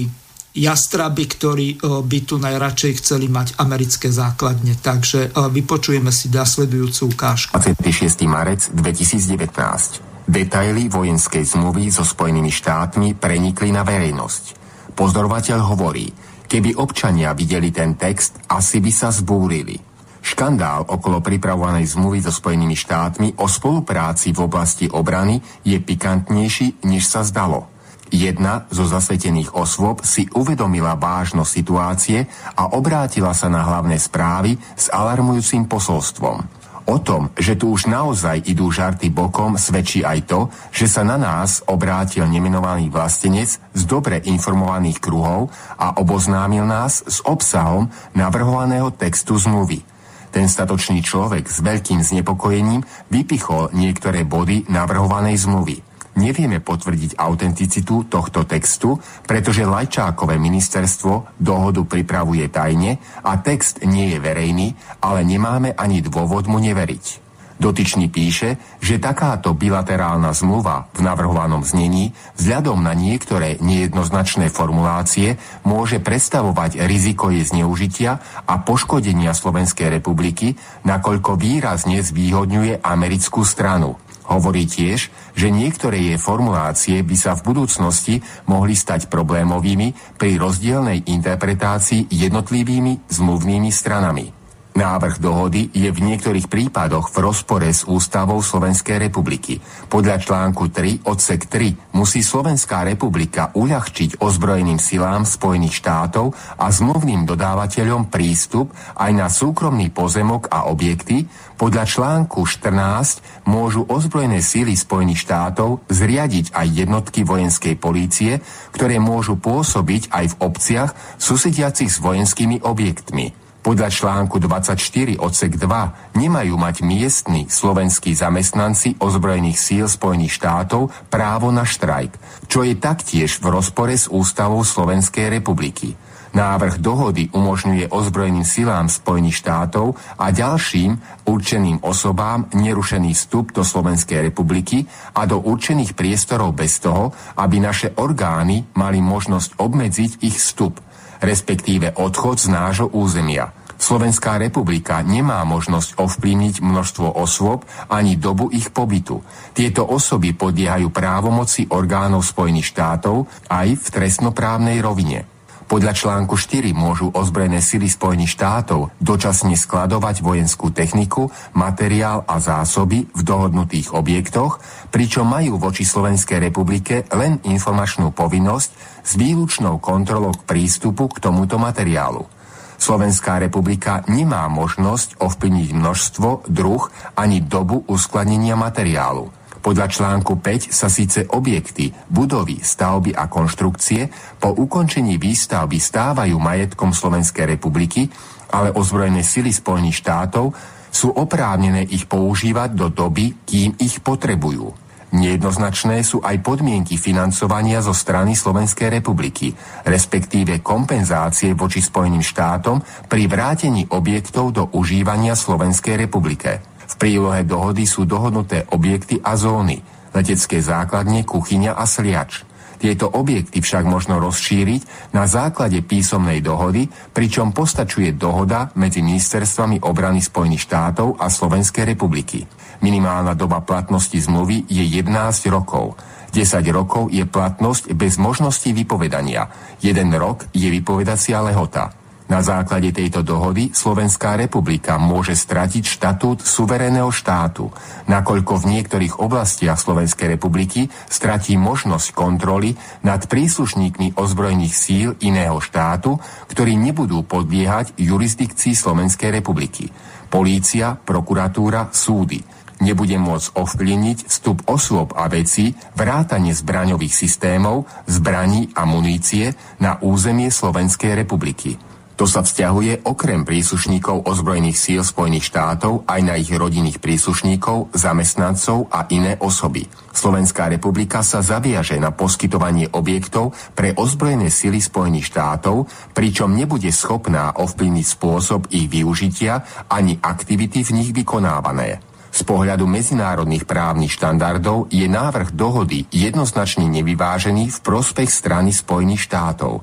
jastraby, ktorí by tu najradšej chceli mať americké základne. Takže vypočujeme si nasledujúcu ukážku. dvadsiateho šiesteho marca dvetisícdevätnásť. Detaily vojenskej zmluvy so Spojenými štátmi prenikli na verejnosť. Pozorovateľ hovorí, keby občania videli ten text, asi by sa zbúrili. Škandál okolo pripravovanej zmluvy so Spojenými štátmi o spolupráci v oblasti obrany je pikantnejší, než sa zdalo. Jedna zo zasvetených osôb si uvedomila vážnosť situácie a obrátila sa na hlavné správy s alarmujúcim posolstvom. O tom, že tu už naozaj idú žarty bokom, svedčí aj to, že sa na nás obrátil nemenovaný vlastenec z dobre informovaných kruhov a oboznámil nás s obsahom navrhovaného textu zmluvy. Ten statočný človek s veľkým znepokojením vypichol niektoré body navrhovanej zmluvy. Nevieme potvrdiť autenticitu tohto textu, pretože Lajčákové ministerstvo dohodu pripravuje tajne a text nie je verejný, ale nemáme ani dôvod mu neveriť. Dotyčný píše, že takáto bilaterálna zmluva v navrhovanom znení vzhľadom na niektoré nejednoznačné formulácie môže predstavovať riziko jej zneužitia a poškodenia Slovenskej republiky, nakoľko výrazne zvýhodňuje americkú stranu. Hovorí tiež, že niektoré jej formulácie by sa v budúcnosti mohli stať problémovými pri rozdielnej interpretácii jednotlivými zmluvnými stranami. Návrh dohody je v niektorých prípadoch v rozpore s ústavou Slovenskej republiky. Podľa článku tri odsek tri musí Slovenská republika uľahčiť ozbrojeným silám Spojených štátov a zmluvným dodávateľom prístup aj na súkromný pozemok a objekty. Podľa článku štrnásť môžu ozbrojené sily Spojených štátov zriadiť aj jednotky vojenskej polície, ktoré môžu pôsobiť aj v obciach susediacich s vojenskými objektmi. Podľa článku dvadsaťštyri odsek dva nemajú mať miestni slovenskí zamestnanci ozbrojených síl Spojených štátov právo na štrajk, čo je taktiež v rozpore s ústavou Slovenskej republiky. Návrh dohody umožňuje ozbrojeným silám Spojených štátov a ďalším určeným osobám nerušený vstup do Slovenskej republiky a do určených priestorov bez toho, aby naše orgány mali možnosť obmedziť ich vstup, respektíve odchod z nášho územia. Slovenská republika nemá možnosť ovplyvniť množstvo osôb ani dobu ich pobytu. Tieto osoby podliehajú právomoci orgánov Spojených štátov aj v trestnoprávnej rovine. Podľa článku štyri môžu ozbrojené sily Spojených štátov dočasne skladovať vojenskú techniku, materiál a zásoby v dohodnutých objektoch, pričom majú voči Slovenskej republike len informačnú povinnosť s výlučnou kontrolou k prístupu k tomuto materiálu. Slovenská republika nemá možnosť ovplyvniť množstvo, druh ani dobu uskladnenia materiálu. Podľa článku päť sa síce objekty, budovy, stavby a konštrukcie po ukončení výstavby stávajú majetkom Slovenskej republiky, ale ozbrojené sily Spojených štátov sú oprávnené ich používať do doby, kým ich potrebujú. Nejednoznačné sú aj podmienky financovania zo strany Slovenskej republiky, respektíve kompenzácie voči Spojeným štátom pri vrátení objektov do užívania Slovenskej republike. V prílohe dohody sú dohodnuté objekty a zóny, letecké základne, kuchyňa a sliač. Tieto objekty však možno rozšíriť na základe písomnej dohody, pričom postačuje dohoda medzi ministerstvami obrany Spojených štátov a Slovenskej republiky. Minimálna doba platnosti zmluvy je jedenásť rokov. desať rokov je platnosť bez možnosti vypovedania. jeden rok je vypovedacia lehota. Na základe tejto dohody Slovenská republika môže stratiť štatút suverénneho štátu, nakoľko v niektorých oblastiach Slovenskej republiky stratí možnosť kontroly nad príslušníkmi ozbrojených síl iného štátu, ktorí nebudú podliehať jurisdikcii Slovenskej republiky. Polícia, prokuratúra, súdy. Nebude môcť ovplyvniť vstup osôb a vecí, vrátane zbraňových systémov, zbraní a munície na územie Slovenskej republiky. To sa vzťahuje okrem príslušníkov ozbrojených síl Spojených štátov aj na ich rodinných príslušníkov, zamestnancov a iné osoby. Slovenská republika sa zaviaže na poskytovanie objektov pre ozbrojené sily Spojených štátov, pričom nebude schopná ovplyvniť spôsob ich využitia ani aktivity v nich vykonávané. Z pohľadu medzinárodných právnych štandardov je návrh dohody jednoznačne nevyvážený v prospech strany Spojených štátov.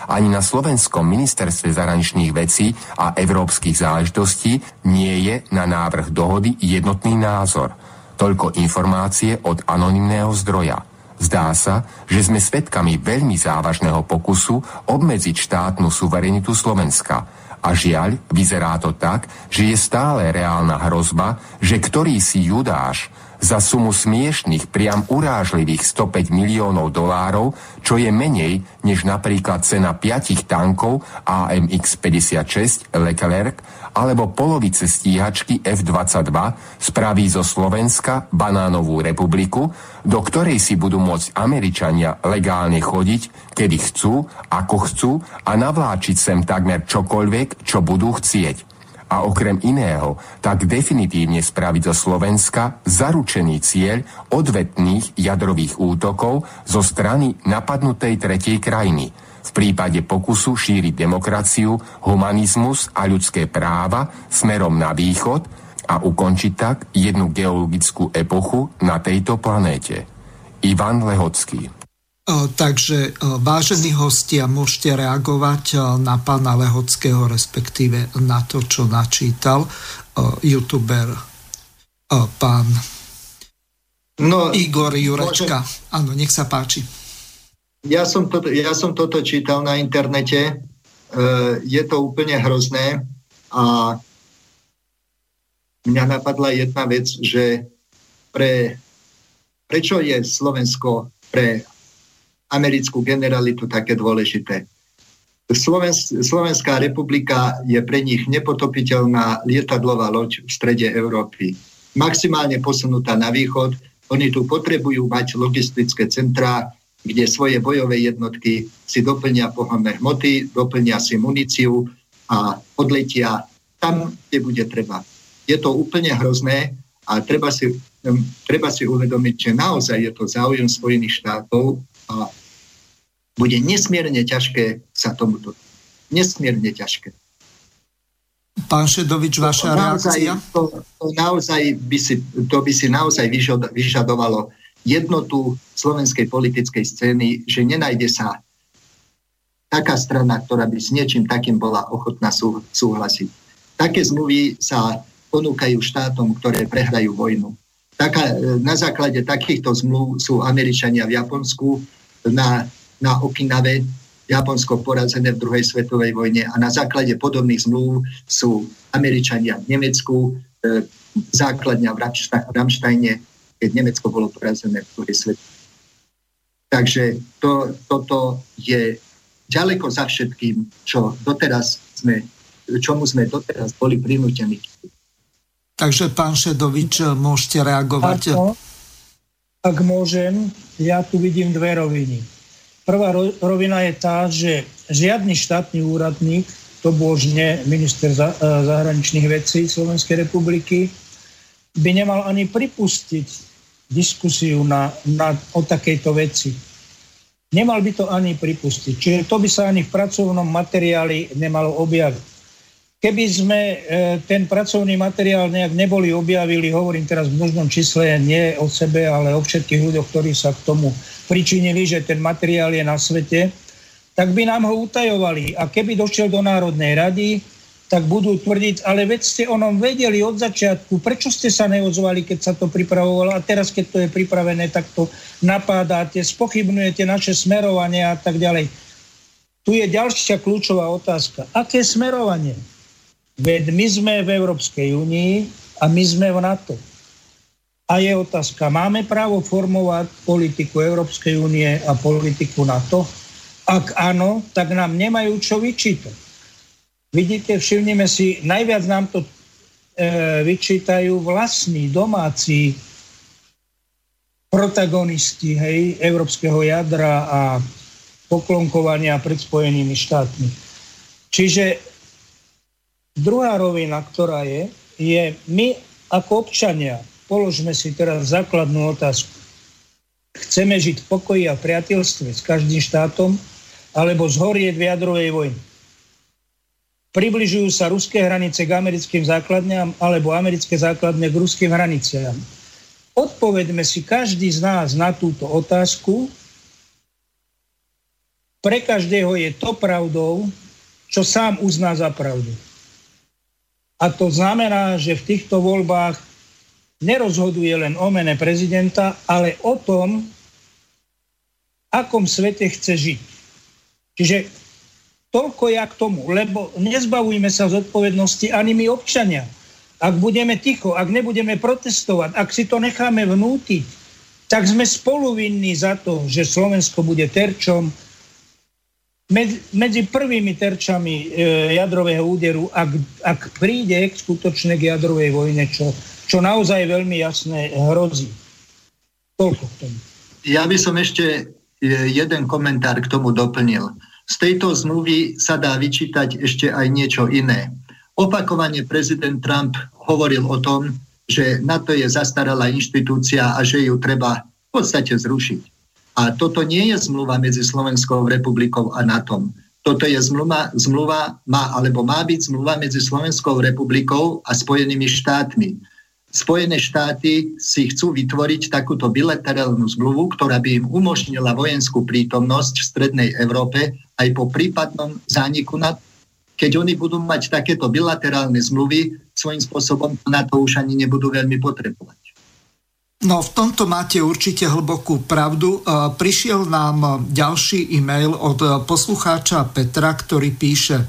ani na slovenskom ministerstve zahraničných vecí a európskych záležitostí nie je na návrh dohody jednotný názor. Toľko informácie od anonymného zdroja. Zdá sa, že sme svedkami veľmi závažného pokusu obmedziť štátnu suverenitu Slovenska. A žiaľ, vyzerá to tak, že je stále reálna hrozba, že ktorýsi Judáš za sumu smiešných, priam urážlivých stopäť miliónov dolárov, čo je menej než napríklad cena piatich tankov á em iks päťdesiatšesť Leclerc alebo polovice stíhačky ef dvadsaťdva, spraví zo Slovenska banánovú republiku, do ktorej si budú môcť Američania legálne chodiť, kedy chcú, ako chcú a navláčiť sem takmer čokoľvek, čo budú chcieť. A okrem iného, tak definitívne spraviť zo Slovenska zaručený cieľ odvetných jadrových útokov zo strany napadnutej tretej krajiny. V prípade pokusu šíriť demokraciu, humanizmus a ľudské práva smerom na východ a ukončiť tak jednu geologickú epochu na tejto planéte. Ivan Lehocký. Takže, vážení hostia, môžete reagovať na pána Lehockého, respektíve na to, čo načítal youtuber pán no, Igor Jurečka. Môžem... Áno, nech sa páči. Ja som, to, ja som toto čítal na internete. Je to úplne hrozné a mňa napadla jedna vec, že pre, prečo je Slovensko pre americkú generalitu také dôležité. Slovens- Slovenská republika je pre nich nepotopiteľná lietadlová loď v strede Európy. Maximálne posunutá na východ. Oni tu potrebujú mať logistické centrá, kde svoje bojové jednotky si doplnia pohonné hmoty, doplnia si muníciu a odletia tam, kde bude treba. Je to úplne hrozné a treba si, treba si uvedomiť, že naozaj je to záujem Spojených štátov a bude nesmierne ťažké sa tomuto. Nesmierne ťažké. Pán Šedovič, vaša to reakcia? Naozaj, to, to, naozaj by si, to by si naozaj vyžadovalo jednotu slovenskej politickej scény, že nenájde sa taká strana, ktorá by s niečím takým bola ochotná sú, súhlasiť. Také zmluvy sa ponúkajú štátom, ktoré prehrajú vojnu. Taká, na základe takýchto zmluv sú Američania v Japonsku, na, na Okinave, Japonsko porazené v druhej svetovej vojne a na základe podobných zmluv sú Američania v Nemecku, e, základňa v Ramštajne, keď Nemecko bolo porazené v druhej svetovej. Takže to, toto je ďaleko za všetkým, čo doteraz sme, čomu sme doteraz boli prinútení. Takže, pán Šedovič, môžete reagovať. Ako, ak môžem, ja tu vidím dve roviny. Prvá rovina je tá, že žiadny štátny úradník, to božne minister zahraničných vecí Slovenskej republiky, by nemal ani pripustiť diskusiu na, na, o takejto veci. Nemal by to ani pripustiť. Čiže to by sa ani v pracovnom materiáli nemalo objaviť. Keby sme e, ten pracovný materiál nejak neboli objavili, hovorím teraz v množnom čísle nie o sebe, ale o všetkých ľuďoch, ktorí sa k tomu pričinili, že ten materiál je na svete, tak by nám ho utajovali. A keby došiel do Národnej rady, tak budú tvrdiť, ale veď ste o ňom vedeli od začiatku, prečo ste sa neozvali, keď sa to pripravovalo a teraz, keď to je pripravené, tak to napádate, spochybňujete naše smerovanie a tak ďalej. Tu je ďalšia kľúčová otázka. Aké smerovanie? Veď my sme v Európskej únii a my sme v NATO. A je otázka, máme právo formovať politiku Európskej únie a politiku NATO? Ak áno, tak nám nemajú čo vyčítať. Vidíte, všimnime si, najviac nám to e, vyčítajú vlastní domáci protagonisti, hej, európskeho jadra a poklonkovania pred Spojenými štátmi. Čiže druhá rovina, ktorá je, je my ako občania, položme si teraz základnú otázku. Chceme žiť v pokoji a priateľstve s každým štátom, alebo zhorieť v jadrovej vojne? Približujú sa ruské hranice k americkým základňam alebo americké základne k ruským hraniciam. Odpoveďme si každý z nás na túto otázku, pre každého je to pravdou, čo sám uzná za pravdu. A to znamená, že v týchto voľbách nerozhoduje len o mene prezidenta, ale o tom, akom svete chce žiť. Čiže toľko ja k tomu, lebo nezbavujme sa zodpovednosti ani my občania. Ak budeme ticho, ak nebudeme protestovať, ak si to necháme vnútiť, tak sme spoluvinní za to, že Slovensko bude terčom medzi, medzi prvými terčami e, jadrového úderu, ak, ak príde k skutočne k jadrovej vojne, čo, čo naozaj veľmi jasné hrozí. Toľko k tomu. Ja by som ešte jeden komentár k tomu doplnil. Z tejto zmluvy sa dá vyčítať ešte aj niečo iné. Opakovane prezident Trump hovoril o tom, že NATO je zastaralá inštitúcia a že ju treba v podstate zrušiť. A toto nie je zmluva medzi Slovenskou republikou a NATO. Toto je zmluva, zmluva má, alebo má byť zmluva medzi Slovenskou republikou a Spojenými štátmi. Spojené štáty si chcú vytvoriť takúto bilaterálnu zmluvu, ktorá by im umožnila vojenskú prítomnosť v strednej Európe aj po prípadnom zániku NATO. Keď oni budú mať takéto bilaterálne zmluvy, svojím spôsobom na to už ani nebudú veľmi potrebovať. No, v tomto máte určite hlbokú pravdu. Prišiel nám ďalší e-mail od poslucháča Petra, ktorý píše: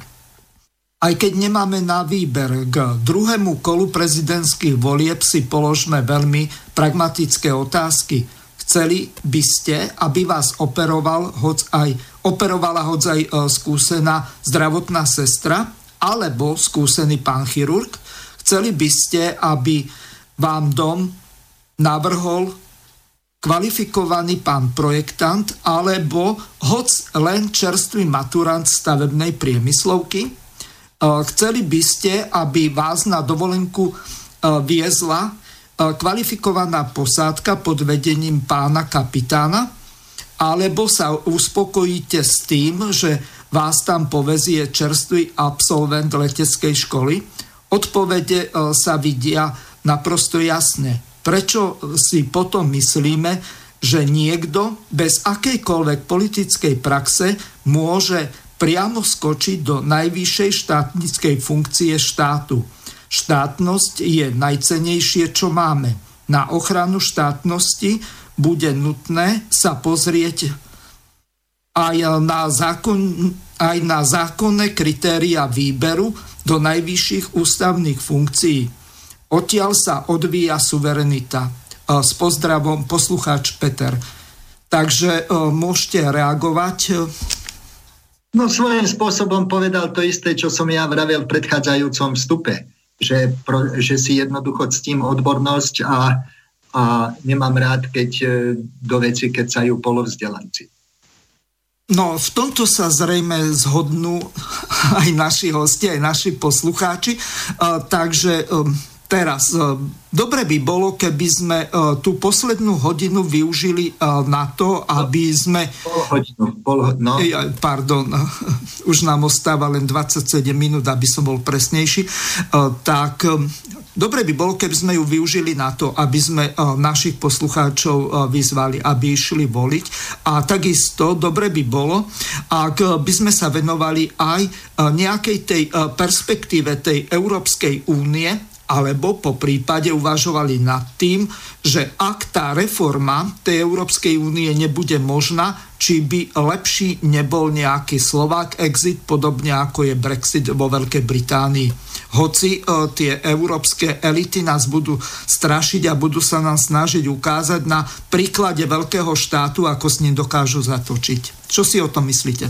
aj keď nemáme na výber, k druhému kolu prezidentských volieb si položme veľmi pragmatické otázky. Chceli by ste, aby vás operoval, hoď aj, operovala hoď aj skúsená zdravotná sestra alebo skúsený pán chirurg? Chceli by ste, aby vám dom navrhol kvalifikovaný pán projektant alebo hoď len čerstvý maturant stavebnej priemyslovky? Chceli by ste, aby vás na dovolenku viezla kvalifikovaná posádka pod vedením pána kapitána, alebo sa uspokojíte s tým, že vás tam povezie čerstvý absolvent leteckej školy? Odpovede sa vidia naprosto jasne. Prečo si potom myslíme, že niekto bez akejkoľvek politickej praxe môže priamo skočiť do najvyššej štátnickej funkcie štátu? Štátnosť je najcennejšie, čo máme. Na ochranu štátnosti bude nutné sa pozrieť aj na, zákon, aj na zákonné kritéria výberu do najvyšších ústavných funkcií. Odtiaľ sa odvíja suverenita. S pozdravom, poslucháč Peter. Takže môžete reagovať. No, svojím spôsobom povedal to isté, čo som ja vravel v predchádzajúcom vstupe. Že, pro, že si jednoducho ctím odbornosť a, a nemám rád, keď do veci kecajú polovzdelanci. No, v tomto sa zrejme zhodnú aj naši hostia, aj naši poslucháči. Uh, takže um, teraz, uh, dobre by bolo, keby sme uh, tú poslednú hodinu využili uh, na to, aby sme... Pol hodinu, pol hodinu. No. Pardon, už nám ostáva len dvadsaťsedem minút, aby som bol presnejší. Uh, tak... Um, Dobre by bolo, keby sme ju využili na to, aby sme našich poslucháčov vyzvali, aby išli voliť. A takisto dobre by bolo, ak by sme sa venovali aj nejakej tej perspektíve tej Európskej únie, alebo po prípade uvažovali nad tým, že ak tá reforma tej Európskej únie nebude možná, či by lepší nebol nejaký Slovák exit, podobne ako je Brexit vo Veľkej Británii. Hoci e, tie európske elity nás budú strašiť a budú sa nám snažiť ukázať na príklade veľkého štátu, ako s ním dokážu zatočiť. Čo si o tom myslíte?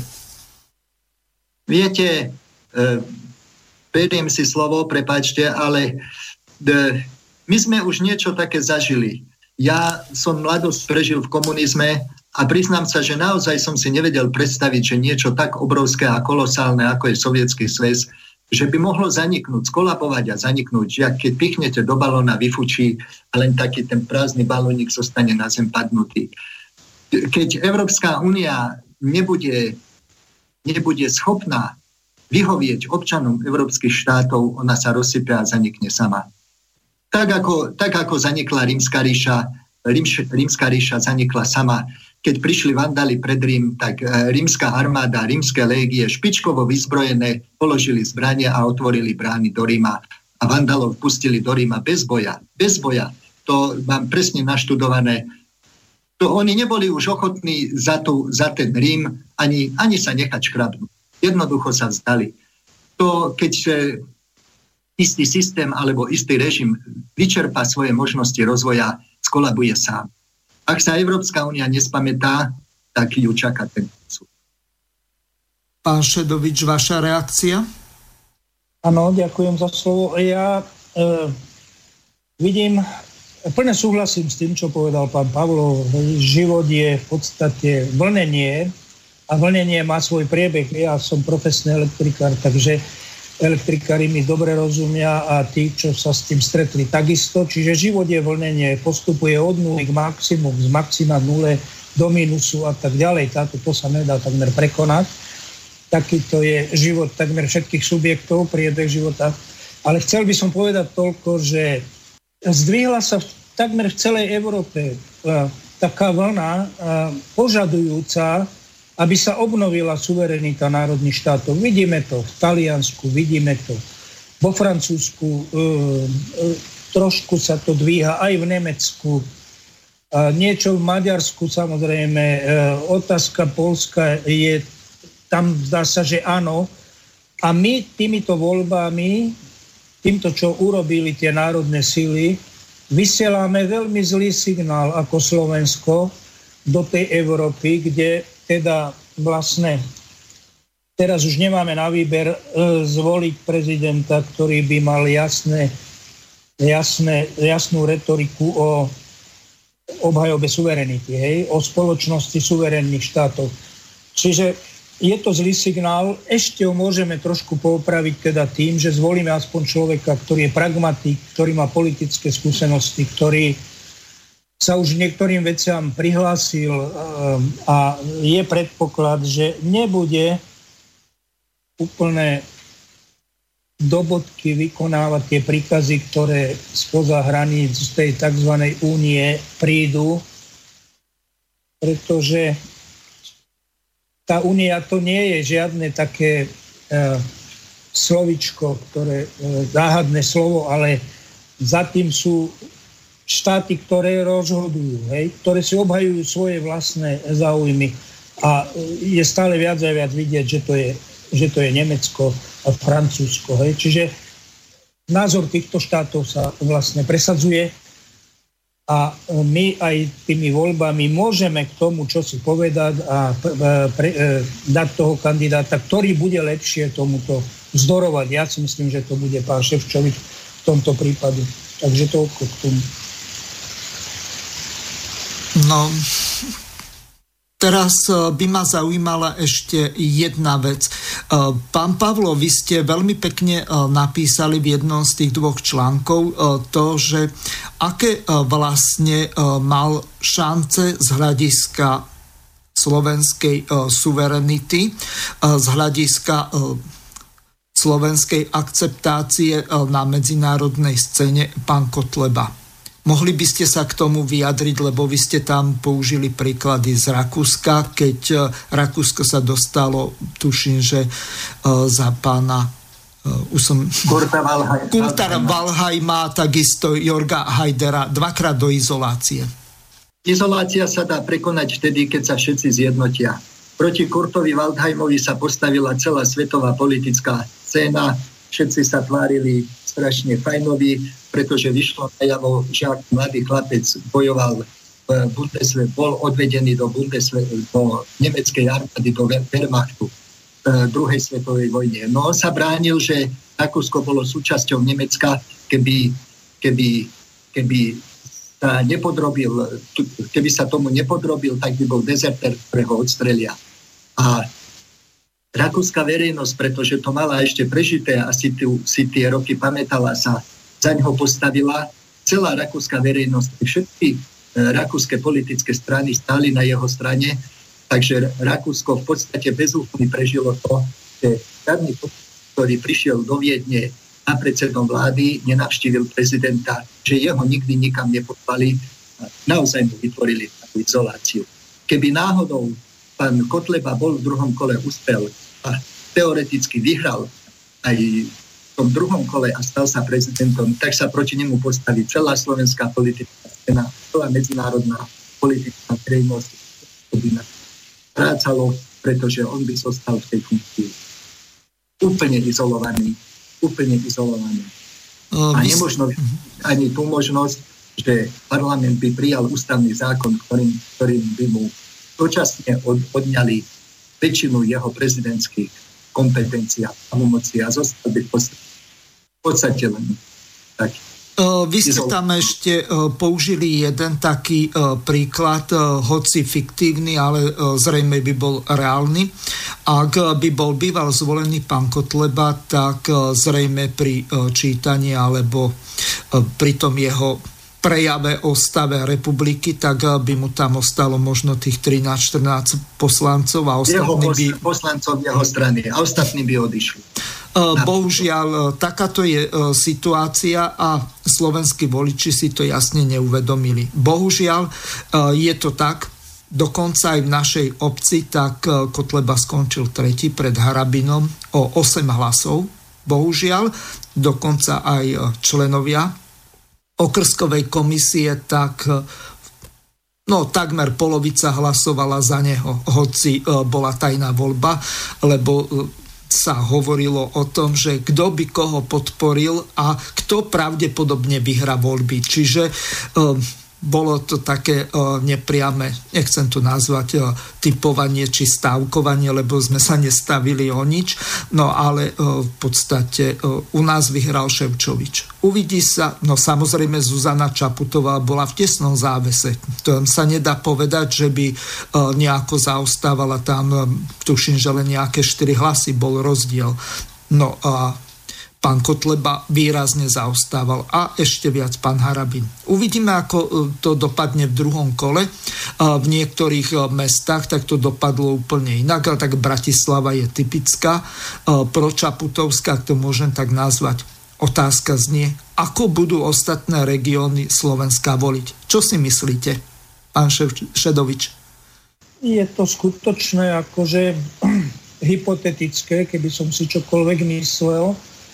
Viete, e, beriem si slovo, prepáčte, ale e, my sme už niečo také zažili. Ja som mladosť prežil v komunizme a priznám sa, že naozaj som si nevedel predstaviť, že niečo tak obrovské a kolosálne, ako je Sovietsky zväz, že by mohlo zaniknúť, skolabovať a zaniknúť, že keď pichnete do balóna, vyfučí a len taký ten prázdny balónik zostane na zem padnutý. Keď Európska únia nebude, nebude schopná vyhovieť občanom európskych štátov, ona sa rozsype a zanikne sama. Tak ako, tak ako zanikla Rímska ríša, Rímš, Rímska ríša zanikla sama. keď prišli vandali pred Rím, tak rímska armáda, rímske légie špičkovo vyzbrojené položili zbranie a otvorili brány do Ríma a vandalov pustili do Ríma bez boja. Bez boja. To mám presne naštudované. To oni neboli už ochotní za, tu, za ten Rím ani, ani sa nechať škrabnúť. Jednoducho sa vzdali. To, keď istý systém alebo istý režim vyčerpá svoje možnosti rozvoja, skolabuje sám. Ak sa Európska únia nespamätá, tak ju čaká ten súd. Pán Šedovič, vaša reakcia? Áno, ďakujem za slovo. Ja e, vidím, plne súhlasím s tým, čo povedal pán Pavlov. Život je v podstate vlnenie a vlnenie má svoj priebeh. Ja som profesný elektrikár, takže elektrikári mi dobre rozumia a tí, čo sa s tým stretli, takisto. Čiže život je vlnenie, postupuje od nuly k maximum, z maxima nule do minusu a tak ďalej. Táto to sa nedá takmer prekonať. Takýto je život takmer všetkých subjektov, priebeh života. Ale chcel by som povedať toľko, že zdvihla sa v, takmer v celej Európe taká vlna požadujúca, aby sa obnovila suverenita národných štátov. Vidíme to v Taliansku, vidíme to vo Francúzsku, e, e, trošku sa to dvíha aj v Nemecku, a niečo v Maďarsku samozrejme, e, otázka Poľska je, tam zdá sa, že áno. A my týmito voľbami, týmto, čo urobili tie národné síly, vysielame veľmi zlý signál ako Slovensko do tej Európy, kde teda vlastne teraz už nemáme na výber e, zvoliť prezidenta, ktorý by mal jasné, jasné, jasnú retoriku o obhajobe suverenity, hej, o spoločnosti suverénnych štátov. Čiže je to zlý signál, ešte ho môžeme trošku poopraviť teda tým, že zvolíme aspoň človeka, ktorý je pragmatik, ktorý má politické skúsenosti, ktorý sa už niektorým veciam prihlásil a je predpoklad, že nebude úplne do bodky vykonávať tie príkazy, ktoré spoza hraníc z tej tzv. Únie prídu, pretože tá únia to nie je žiadne také e, slovičko, ktoré e, záhadné slovo, ale za tým sú štáty, ktoré rozhodujú, hej, ktoré si obhajujú svoje vlastné záujmy a je stále viac a viac vidieť, že to je, že to je Nemecko a Francúzsko. Hej. Čiže názor týchto štátov sa vlastne presadzuje a my aj tými voľbami môžeme k tomu, čo si povedať a pre, e, dať toho kandidáta, ktorý bude lepšie tomuto vzdorovať. Ja si myslím, že to bude pán Šefčovič v tomto prípade. Takže toľko k tomu. No, teraz by ma zaujímala ešte jedna vec. Pán Pavlo, vy ste veľmi pekne napísali v jednom z tých dvoch článkov to, že aké vlastne mal šance z hľadiska slovenskej suverenity, z hľadiska slovenskej akceptácie na medzinárodnej scéne pán Kotleba. Mohli by ste sa k tomu vyjadriť, lebo vy ste tam použili príklady z Rakúska, keď Rakúsko sa dostalo, tuším, že za pána už som... Kurta Valheima. Kurta Valheima, takisto Jorga Hajdera, dvakrát do izolácie. Izolácia sa dá prekonať vtedy, keď sa všetci zjednotia. Proti Kurtovi Waldheimovi sa postavila celá svetová politická scéna. Všetci sa tvárili strašne fajnoví, pretože vyšlo najavo, že ako mladý chlapec bojoval v Bundeswehr, bol odvedený do Bundeswehr, do nemeckej armády, do Wehrmachtu v druhej svetovej vojne. No on sa bránil, že Rakúsko bolo súčasťou Nemecka, keby, keby, keby sa nepodrobil, keby sa tomu nepodrobil, tak by bol dezerter, ktorého odstrelia. A rakúska verejnosť, pretože to mala ešte prežité, asi tu, si tie roky pamätala, sa za ňoho postavila. Celá rakúska verejnosť, všetky rakúske politické strany stáli na jeho strane, takže Rakúsko v podstate bezúhonne prežilo to, že žiadny politik, ktorý prišiel do Viedne a predsedom vlády, nenavštívil prezidenta, že jeho nikdy nikam neposlali, naozaj mu vytvorili takú izoláciu. keby náhodou pán Kotleba bol v druhom kole úspel a teoreticky vyhral aj v tom druhom kole a stal sa prezidentom, tak sa proti nemu postaví celá slovenská politická scéna, celá medzinárodná politická verejnosť, to by nás strácalo, pretože on by zostal v tej funkcii úplne izolovaný, úplne izolovaný. A nemožno ani tú možnosť, že parlament by prijal ústavný zákon, ktorým, ktorým by mu dočasne od, odňali väčšinu jeho prezidentských kompetencií a pomoci a zostal by v podstate len tak. Vy ste tam ešte použili jeden taký príklad, hoci fiktívny, ale zrejme by bol reálny. Ak by bol býval zvolený pán Kotleba, tak zrejme pri čítaní alebo pri tom jeho prejave o stave republiky, tak by mu tam ostalo možno tých trinásť štrnásť poslancov a ostatní by... poslancov jeho strany a ostatní by odišli. Bohužiaľ, takáto je situácia a slovenskí voliči si to jasne neuvedomili. Bohužiaľ, je to tak, dokonca aj v našej obci, tak Kotleba skončil tretí pred Harabinom o osem hlasov. Bohužiaľ, dokonca aj členovia okrskovej komisie, tak no takmer polovica hlasovala za neho, hoci bola tajná voľba, lebo sa hovorilo o tom, že kto by koho podporil a kto pravdepodobne vyhrá voľby. Čiže bolo to také nepriame, nechcem to nazvať typovanie či stávkovanie, lebo sme sa nestavili o nič, no ale v podstate u nás vyhral Ševčovič. Uvidí sa, no samozrejme Zuzana Čaputová bola v tesnom závese. To sa nedá povedať, že by nejako zaostávala tam, tuším, že len nejaké štyri hlasy bol rozdiel. No a pán Kotleba výrazne zaostával a ešte viac pán Harabin. Uvidíme, ako to dopadne v druhom kole. V niektorých mestách tak to dopadlo úplne inak, ale tak Bratislava je typická, pročaputovská, ak to môžem tak nazvať. Otázka znie, ako budú ostatné regióny Slovenska voliť. Čo si myslíte, pán Šedovič? Je to skutočné akože hypotetické, keby som si čokoľvek myslel.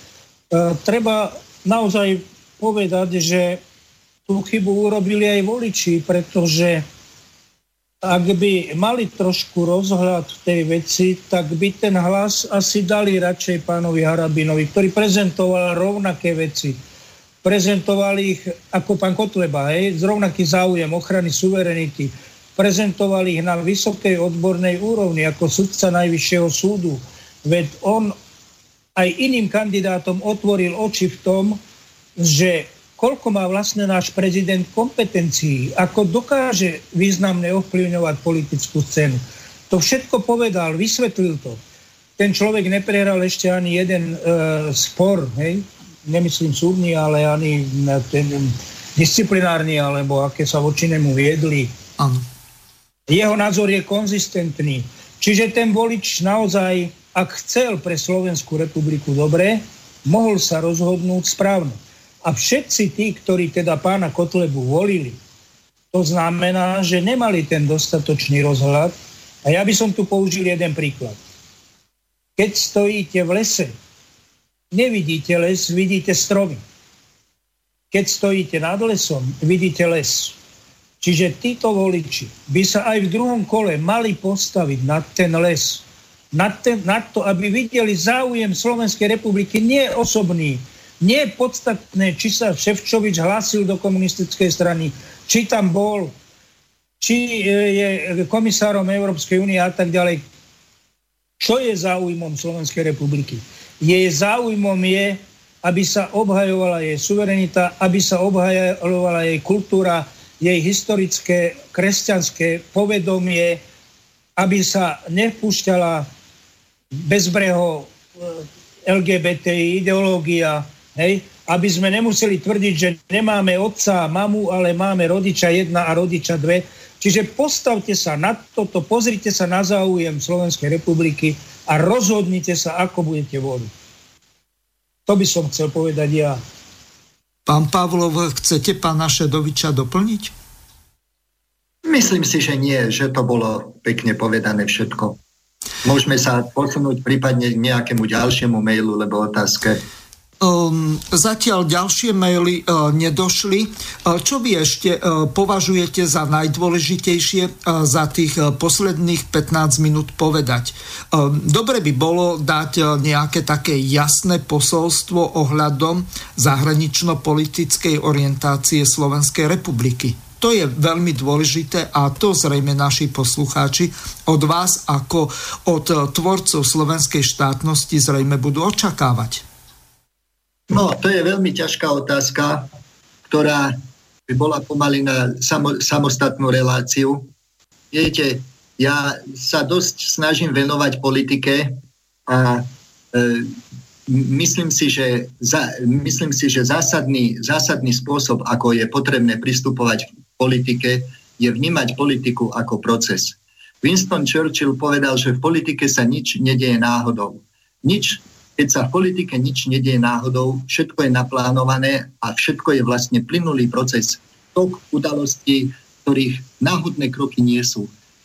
Treba naozaj povedať, že tú chybu urobili aj voliči, pretože ak by mali trošku rozhľad v tej veci, tak by ten hlas asi dali radšej pánovi Harabinovi, ktorý prezentoval rovnaké veci. Prezentoval ich ako pán Kotleba, hej, z rovnaký záujem ochrany suverenity. Prezentoval ich na vysokej odbornej úrovni ako sudca Najvyššieho súdu. Veď on aj iným kandidátom otvoril oči v tom, že koľko má vlastne náš prezident kompetencií, ako dokáže významne ovplyvňovať politickú scénu. To všetko povedal, vysvetlil to. Ten človek neprehral ešte ani jeden e, spor, hej? Nemyslím súdny, ale ani ten disciplinárny, alebo aké sa voči nemu viedli. Áno. Jeho názor je konzistentný. Čiže ten volič naozaj, ak chcel pre Slovenskú republiku dobre, mohol sa rozhodnúť správne. A všetci tí, ktorí teda pána Kotlebu volili, to znamená, že nemali ten dostatočný rozhľad. A ja by som tu použil jeden príklad. Keď stojíte v lese, nevidíte les, vidíte stromy. Keď stojíte nad lesom, vidíte les. Čiže títo voliči by sa aj v druhom kole mali postaviť nad ten les, Na, ten, na to, aby videli záujem Slovenskej republiky, nie osobný, nie podstatné, či sa Šefčovič hlásil do komunistickej strany, či tam bol, či je komisárom Európskej únie a tak ďalej. Čo je záujmom Slovenskej republiky? Jej záujmom je, aby sa obhajovala jej suverenita, aby sa obhajovala jej kultúra, jej historické, kresťanské povedomie, aby sa nevpúšťala bezbreho el gé bé té í ideológia, hej? Aby sme nemuseli tvrdiť, že nemáme otca a mamu, ale máme rodiča jedna a rodiča dve. Čiže postavte sa na toto, pozrite sa na záujem Slovenskej republiky a rozhodnite sa, ako budete voliť. To by som chcel povedať ja. Pán Pavlov, chcete pána Šedoviča doplniť? Myslím si, že nie, že to bolo pekne povedané všetko. Môžeme sa posunúť prípadne k nejakému ďalšiemu mailu, lebo otázke. Um, zatiaľ ďalšie maily uh, nedošli. Uh, čo vy ešte uh, považujete za najdôležitejšie uh, za tých uh, posledných pätnásť minút povedať? Uh, dobre by bolo dať uh, nejaké také jasné posolstvo ohľadom zahranično-politickej orientácie Slovenskej republiky. To je veľmi dôležité a to zrejme naši poslucháči od vás ako od uh, tvorcov slovenskej štátnosti zrejme budú očakávať. No, to je veľmi ťažká otázka, ktorá by bola pomaly na samo, samostatnú reláciu. Viete, ja sa dosť snažím venovať politike a e, myslím si, že, za, myslím si, že zásadný, zásadný spôsob, ako je potrebné pristupovať v politike, je vnímať politiku ako proces. Winston Churchill povedal, že v politike sa nič nedieje náhodou. Nič Keď sa v politike nič nedieje náhodou, všetko je naplánované a všetko je vlastne plynulý proces, tok udalostí, ktorých náhodné kroky nie sú.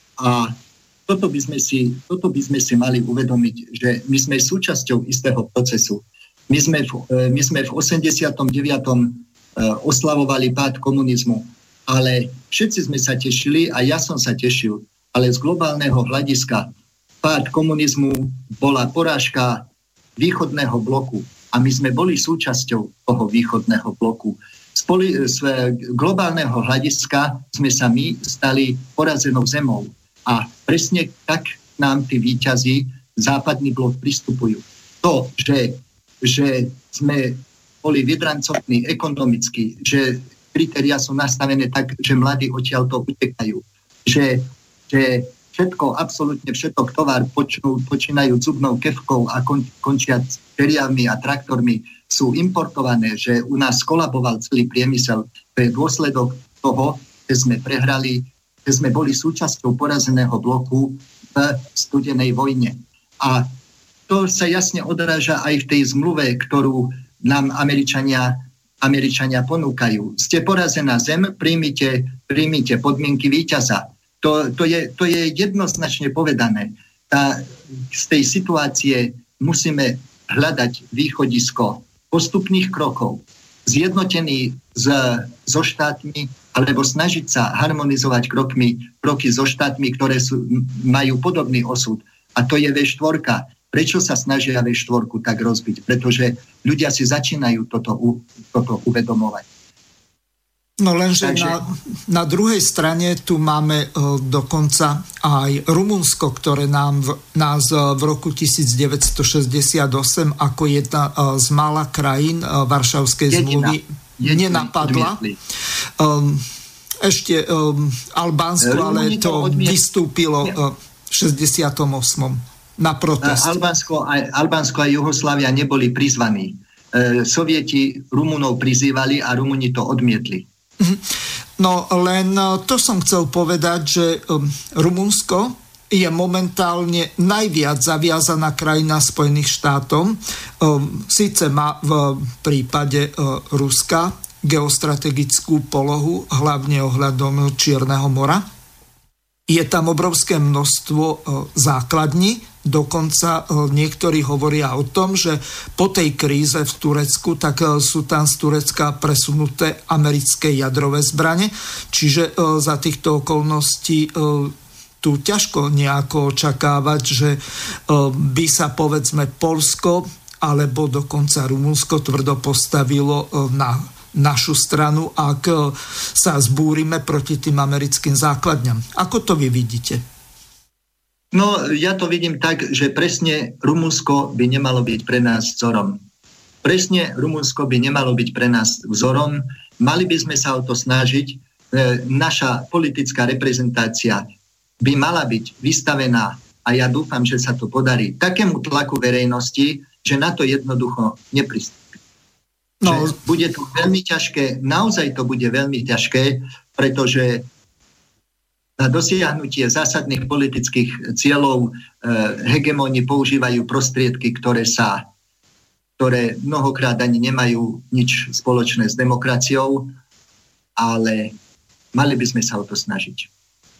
A toto by sme si, toto by sme si mali uvedomiť, že my sme súčasťou istého procesu. My sme v, my sme v osemdesiatom deviatom oslavovali pád komunizmu, ale všetci sme sa tešili a ja som sa tešil, ale z globálneho hľadiska pád komunizmu bola porážka východného bloku a my sme boli súčasťou toho východného bloku. Z, poli- z globálneho hľadiska sme sa my stali porazenou zemou a presne tak nám tí víťazi západný blok pristupujú. To, že, že sme boli vydrancovaní ekonomicky, že kritériá sú nastavené tak, že mladí odtiaľto utekajú, že, že všetko, absolútne všetok tovar počnú, počínajú zubnou kefkou a kon, končia čeriavmi a traktormi sú importované, že u nás kolaboval celý priemysel. To je dôsledok toho, že sme prehrali, že sme boli súčasťou porazeného bloku v studenej vojne. A to sa jasne odráža aj v tej zmluve, ktorú nám Američania, Američania ponúkajú. Ste porazená zem, príjmite, príjmite podmienky víťaza. To, to, je, to je jednoznačne povedané. Tá, z tej situácie musíme hľadať východisko postupných krokov, zjednotený s, so štátmi, alebo snažiť sa harmonizovať krokmi, kroky so štátmi, ktoré sú, majú podobný osud. A to je vé štyri. Prečo sa snažia vé štyri tak rozbiť? Pretože ľudia si začínajú toto, toto uvedomovať. No lenže Takže... na, na druhej strane tu máme uh, dokonca aj Rumunsko, ktoré nám v, nás uh, v roku devätnásťstošesťdesiatosem ako jedna uh, z mála krajín uh, Varšavskej zmluvy nenapadla. Um, ešte um, Albánsko, ale to odmiet... vystúpilo uh, v šesťdesiatom ôsmom na protest. Albánsko a, Albánsko a Juhoslávia neboli prizvaní. Uh, Sovieti Rumunov prizývali a Rumuni to odmietli. No len to som chcel povedať, že Rumunsko je momentálne najviac zaviazaná krajina Spojených štátov. Síce má v prípade Ruska geostrategickú polohu, hlavne ohľadom Čierneho mora. Je tam obrovské množstvo základní. Dokonca niektorí hovoria o tom, že po tej kríze v Turecku, tak sú tam z Turecka presunuté americké jadrové zbrane. Čiže za týchto okolností tu ťažko nejako očakávať, že by sa povedzme Poľsko alebo dokonca Rumunsko tvrdo postavilo na našu stranu, ak sa zbúrime proti tým americkým základňam. Ako to vy vidíte? No, ja to vidím tak, že presne Rumunsko by nemalo byť pre nás vzorom. Presne Rumunsko by nemalo byť pre nás vzorom. Mali by sme sa o to snažiť. E, naša politická reprezentácia by mala byť vystavená, a ja dúfam, že sa to podarí, takému tlaku verejnosti, že na to jednoducho nepristúpi. No. Bude to veľmi ťažké, naozaj to bude veľmi ťažké, pretože na dosiahnutie zásadných politických cieľov e, hegemóni používajú prostriedky, ktoré sa, ktoré mnohokrát ani nemajú nič spoločné s demokraciou, ale mali by sme sa o to snažiť.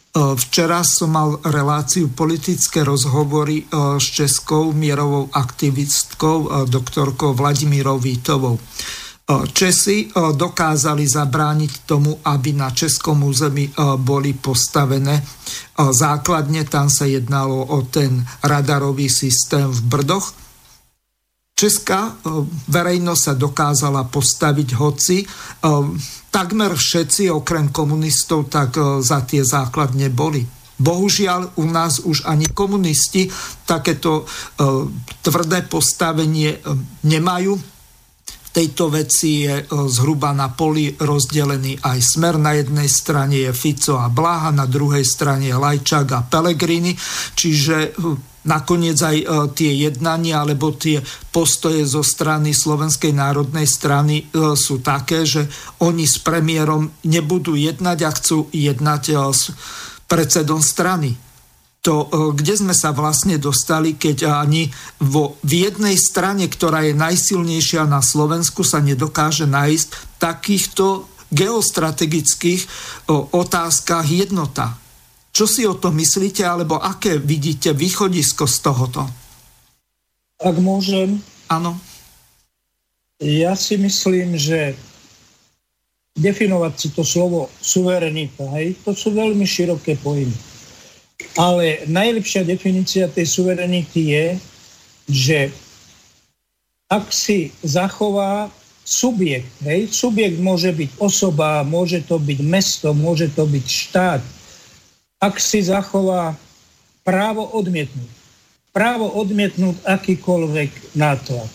Včera som mal reláciu politické rozhovory s českou mierovou aktivistkou doktorkou Vladimírou Vítovou. Česi dokázali zabrániť tomu, aby na českom území boli postavené základne. Tam sa jednalo o ten radarový systém v Brdoch. Česká verejnosť sa dokázala postaviť, hoci takmer všetci, okrem komunistov, tak za tie základne boli. Bohužiaľ, u nás už ani komunisti takéto tvrdé postavenie nemajú. V tejto veci je zhruba na poli rozdelený aj Smer. Na jednej strane je Fico a Bláha, na druhej strane je Lajčák a Pellegrini, čiže nakoniec aj tie jednania alebo tie postoje zo strany Slovenskej národnej strany sú také, že oni s premiérom nebudú jednať a chcú jednať s predsedom strany. To, kde sme sa vlastne dostali, keď ani vo, v jednej strane, ktorá je najsilnejšia na Slovensku, sa nedokáže nájsť takýchto geostrategických otázkach jednota. Čo si o tom myslíte, alebo aké vidíte východisko z tohoto? Ak môžem. Áno. Ja si myslím, že definovať si to slovo suverenita, hej, to sú veľmi široké pojmy. Ale najlepšia definícia tej suverenity je, že ak si zachová subjekt, hej, subjekt môže byť osoba, môže to byť mesto, môže to byť štát, ak si zachová právo odmietnúť. Právo odmietnúť akýkoľvek nátlak.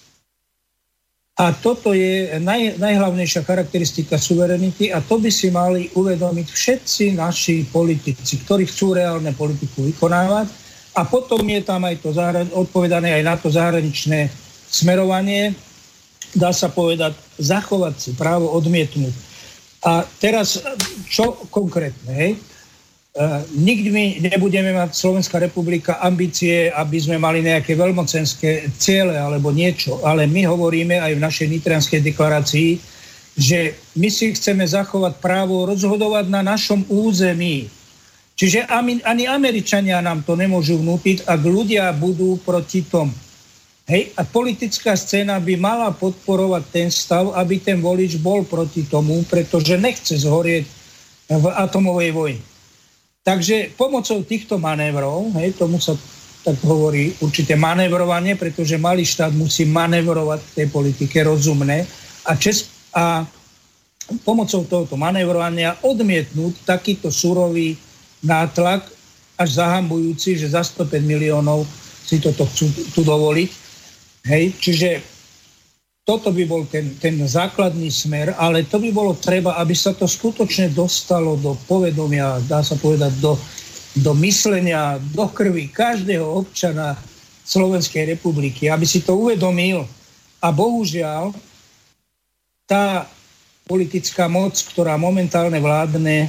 A toto je naj, najhlavnejšia charakteristika suverenity a to by si mali uvedomiť všetci naši politici, ktorí chcú reálne politiku vykonávať. A potom je tam aj to zahrani- odpovedané aj na to zahraničné smerovanie. Dá sa povedať, zachovať si právo odmietnúť. A teraz, čo konkrétne, hej? Uh, nikdy my nebudeme mať Slovenská republika ambície, aby sme mali nejaké veľmocenské ciele alebo niečo, ale my hovoríme aj v našej Nitrianskej deklarácii, že my si chceme zachovať právo rozhodovať na našom území. Čiže ani Američania nám to nemôžu vnútiť, ak ľudia budú proti tomu. Hej, a politická scéna by mala podporovať ten stav, aby ten volič bol proti tomu, pretože nechce zhorieť v atomovej vojne. Takže pomocou týchto manévrov, hej, tomu sa tak hovorí určité manévrovanie, pretože malý štát musí manévrovať v tej politike rozumné a, čes, a pomocou tohoto manévrovania odmietnúť takýto surový nátlak, až zahambujúci, že za stopäť miliónov si toto chcú tu dovoliť. Hej, čiže toto by bol ten, ten základný smer, ale to by bolo treba, aby sa to skutočne dostalo do povedomia, dá sa povedať, do, do myslenia, do krvi každého občana Slovenskej republiky, aby si to uvedomil. A bohužiaľ, tá politická moc, ktorá momentálne vládne,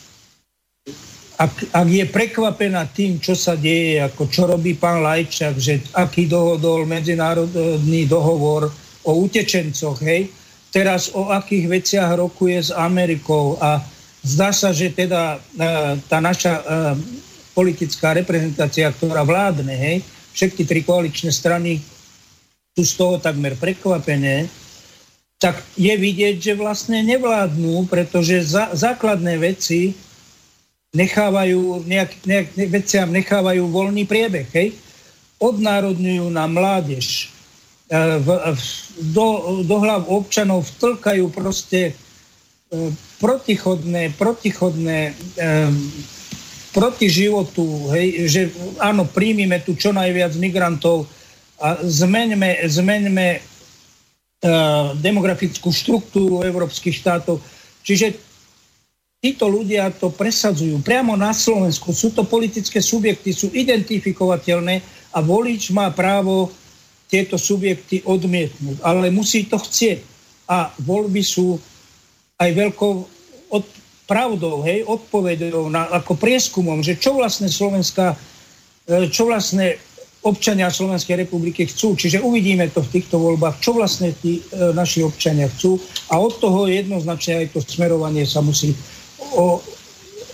ak, ak je prekvapená tým, čo sa deje, ako čo robí pán Lajčák, že aký dohodol medzinárodný dohovor o utečencoch, hej, teraz o akých veciach rokuje s Amerikou a zdá sa, že teda tá naša politická reprezentácia, ktorá vládne, hej, všetky tri koaličné strany sú z toho takmer prekvapené, tak je vidieť, že vlastne nevládnu, pretože za, základné veci nechávajú, nejak, nejak, veciam nechávajú voľný priebeh, hej, odnárodňujú na mládež, V, v, do, do hlav občanov vtlkajú proste e, protichodné, protichodné e, proti životu, hej, že áno, príjmime tu čo najviac migrantov a zmeňme, zmeňme e, demografickú štruktúru európskych štátov. Čiže títo ľudia to presadzujú priamo na Slovensku. Sú to politické subjekty, sú identifikovateľné a volič má právo tieto subjekty odmietnúť, ale musí to chcieť. A voľby sú aj veľkou od, pravdou, hej, odpoveďou na, ako prieskumom, že čo vlastne Slovenská, čo vlastne občania Slovenskej republiky chcú. Čiže uvidíme to v týchto voľbách, čo vlastne tí e, naši občania chcú a od toho jednoznačne aj to smerovanie sa musí o,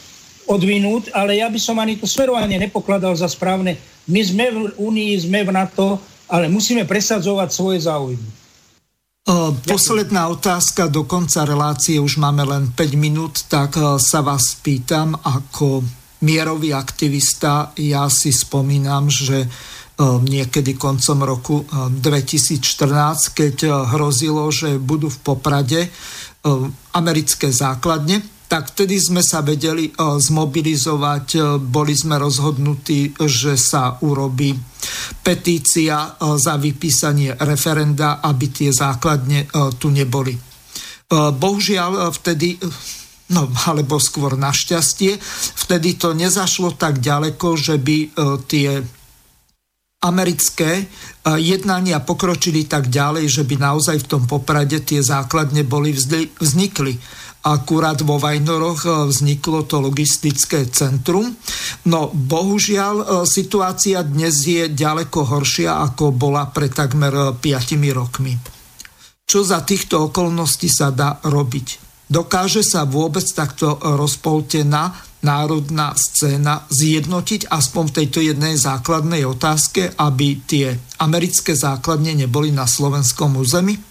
odvinúť, ale ja by som ani to smerovanie nepokladal za správne. My sme v Únii, sme v NATO, ale musíme presadzovať svoje záujmy. Posledná otázka, do konca relácie už máme len päť minút, tak sa vás pýtam ako mierový aktivista. Ja si spomínam, že niekedy koncom roku dvetisícštrnásť, keď hrozilo, že budú v Poprade americké základne, tak vtedy sme sa vedeli zmobilizovať, boli sme rozhodnutí, že sa urobí petícia za vypísanie referenda, aby tie základne tu neboli. Bohužiaľ vtedy, no alebo skôr našťastie, vtedy to nezašlo tak ďaleko, že by tie americké jednania pokročili tak ďalej, že by naozaj v tom Poprade tie základne boli vznikli. Akurát vo Vajnoroch vzniklo to logistické centrum. No bohužiaľ situácia dnes je ďaleko horšia, ako bola pred takmer piatimi rokmi. Čo za týchto okolností sa dá robiť? Dokáže sa vôbec takto rozpoltená národná scéna zjednotiť aspoň v tejto jednej základnej otázke, aby tie americké základne neboli na slovenskom území?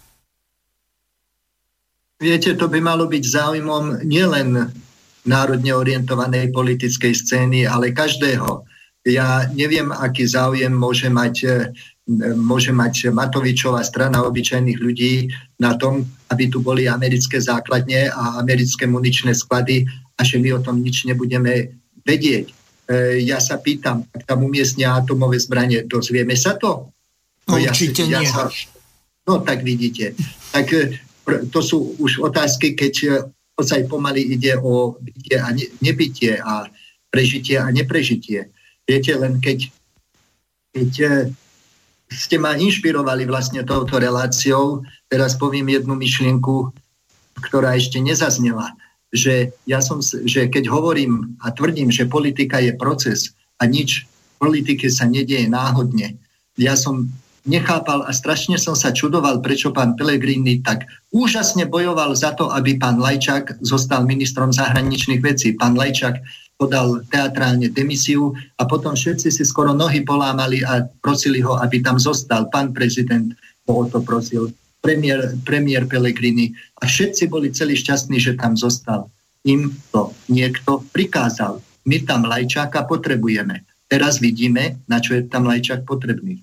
Viete, to by malo byť záujmom nielen národne orientovanej politickej scény, ale každého. Ja neviem, aký záujem môže mať, môže mať Matovičová strana obyčajných ľudí na tom, aby tu boli americké základne a americké muničné sklady a že my o tom nič nebudeme vedieť. Ja sa pýtam, ak tam umiestnia atomové zbranie, dozvieme sa to? No, určite ja, ja nie. Sa, no tak vidíte. Tak to sú už otázky, keď ozaj pomaly ide o bytie a nebytie a prežitie a neprežitie. Viete, len keď, keď ste ma inšpirovali vlastne touto reláciou, teraz poviem jednu myšlienku, ktorá ešte nezaznela, že ja som, že keď hovorím a tvrdím, že politika je proces a nič v politike sa nedieje náhodne, ja som nechápal a strašne som sa čudoval, prečo pán Pellegrini tak úžasne bojoval za to, aby pán Lajčák zostal ministrom zahraničných vecí. Pán Lajčák podal teatrálne demisiu a potom všetci si skoro nohy polámali a prosili ho, aby tam zostal. Pán prezident ho o to prosil, premiér, premiér Pellegrini a všetci boli celí šťastní, že tam zostal. Im to niekto prikázal. My tam Lajčáka potrebujeme. Teraz vidíme, na čo je tam Lajčák potrebný.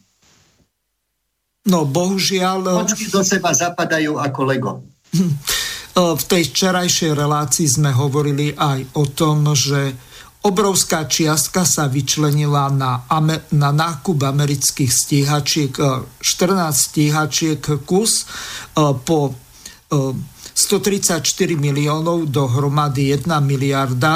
No, bohužiaľ... Počky do seba zapadajú ako Lego. V tej včerajšej relácii sme hovorili aj o tom, že obrovská čiastka sa vyčlenila na, na nákup amerických stíhačiek. štrnásť stíhačiek kus po stotridsaťštyri miliónov, dohromady jedna miliarda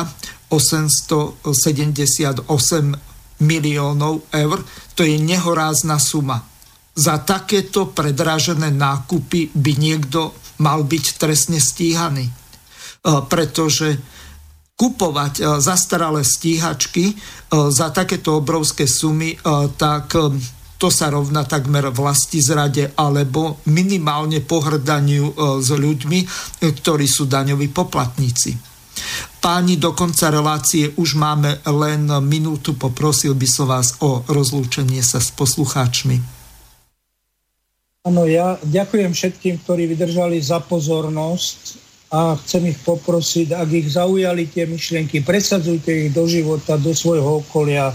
osemstosedemdesiatosem miliónov eur. To je nehorázna suma. Za takéto predražené nákupy by niekto mal byť trestne stíhaný. Pretože kupovať zastaralé stíhačky za takéto obrovské sumy, tak to sa rovná takmer vlastizrade alebo minimálne pohrdaniu s ľuďmi, ktorí sú daňoví poplatníci. Páni, do konca relácie už máme len minútu. Poprosil by som vás o rozlúčenie sa s poslucháčmi. Áno, ja ďakujem všetkým, ktorí vydržali za pozornosť a chcem ich poprosiť, ak ich zaujali tie myšlienky, presadzujte ich do života, do svojho okolia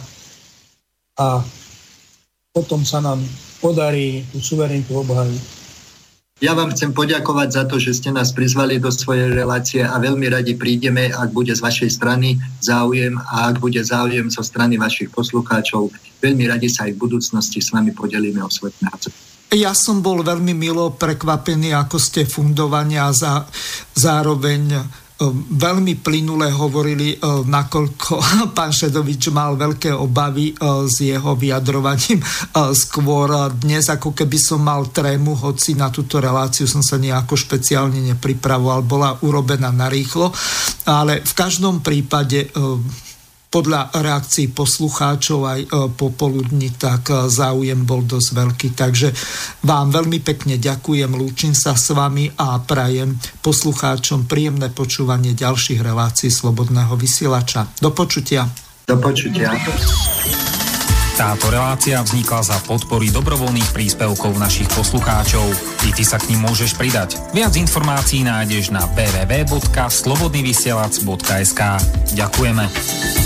a potom sa nám podarí tú suverenitu obhájiť. Ja vám chcem poďakovať za to, že ste nás prizvali do svojej relácie a veľmi radi prídeme, ak bude z vašej strany záujem a ak bude záujem zo strany vašich poslucháčov. Veľmi radi sa aj v budúcnosti s vami podelíme o svoj názor. Ja som bol veľmi milo prekvapený, ako ste fundovani a za, zároveň veľmi plynule hovorili, nakoľko pán Šedovič mal veľké obavy s jeho vyjadrovaním. Skôr dnes, ako keby som mal trému, hoci na túto reláciu som sa nejako špeciálne nepripravoval, bola urobená narýchlo. Ale v každom prípade podľa reakcií poslucháčov aj popoludní, tak záujem bol dosť veľký. Takže vám veľmi pekne ďakujem, lúčim sa s vami a prajem poslucháčom príjemné počúvanie ďalších relácií Slobodného vysielača. Do počutia. Do počutia. Táto relácia vznikla za podpory dobrovoľných príspevkov našich poslucháčov. I ty sa k nim môžeš pridať. Viac informácií nájdeš na w w w bodka slobodnyvysielac bodka es ka. Ďakujeme.